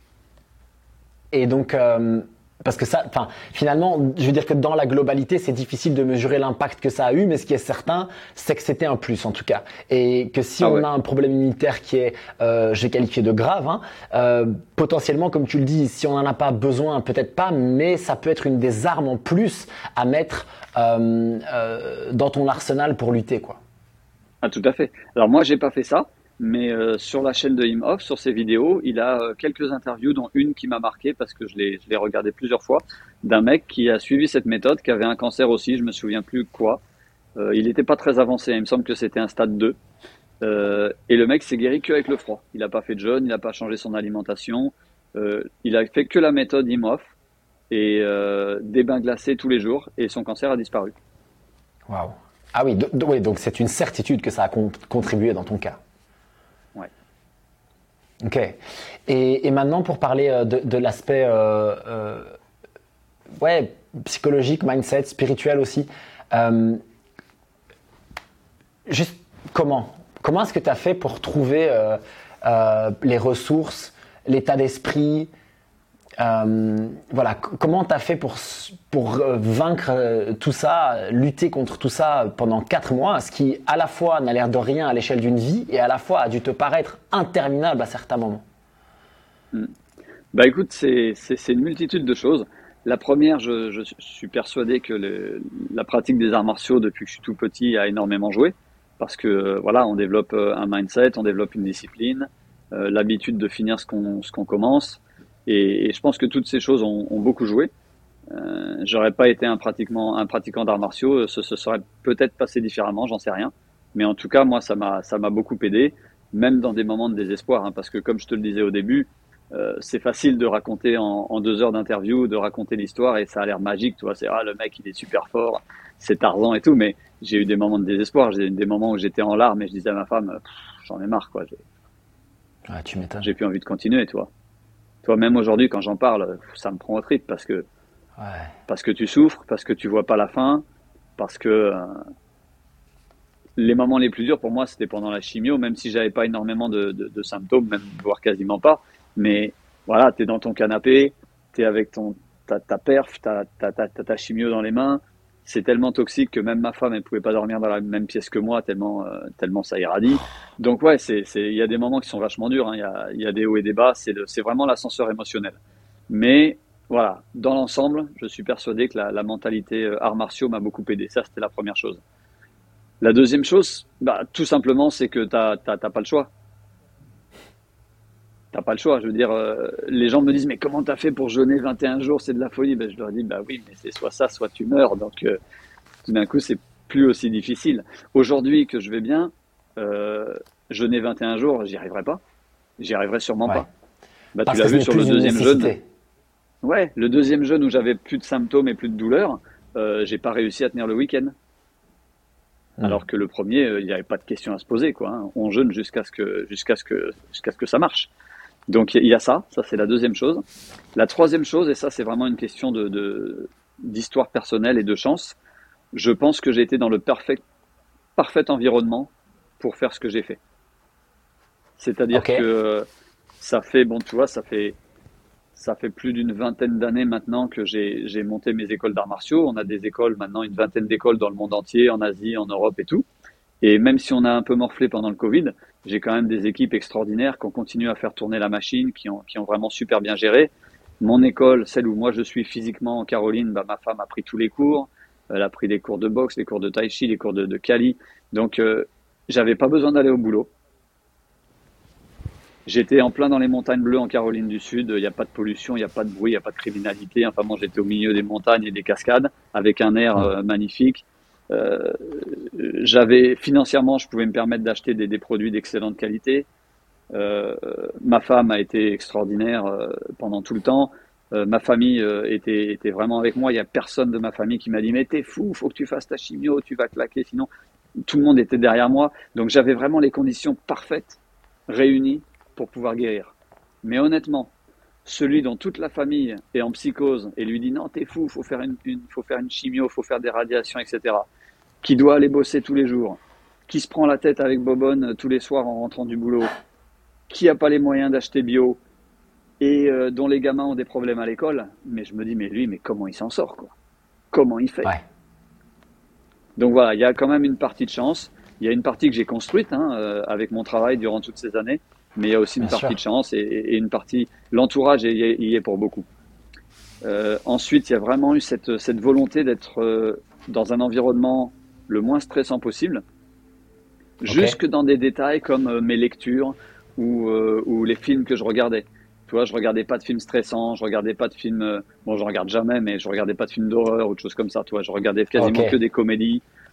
et donc, euh, parce que ça, enfin, finalement, je veux dire que dans la globalité, c'est difficile de mesurer l'impact que ça a eu, mais ce qui est certain, c'est que c'était un plus en tout cas. Et que si ah on ouais. a un problème immunitaire qui est, euh, j'ai qualifié de grave, hein, euh, potentiellement, comme tu le dis, si on n'en a pas besoin, peut-être pas, mais ça peut être une des armes en plus à mettre euh, euh, dans ton arsenal pour lutter, quoi. Ah, tout à fait. Alors moi, j'ai pas fait ça. Mais euh, sur la chaîne de Wim Hof, sur ses vidéos, il a euh, quelques interviews, dont une qui m'a marqué parce que je l'ai, je l'ai regardé plusieurs fois, d'un mec qui a suivi cette méthode, qui avait un cancer aussi, je me souviens plus quoi, Euh, il n'était pas très avancé, il me semble que c'était un stade deux. Euh, et le mec s'est guéri qu'avec le froid. Il n'a pas fait de jeûne, il n'a pas changé son alimentation. Euh, il a fait que la méthode I M O F et euh, des bains glacés tous les jours et son cancer a disparu. Waouh. Ah oui, do- do- oui, donc c'est une certitude que ça a con- contribué dans ton cas. Ouais. Ok. Et, et maintenant, pour parler euh, de, de l'aspect euh, euh, ouais, psychologique, mindset, spirituel aussi, euh, juste comment Comment est-ce que tu as fait pour trouver euh, euh, les ressources, l'état d'esprit euh, voilà, c- comment tu as fait pour, s- pour euh, vaincre euh, tout ça, lutter contre tout ça pendant quatre mois, ce qui à la fois n'a l'air de rien à l'échelle d'une vie et à la fois a dû te paraître interminable à certains moments. Mm. Bah écoute, c'est c'est c'est une multitude de choses. La première, je, je suis persuadé que le- la pratique des arts martiaux depuis que je suis tout petit a énormément joué parce que euh, voilà, on développe euh, un mindset, on développe une discipline, euh, l'habitude de finir ce qu'on ce qu'on commence et, et je pense que toutes ces choses ont, ont beaucoup joué. Euh, j'aurais pas été un pratiquement un pratiquant d'arts martiaux, ce, ce serait peut-être passé différemment, j'en sais rien. Mais en tout cas, moi, ça m'a ça m'a beaucoup aidé, même dans des moments de désespoir, hein, parce que comme je te le disais au début, euh, c'est facile de raconter en, en deux heures d'interview, de raconter l'histoire et ça a l'air magique, tu vois. C'est ah le mec il est super fort, c'est Tarzan et tout, mais j'ai eu des moments de désespoir, j'ai eu des moments où j'étais en larmes et je disais à ma femme, Pff, j'en ai marre quoi, j'ai Ouais, tu m'étonnes. j'ai plus envie de continuer, toi. Toi même aujourd'hui quand j'en parle, ça me prend au trip parce que Ouais. parce que tu souffres, parce que tu vois pas la fin, parce que euh, les moments les plus durs pour moi c'était pendant la chimio, même si j'avais pas énormément de, de, de symptômes, même voire quasiment pas. Mais voilà, t'es dans ton canapé, t'es avec ton ta, ta perf, ta, ta, ta, ta, ta chimio dans les mains. C'est tellement toxique que même ma femme elle pouvait pas dormir dans la même pièce que moi tellement euh, tellement ça irradie. Donc ouais, c'est c'est il y a des moments qui sont vachement durs. Hein. Il y a il y a des hauts et des bas. C'est le- c'est vraiment l'ascenseur émotionnel. Mais voilà, dans l'ensemble, je suis persuadé que la, la mentalité euh, arts martiaux m'a beaucoup aidé. Ça, c'était la première chose. La deuxième chose, bah, tout simplement, c'est que t'as, t'as, t'as pas le choix. T'as pas le choix. Je veux dire, euh, les gens me disent, mais comment t'as fait pour jeûner vingt et un jours? C'est de la folie. Ben, je leur dis, bah oui, mais c'est soit ça, soit tu meurs. Donc, euh, tout d'un coup, c'est plus aussi difficile. Aujourd'hui que je vais bien, euh, jeûner vingt et un jours, j'y arriverai pas. J'y arriverai sûrement Ouais. pas. Bah, tu Parce l'as que ce vu n'est sur le plus une deuxième jeûne. nécessité. Ouais, le deuxième jeûne où j'avais plus de symptômes et plus de douleurs, euh, j'ai pas réussi à tenir le week-end. Hmm. Alors que le premier, euh, il n'y avait pas de question à se poser, quoi. Hein. On jeûne jusqu'à ce que, jusqu'à ce que, jusqu'à ce que ça marche. Donc il y a ça, ça c'est la deuxième chose. La troisième chose, et ça c'est vraiment une question de, de- d'histoire personnelle et de chance, je pense que j'ai été dans le parfait, parfait environnement pour faire ce que j'ai fait. C'est-à-dire Ok. que ça fait, bon, tu vois, ça fait, ça fait plus d'une vingtaine d'années maintenant que j'ai, j'ai monté mes écoles d'arts martiaux. On a des écoles maintenant, une vingtaine d'écoles dans le monde entier, en Asie, en Europe et tout. Et même si on a un peu morflé pendant le Covid, j'ai quand même des équipes extraordinaires qui ont continué à faire tourner la machine, qui ont, qui ont vraiment super bien géré. Mon école, celle où moi je suis physiquement en Caroline, bah, ma femme a pris tous les cours. Elle a pris les cours de boxe, les cours de tai chi, les cours de, de Kali. Donc, euh, j'avais pas besoin d'aller au boulot. J'étais en plein dans les montagnes bleues en Caroline du Sud. Il n'y a pas de pollution, il n'y a pas de bruit, il n'y a pas de criminalité. Enfin, moi, j'étais au milieu des montagnes et des cascades avec un air Hmm. euh, magnifique. Euh, j'avais financièrement, je pouvais me permettre d'acheter des, des produits d'excellente qualité. Euh, ma femme a été extraordinaire euh, pendant tout le temps. Euh, ma famille euh, était, était vraiment avec moi. Il y a personne de ma famille qui m'a dit mais t'es fou, faut que tu fasses ta chimio, tu vas claquer. Sinon, tout le monde était derrière moi. Donc j'avais vraiment les conditions parfaites réunies pour pouvoir guérir. Mais honnêtement, celui dont toute la famille est en psychose et lui dit non t'es fou, faut faire une, une, faut faire une chimio, faut faire des radiations, et cetera. Qui doit aller bosser tous les jours, qui se prend la tête avec Bobonne tous les soirs en rentrant du boulot, qui n'a pas les moyens d'acheter bio et euh, dont les gamins ont des problèmes à l'école. Mais je me dis, mais lui, mais comment il s'en sort, quoi? Comment il fait? Ouais. Donc voilà, il y a quand même une partie de chance. Il y a une partie que j'ai construite hein, euh, avec mon travail durant toutes ces années, mais il y a aussi une Bien partie sûr. de chance et, et une partie, l'entourage y est, y est pour beaucoup. Euh, ensuite, il y a vraiment eu cette, cette volonté d'être euh, dans un environnement le moins stressant possible, Ok. jusque dans des détails comme euh, mes lectures ou, euh, ou les films que je regardais. Tu vois, je regardais pas de films stressants, je regardais pas de films, euh, bon, je regarde jamais, mais je regardais pas de films d'horreur ou de choses comme ça. Tu vois, je regardais Ok. quasiment que des comédies.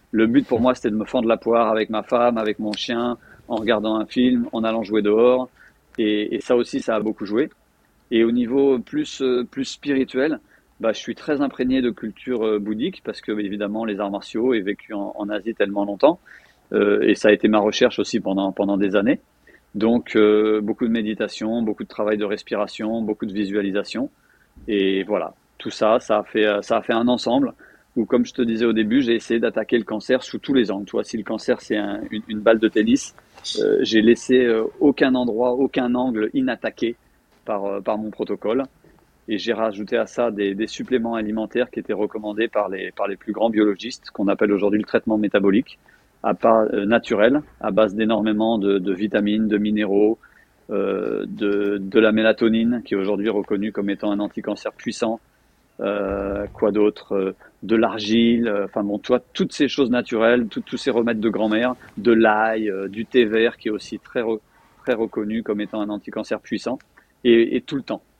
Le but pour moi, c'était de me fendre la poire avec ma femme, avec mon chien, en regardant un film, en allant jouer dehors. Et, et ça aussi, ça a beaucoup joué. Et au niveau plus, euh, plus spirituel, bah, je suis très imprégné de culture euh, bouddhique parce que, évidemment, les arts martiaux, j'ai vécu en, en Asie tellement longtemps. Euh, et ça a été ma recherche aussi pendant, pendant des années. Donc, euh, beaucoup de méditation, beaucoup de travail de respiration, beaucoup de visualisation. Et voilà, tout ça, ça a fait, euh, ça a fait un ensemble où, comme je te disais au début, j'ai essayé d'attaquer le cancer sous tous les angles. Tu vois, si le cancer, c'est un, une, une balle de tennis, euh, j'ai laissé euh, aucun endroit, aucun angle inattaqué par, euh, par mon protocole. Et j'ai rajouté à ça des, des suppléments alimentaires qui étaient recommandés par les, par les plus grands biologistes, qu'on appelle aujourd'hui le traitement métabolique, à part, euh, naturel, à base d'énormément de, de vitamines, de minéraux, euh, de, de la mélatonine, qui est aujourd'hui reconnue comme étant un anticancer puissant. Euh, quoi d'autre, euh, de l'argile, euh, enfin bon, toi, toutes ces choses naturelles, tout- tous ces remèdes de grand-mère, de l'ail, euh, du thé vert, qui est aussi très, re- très reconnu comme étant un anticancer puissant, et, et tout le temps.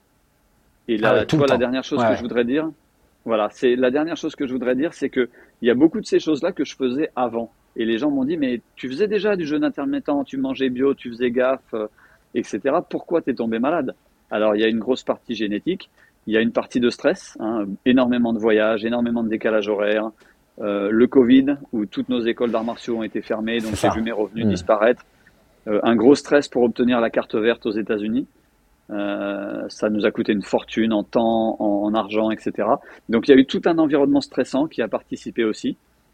Et Ah ouais, là, tu tout le vois, la temps. dernière chose Ouais, que je ouais. voudrais dire, voilà, c'est la dernière chose que je voudrais dire, c'est que il y a beaucoup de ces choses-là que je faisais avant. Et les gens m'ont dit, mais tu faisais déjà du jeûne intermittent, tu mangeais bio, tu faisais gaffe, euh, et cetera. Pourquoi t'es tombé malade? Alors, il y a une grosse partie génétique, il y a une partie de stress, hein, énormément de voyages, énormément de décalage horaire, euh, le Covid, où toutes nos écoles d'arts martiaux ont été fermées, C'est donc j'ai vu ça. mes revenus Hmm. disparaître. Euh, un gros stress pour obtenir la carte verte aux États-Unis. Euh, ça nous a coûté une fortune en temps, en, en argent, et cetera. Donc il y a eu tout un environnement stressant qui a participé aussi.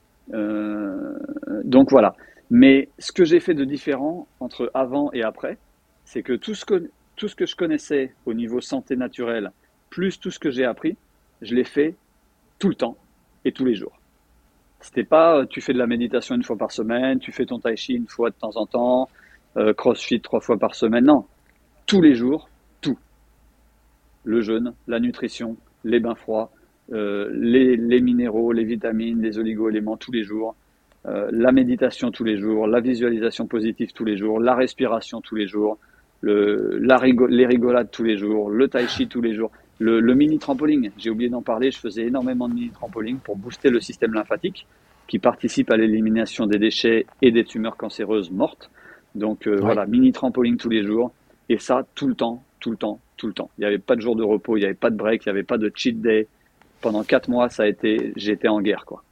Euh, donc voilà. Mais ce que j'ai fait de différent entre avant et après, c'est que tout ce que tout ce que je connaissais au niveau santé naturelle, plus tout ce que j'ai appris, je l'ai fait tout le temps et tous les jours. C'était pas euh, tu fais de la méditation une fois par semaine, tu fais ton tai chi une fois de temps en temps, euh, crossfit trois fois par semaine. Non, tous les jours, tout. Le jeûne, la nutrition, les bains froids, euh, les, les minéraux, les vitamines, les oligo-éléments tous les jours, euh, la méditation tous les jours, la visualisation positive tous les jours, la respiration tous les jours, le, la rigo- les rigolades tous les jours, le tai chi tous les jours, le, le mini trampoline. J'ai oublié d'en parler, je faisais énormément de mini trampoline pour booster le système lymphatique qui participe à l'élimination des déchets et des tumeurs cancéreuses mortes. Donc euh, Oui. voilà, mini trampoline tous les jours et ça tout le temps, tout le temps, tout le temps. Il n'y avait pas de jour de repos, il n'y avait pas de break, il n'y avait pas de cheat day. Pendant quatre mois, ça a été, j'étais en guerre, quoi.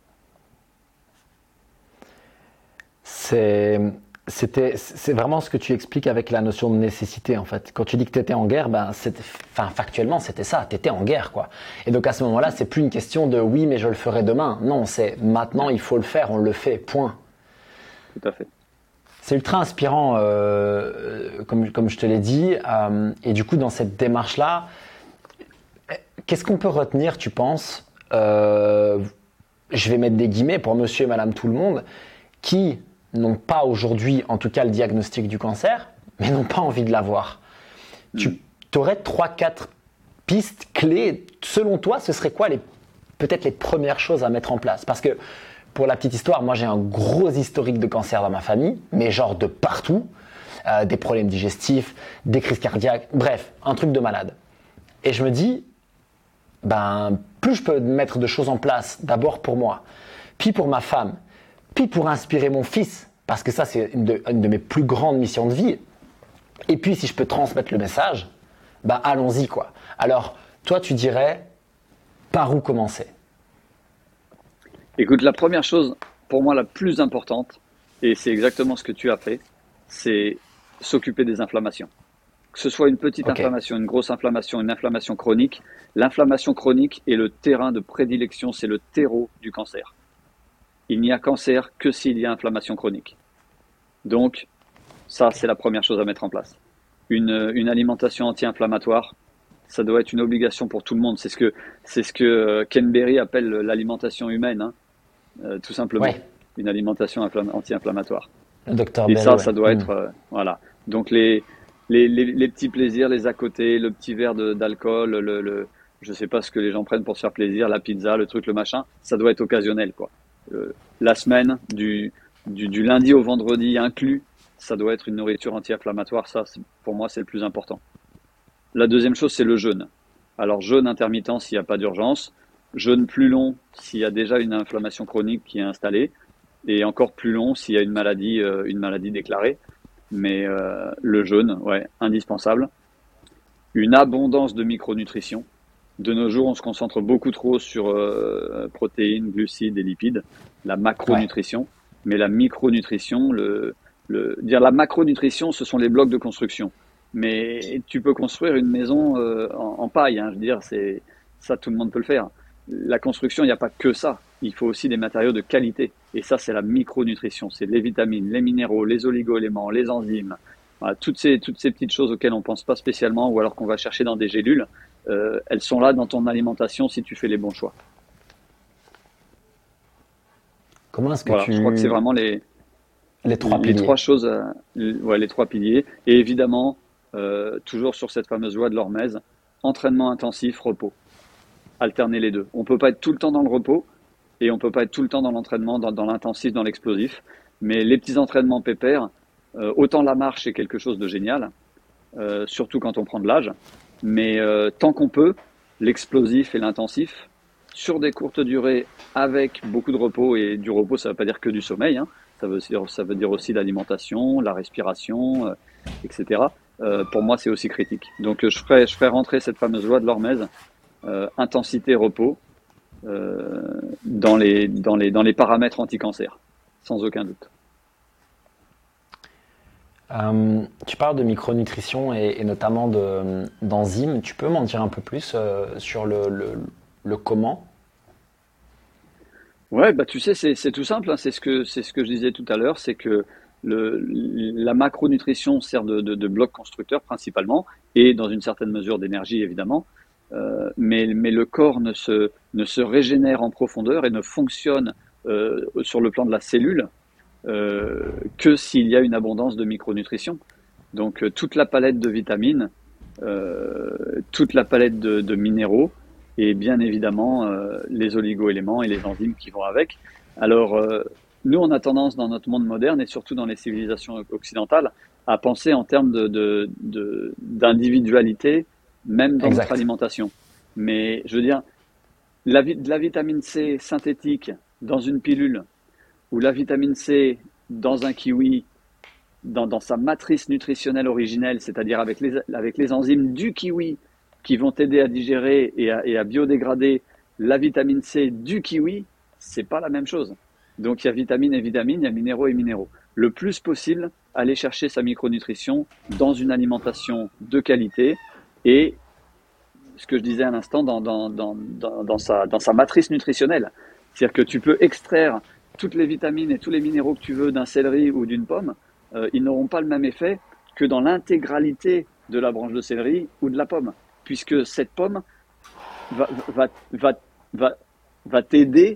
C'est, c'était, c'est vraiment ce que tu expliques avec la notion de nécessité, en fait. Quand tu dis que tu étais en guerre, ben, c'était, enfin, factuellement, c'était ça. Tu étais en guerre, quoi. Et donc, à ce moment-là, c'est plus une question de oui, mais je le ferai demain. Non, c'est maintenant, il faut le faire, on le fait, point. Tout à fait. C'est ultra inspirant, euh, comme, comme je te l'ai dit. Euh, et du coup, dans cette démarche-là, qu'est-ce qu'on peut retenir, tu penses, euh, je vais mettre des guillemets pour monsieur et madame tout le monde, qui n'ont pas aujourd'hui, en tout cas, le diagnostic du cancer, mais n'ont pas envie de l'avoir. Mm. Tu aurais trois, quatre pistes clés. Selon toi, ce serait quoi les, peut-être les premières choses à mettre en place? Parce que, pour la petite histoire, moi j'ai un gros historique de cancer dans ma famille, mais genre de partout. Euh, des problèmes digestifs, des crises cardiaques, bref, un truc de malade. Et je me dis, ben, plus je peux mettre de choses en place, d'abord pour moi, puis pour ma femme, puis pour inspirer mon fils, parce que ça c'est une de, une de mes plus grandes missions de vie, et puis si je peux transmettre le message, ben allons-y quoi. Alors, toi tu dirais, par où commencer? Écoute, la première chose, pour moi, la plus importante, et c'est exactement ce que tu as fait, c'est s'occuper des inflammations. Que ce soit une petite Ok, inflammation, une grosse inflammation, une inflammation chronique, l'inflammation chronique est le terrain de prédilection, c'est le terreau du cancer. Il n'y a cancer que s'il y a inflammation chronique. Donc, ça, c'est la première chose à mettre en place. Une, une alimentation anti-inflammatoire, ça doit être une obligation pour tout le monde. C'est ce que, c'est ce que euh, Ken Berry appelle l'alimentation humaine, hein, euh, tout simplement. ouais, Une alimentation anti-inflammatoire. le docteur Et Berry, ça, ouais. ça doit Hmm. être, euh, voilà. Donc les, les, les, les petits plaisirs, les à côté, le petit verre de- d'alcool, le, le, je sais pas ce que les gens prennent pour se faire plaisir, la pizza, le truc, le machin, ça doit être occasionnel, quoi. Euh, la semaine, du, du, du lundi au vendredi inclus, ça doit être une nourriture anti-inflammatoire. Ça, c'est- pour moi, c'est le plus important. La deuxième chose, c'est le jeûne. Alors, jeûne intermittent s'il n'y a pas d'urgence. Jeûne plus long s'il y a déjà une inflammation chronique qui est installée, et encore plus long s'il y a une maladie, euh, une maladie déclarée. Mais euh, le jeûne, ouais, indispensable. Une abondance de micronutrition. De nos jours, on se concentre beaucoup trop sur euh, protéines, glucides et lipides, la macronutrition. Ouais. Mais la micronutrition, le, le, dire la macronutrition, ce sont les blocs de construction. Mais tu peux construire une maison euh, en, en paille, hein, je veux dire, c'est ça, tout le monde peut le faire. La construction, il n'y a pas que ça. Il faut aussi des matériaux de qualité. Et ça, c'est la micronutrition. C'est les vitamines, les minéraux, les oligo-éléments, les enzymes. Voilà, toutes ces, toutes ces petites choses auxquelles on ne pense pas spécialement ou alors qu'on va chercher dans des gélules, euh, elles sont là dans ton alimentation si tu fais les bons choix. Comment est-ce que voilà, tu... Je crois que c'est vraiment les, les, trois, les, les trois choses, euh, les, ouais, les trois piliers. Et évidemment, euh, toujours sur cette fameuse loi de l'hormèse, entraînement intensif, repos. Alterner les deux. On ne peut pas être tout le temps dans le repos et on ne peut pas être tout le temps dans l'entraînement, dans, dans l'intensif, dans l'explosif. Mais les petits entraînements pépères, euh, autant la marche est quelque chose de génial, euh, surtout quand on prend de l'âge. Mais euh, tant qu'on peut, l'explosif et l'intensif, sur des courtes durées, avec beaucoup de repos, et du repos, ça ne veut pas dire que du sommeil, hein, ça veut dire, ça veut dire aussi l'alimentation, la respiration, euh, et cetera. Euh, pour moi, c'est aussi critique. Donc, je ferai, je ferai rentrer cette fameuse loi de l'hormèse, euh, intensité, repos, euh, dans, les, dans, les, dans les paramètres anti-cancer, sans aucun doute. Euh, tu parles de micronutrition et, et notamment de, d'enzymes. Tu peux m'en dire un peu plus euh, sur le, le, le comment ? Ouais, bah tu sais, c'est, c'est tout simple. Hein, c'est ce que c'est ce que je disais tout à l'heure, c'est que le, la macronutrition sert de, de, de bloc constructeur principalement, et dans une certaine mesure d'énergie évidemment. Euh, mais, mais le corps ne se, ne se régénère en profondeur et ne fonctionne euh, sur le plan de la cellule euh, que s'il y a une abondance de micronutrition. Donc euh, toute la palette de vitamines, euh, toute la palette de, de minéraux et bien évidemment euh, les oligo-éléments et les enzymes qui vont avec. Alors euh, nous on a tendance dans notre monde moderne et surtout dans les civilisations occidentales à penser en termes de, de, de, d'individualité même dans exact. Notre alimentation. Mais je veux dire, la, de la vitamine C synthétique dans une pilule ou la vitamine C dans un kiwi, dans, dans sa matrice nutritionnelle originelle, c'est-à-dire avec les, avec les enzymes du kiwi qui vont t'aider à digérer et à, et à biodégrader la vitamine C du kiwi, c'est pas la même chose. Donc il y a vitamines et vitamines, il y a minéraux et minéraux. Le plus possible, aller chercher sa micronutrition dans une alimentation de qualité. Et ce que je disais à l'instant, dans, dans, dans, dans, dans, sa, dans sa matrice nutritionnelle. C'est-à-dire que tu peux extraire toutes les vitamines et tous les minéraux que tu veux d'un céleri ou d'une pomme. Euh, ils n'auront pas le même effet que dans l'intégralité de la branche de céleri ou de la pomme. Puisque cette pomme va, va, va, va, va t'aider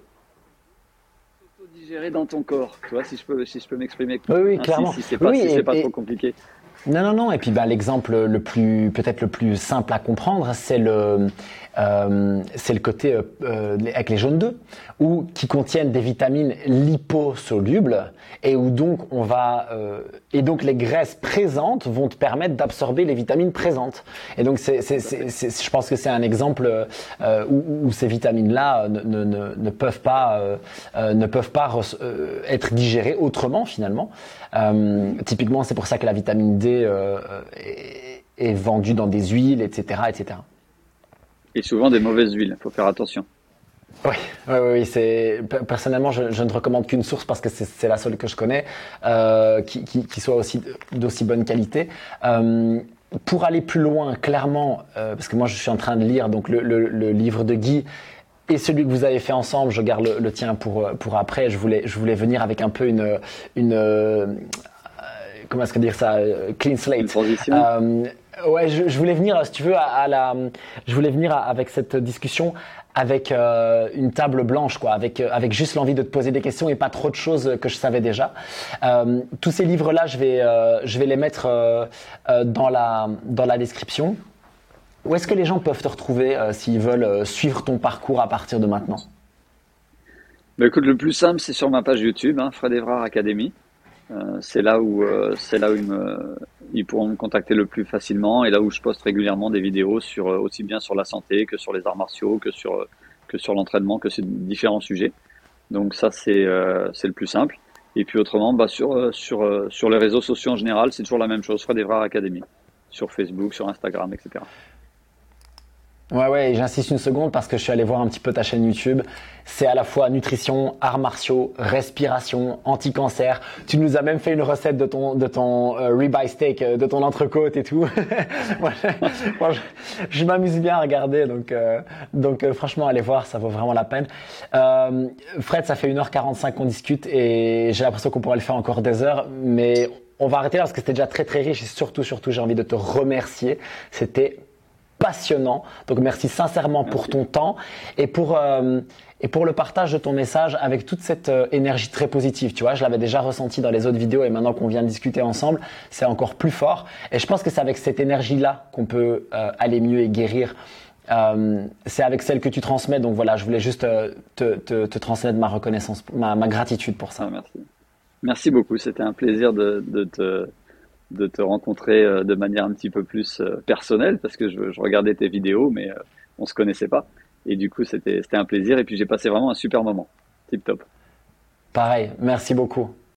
à digérer dans ton corps. Tu vois, si je peux, si je peux m'exprimer. Oui, oui, clairement. Si, si c'est pas, oui, si c'est et, pas et... trop compliqué. Non, non, non. Et puis, bah, l'exemple le plus, peut-être le plus simple à comprendre, c'est le, euh, c'est le côté euh, avec les jaunes d'œufs, ou qui contiennent des vitamines liposolubles et où donc on va, euh, et donc les graisses présentes vont te permettre d'absorber les vitamines présentes. Et donc, c'est, c'est, c'est, c'est, je pense que c'est un exemple euh, où, où ces vitamines-là ne, ne, ne, ne peuvent pas, euh, ne peuvent pas euh, être digérées autrement finalement. Euh, typiquement, c'est pour ça que la vitamine D euh, est, est vendue dans des huiles, et cetera, et cetera. Et souvent des mauvaises huiles, il faut faire attention. Oui, oui, oui. C'est personnellement, je, je ne recommande qu'une source parce que c'est, c'est la seule que je connais, euh, qui, qui, qui soit aussi d'aussi bonne qualité. Euh, pour aller plus loin, clairement, euh, parce que moi, je suis en train de lire donc le, le, le livre de Guy. Et celui que vous avez fait ensemble, je garde le, le tien pour pour après. Je voulais je voulais venir avec un peu une une euh, comment est-ce que dire ça, clean slate. Une transition. Euh, ouais, je, je voulais venir, si tu veux, à, à la, je voulais venir à, avec cette discussion avec euh, une table blanche, quoi, avec avec juste l'envie de te poser des questions et pas trop de choses que je savais déjà. Euh, tous ces livres-là, je vais euh, je vais les mettre euh, euh, dans la dans la description. Où est-ce que les gens peuvent te retrouver euh, s'ils veulent euh, suivre ton parcours à partir de maintenant ? Bah, écoute, le plus simple, c'est sur ma page YouTube, hein, Fred Evrard Academy. Euh, c'est là où, euh, c'est là où ils, me, ils pourront me contacter le plus facilement et là où je poste régulièrement des vidéos sur, euh, aussi bien sur la santé que sur les arts martiaux, que sur, euh, que sur l'entraînement, que sur différents sujets. Donc ça, c'est euh, c'est le plus simple. Et puis autrement, bah, sur, euh, sur, euh, sur les réseaux sociaux en général, c'est toujours la même chose. Fred Evrard Academy. Sur Facebook, sur Instagram, et cetera. Ouais, ouais, et j'insiste une seconde parce que je suis allé voir un petit peu ta chaîne YouTube. C'est à la fois nutrition, arts martiaux, respiration, anti-cancer. Tu nous as même fait une recette de ton, de ton euh, ribeye steak, euh, de ton entrecôte et tout. Moi, je, moi, je, je m'amuse bien à regarder, donc, euh, donc euh, franchement, allez voir, ça vaut vraiment la peine. Euh, Fred, ça fait une heure quarante-cinq qu'on discute et j'ai l'impression qu'on pourrait le faire encore des heures, mais on va arrêter là parce que c'était déjà très très riche et surtout, surtout, j'ai envie de te remercier. C'était passionnant. Donc merci sincèrement Merci. pour ton temps et pour euh, et pour le partage de ton message avec toute cette euh, énergie très positive. Tu vois, je l'avais déjà ressenti dans les autres vidéos et maintenant qu'on vient de discuter ensemble, c'est encore plus fort. Et je pense que c'est avec cette énergie-là qu'on peut euh, aller mieux et guérir. Euh, c'est avec celle que tu transmets. Donc voilà, je voulais juste euh, te, te, te transmettre ma reconnaissance, ma, ma gratitude pour ça. Ah, merci. Merci beaucoup. C'était un plaisir de, de te de te rencontrer euh, de manière un petit peu plus euh, personnelle parce que je, je regardais tes vidéos mais euh, on se connaissait pas et du coup c'était c'était un plaisir et puis j'ai passé vraiment un super moment. Tip top. Pareil, merci beaucoup.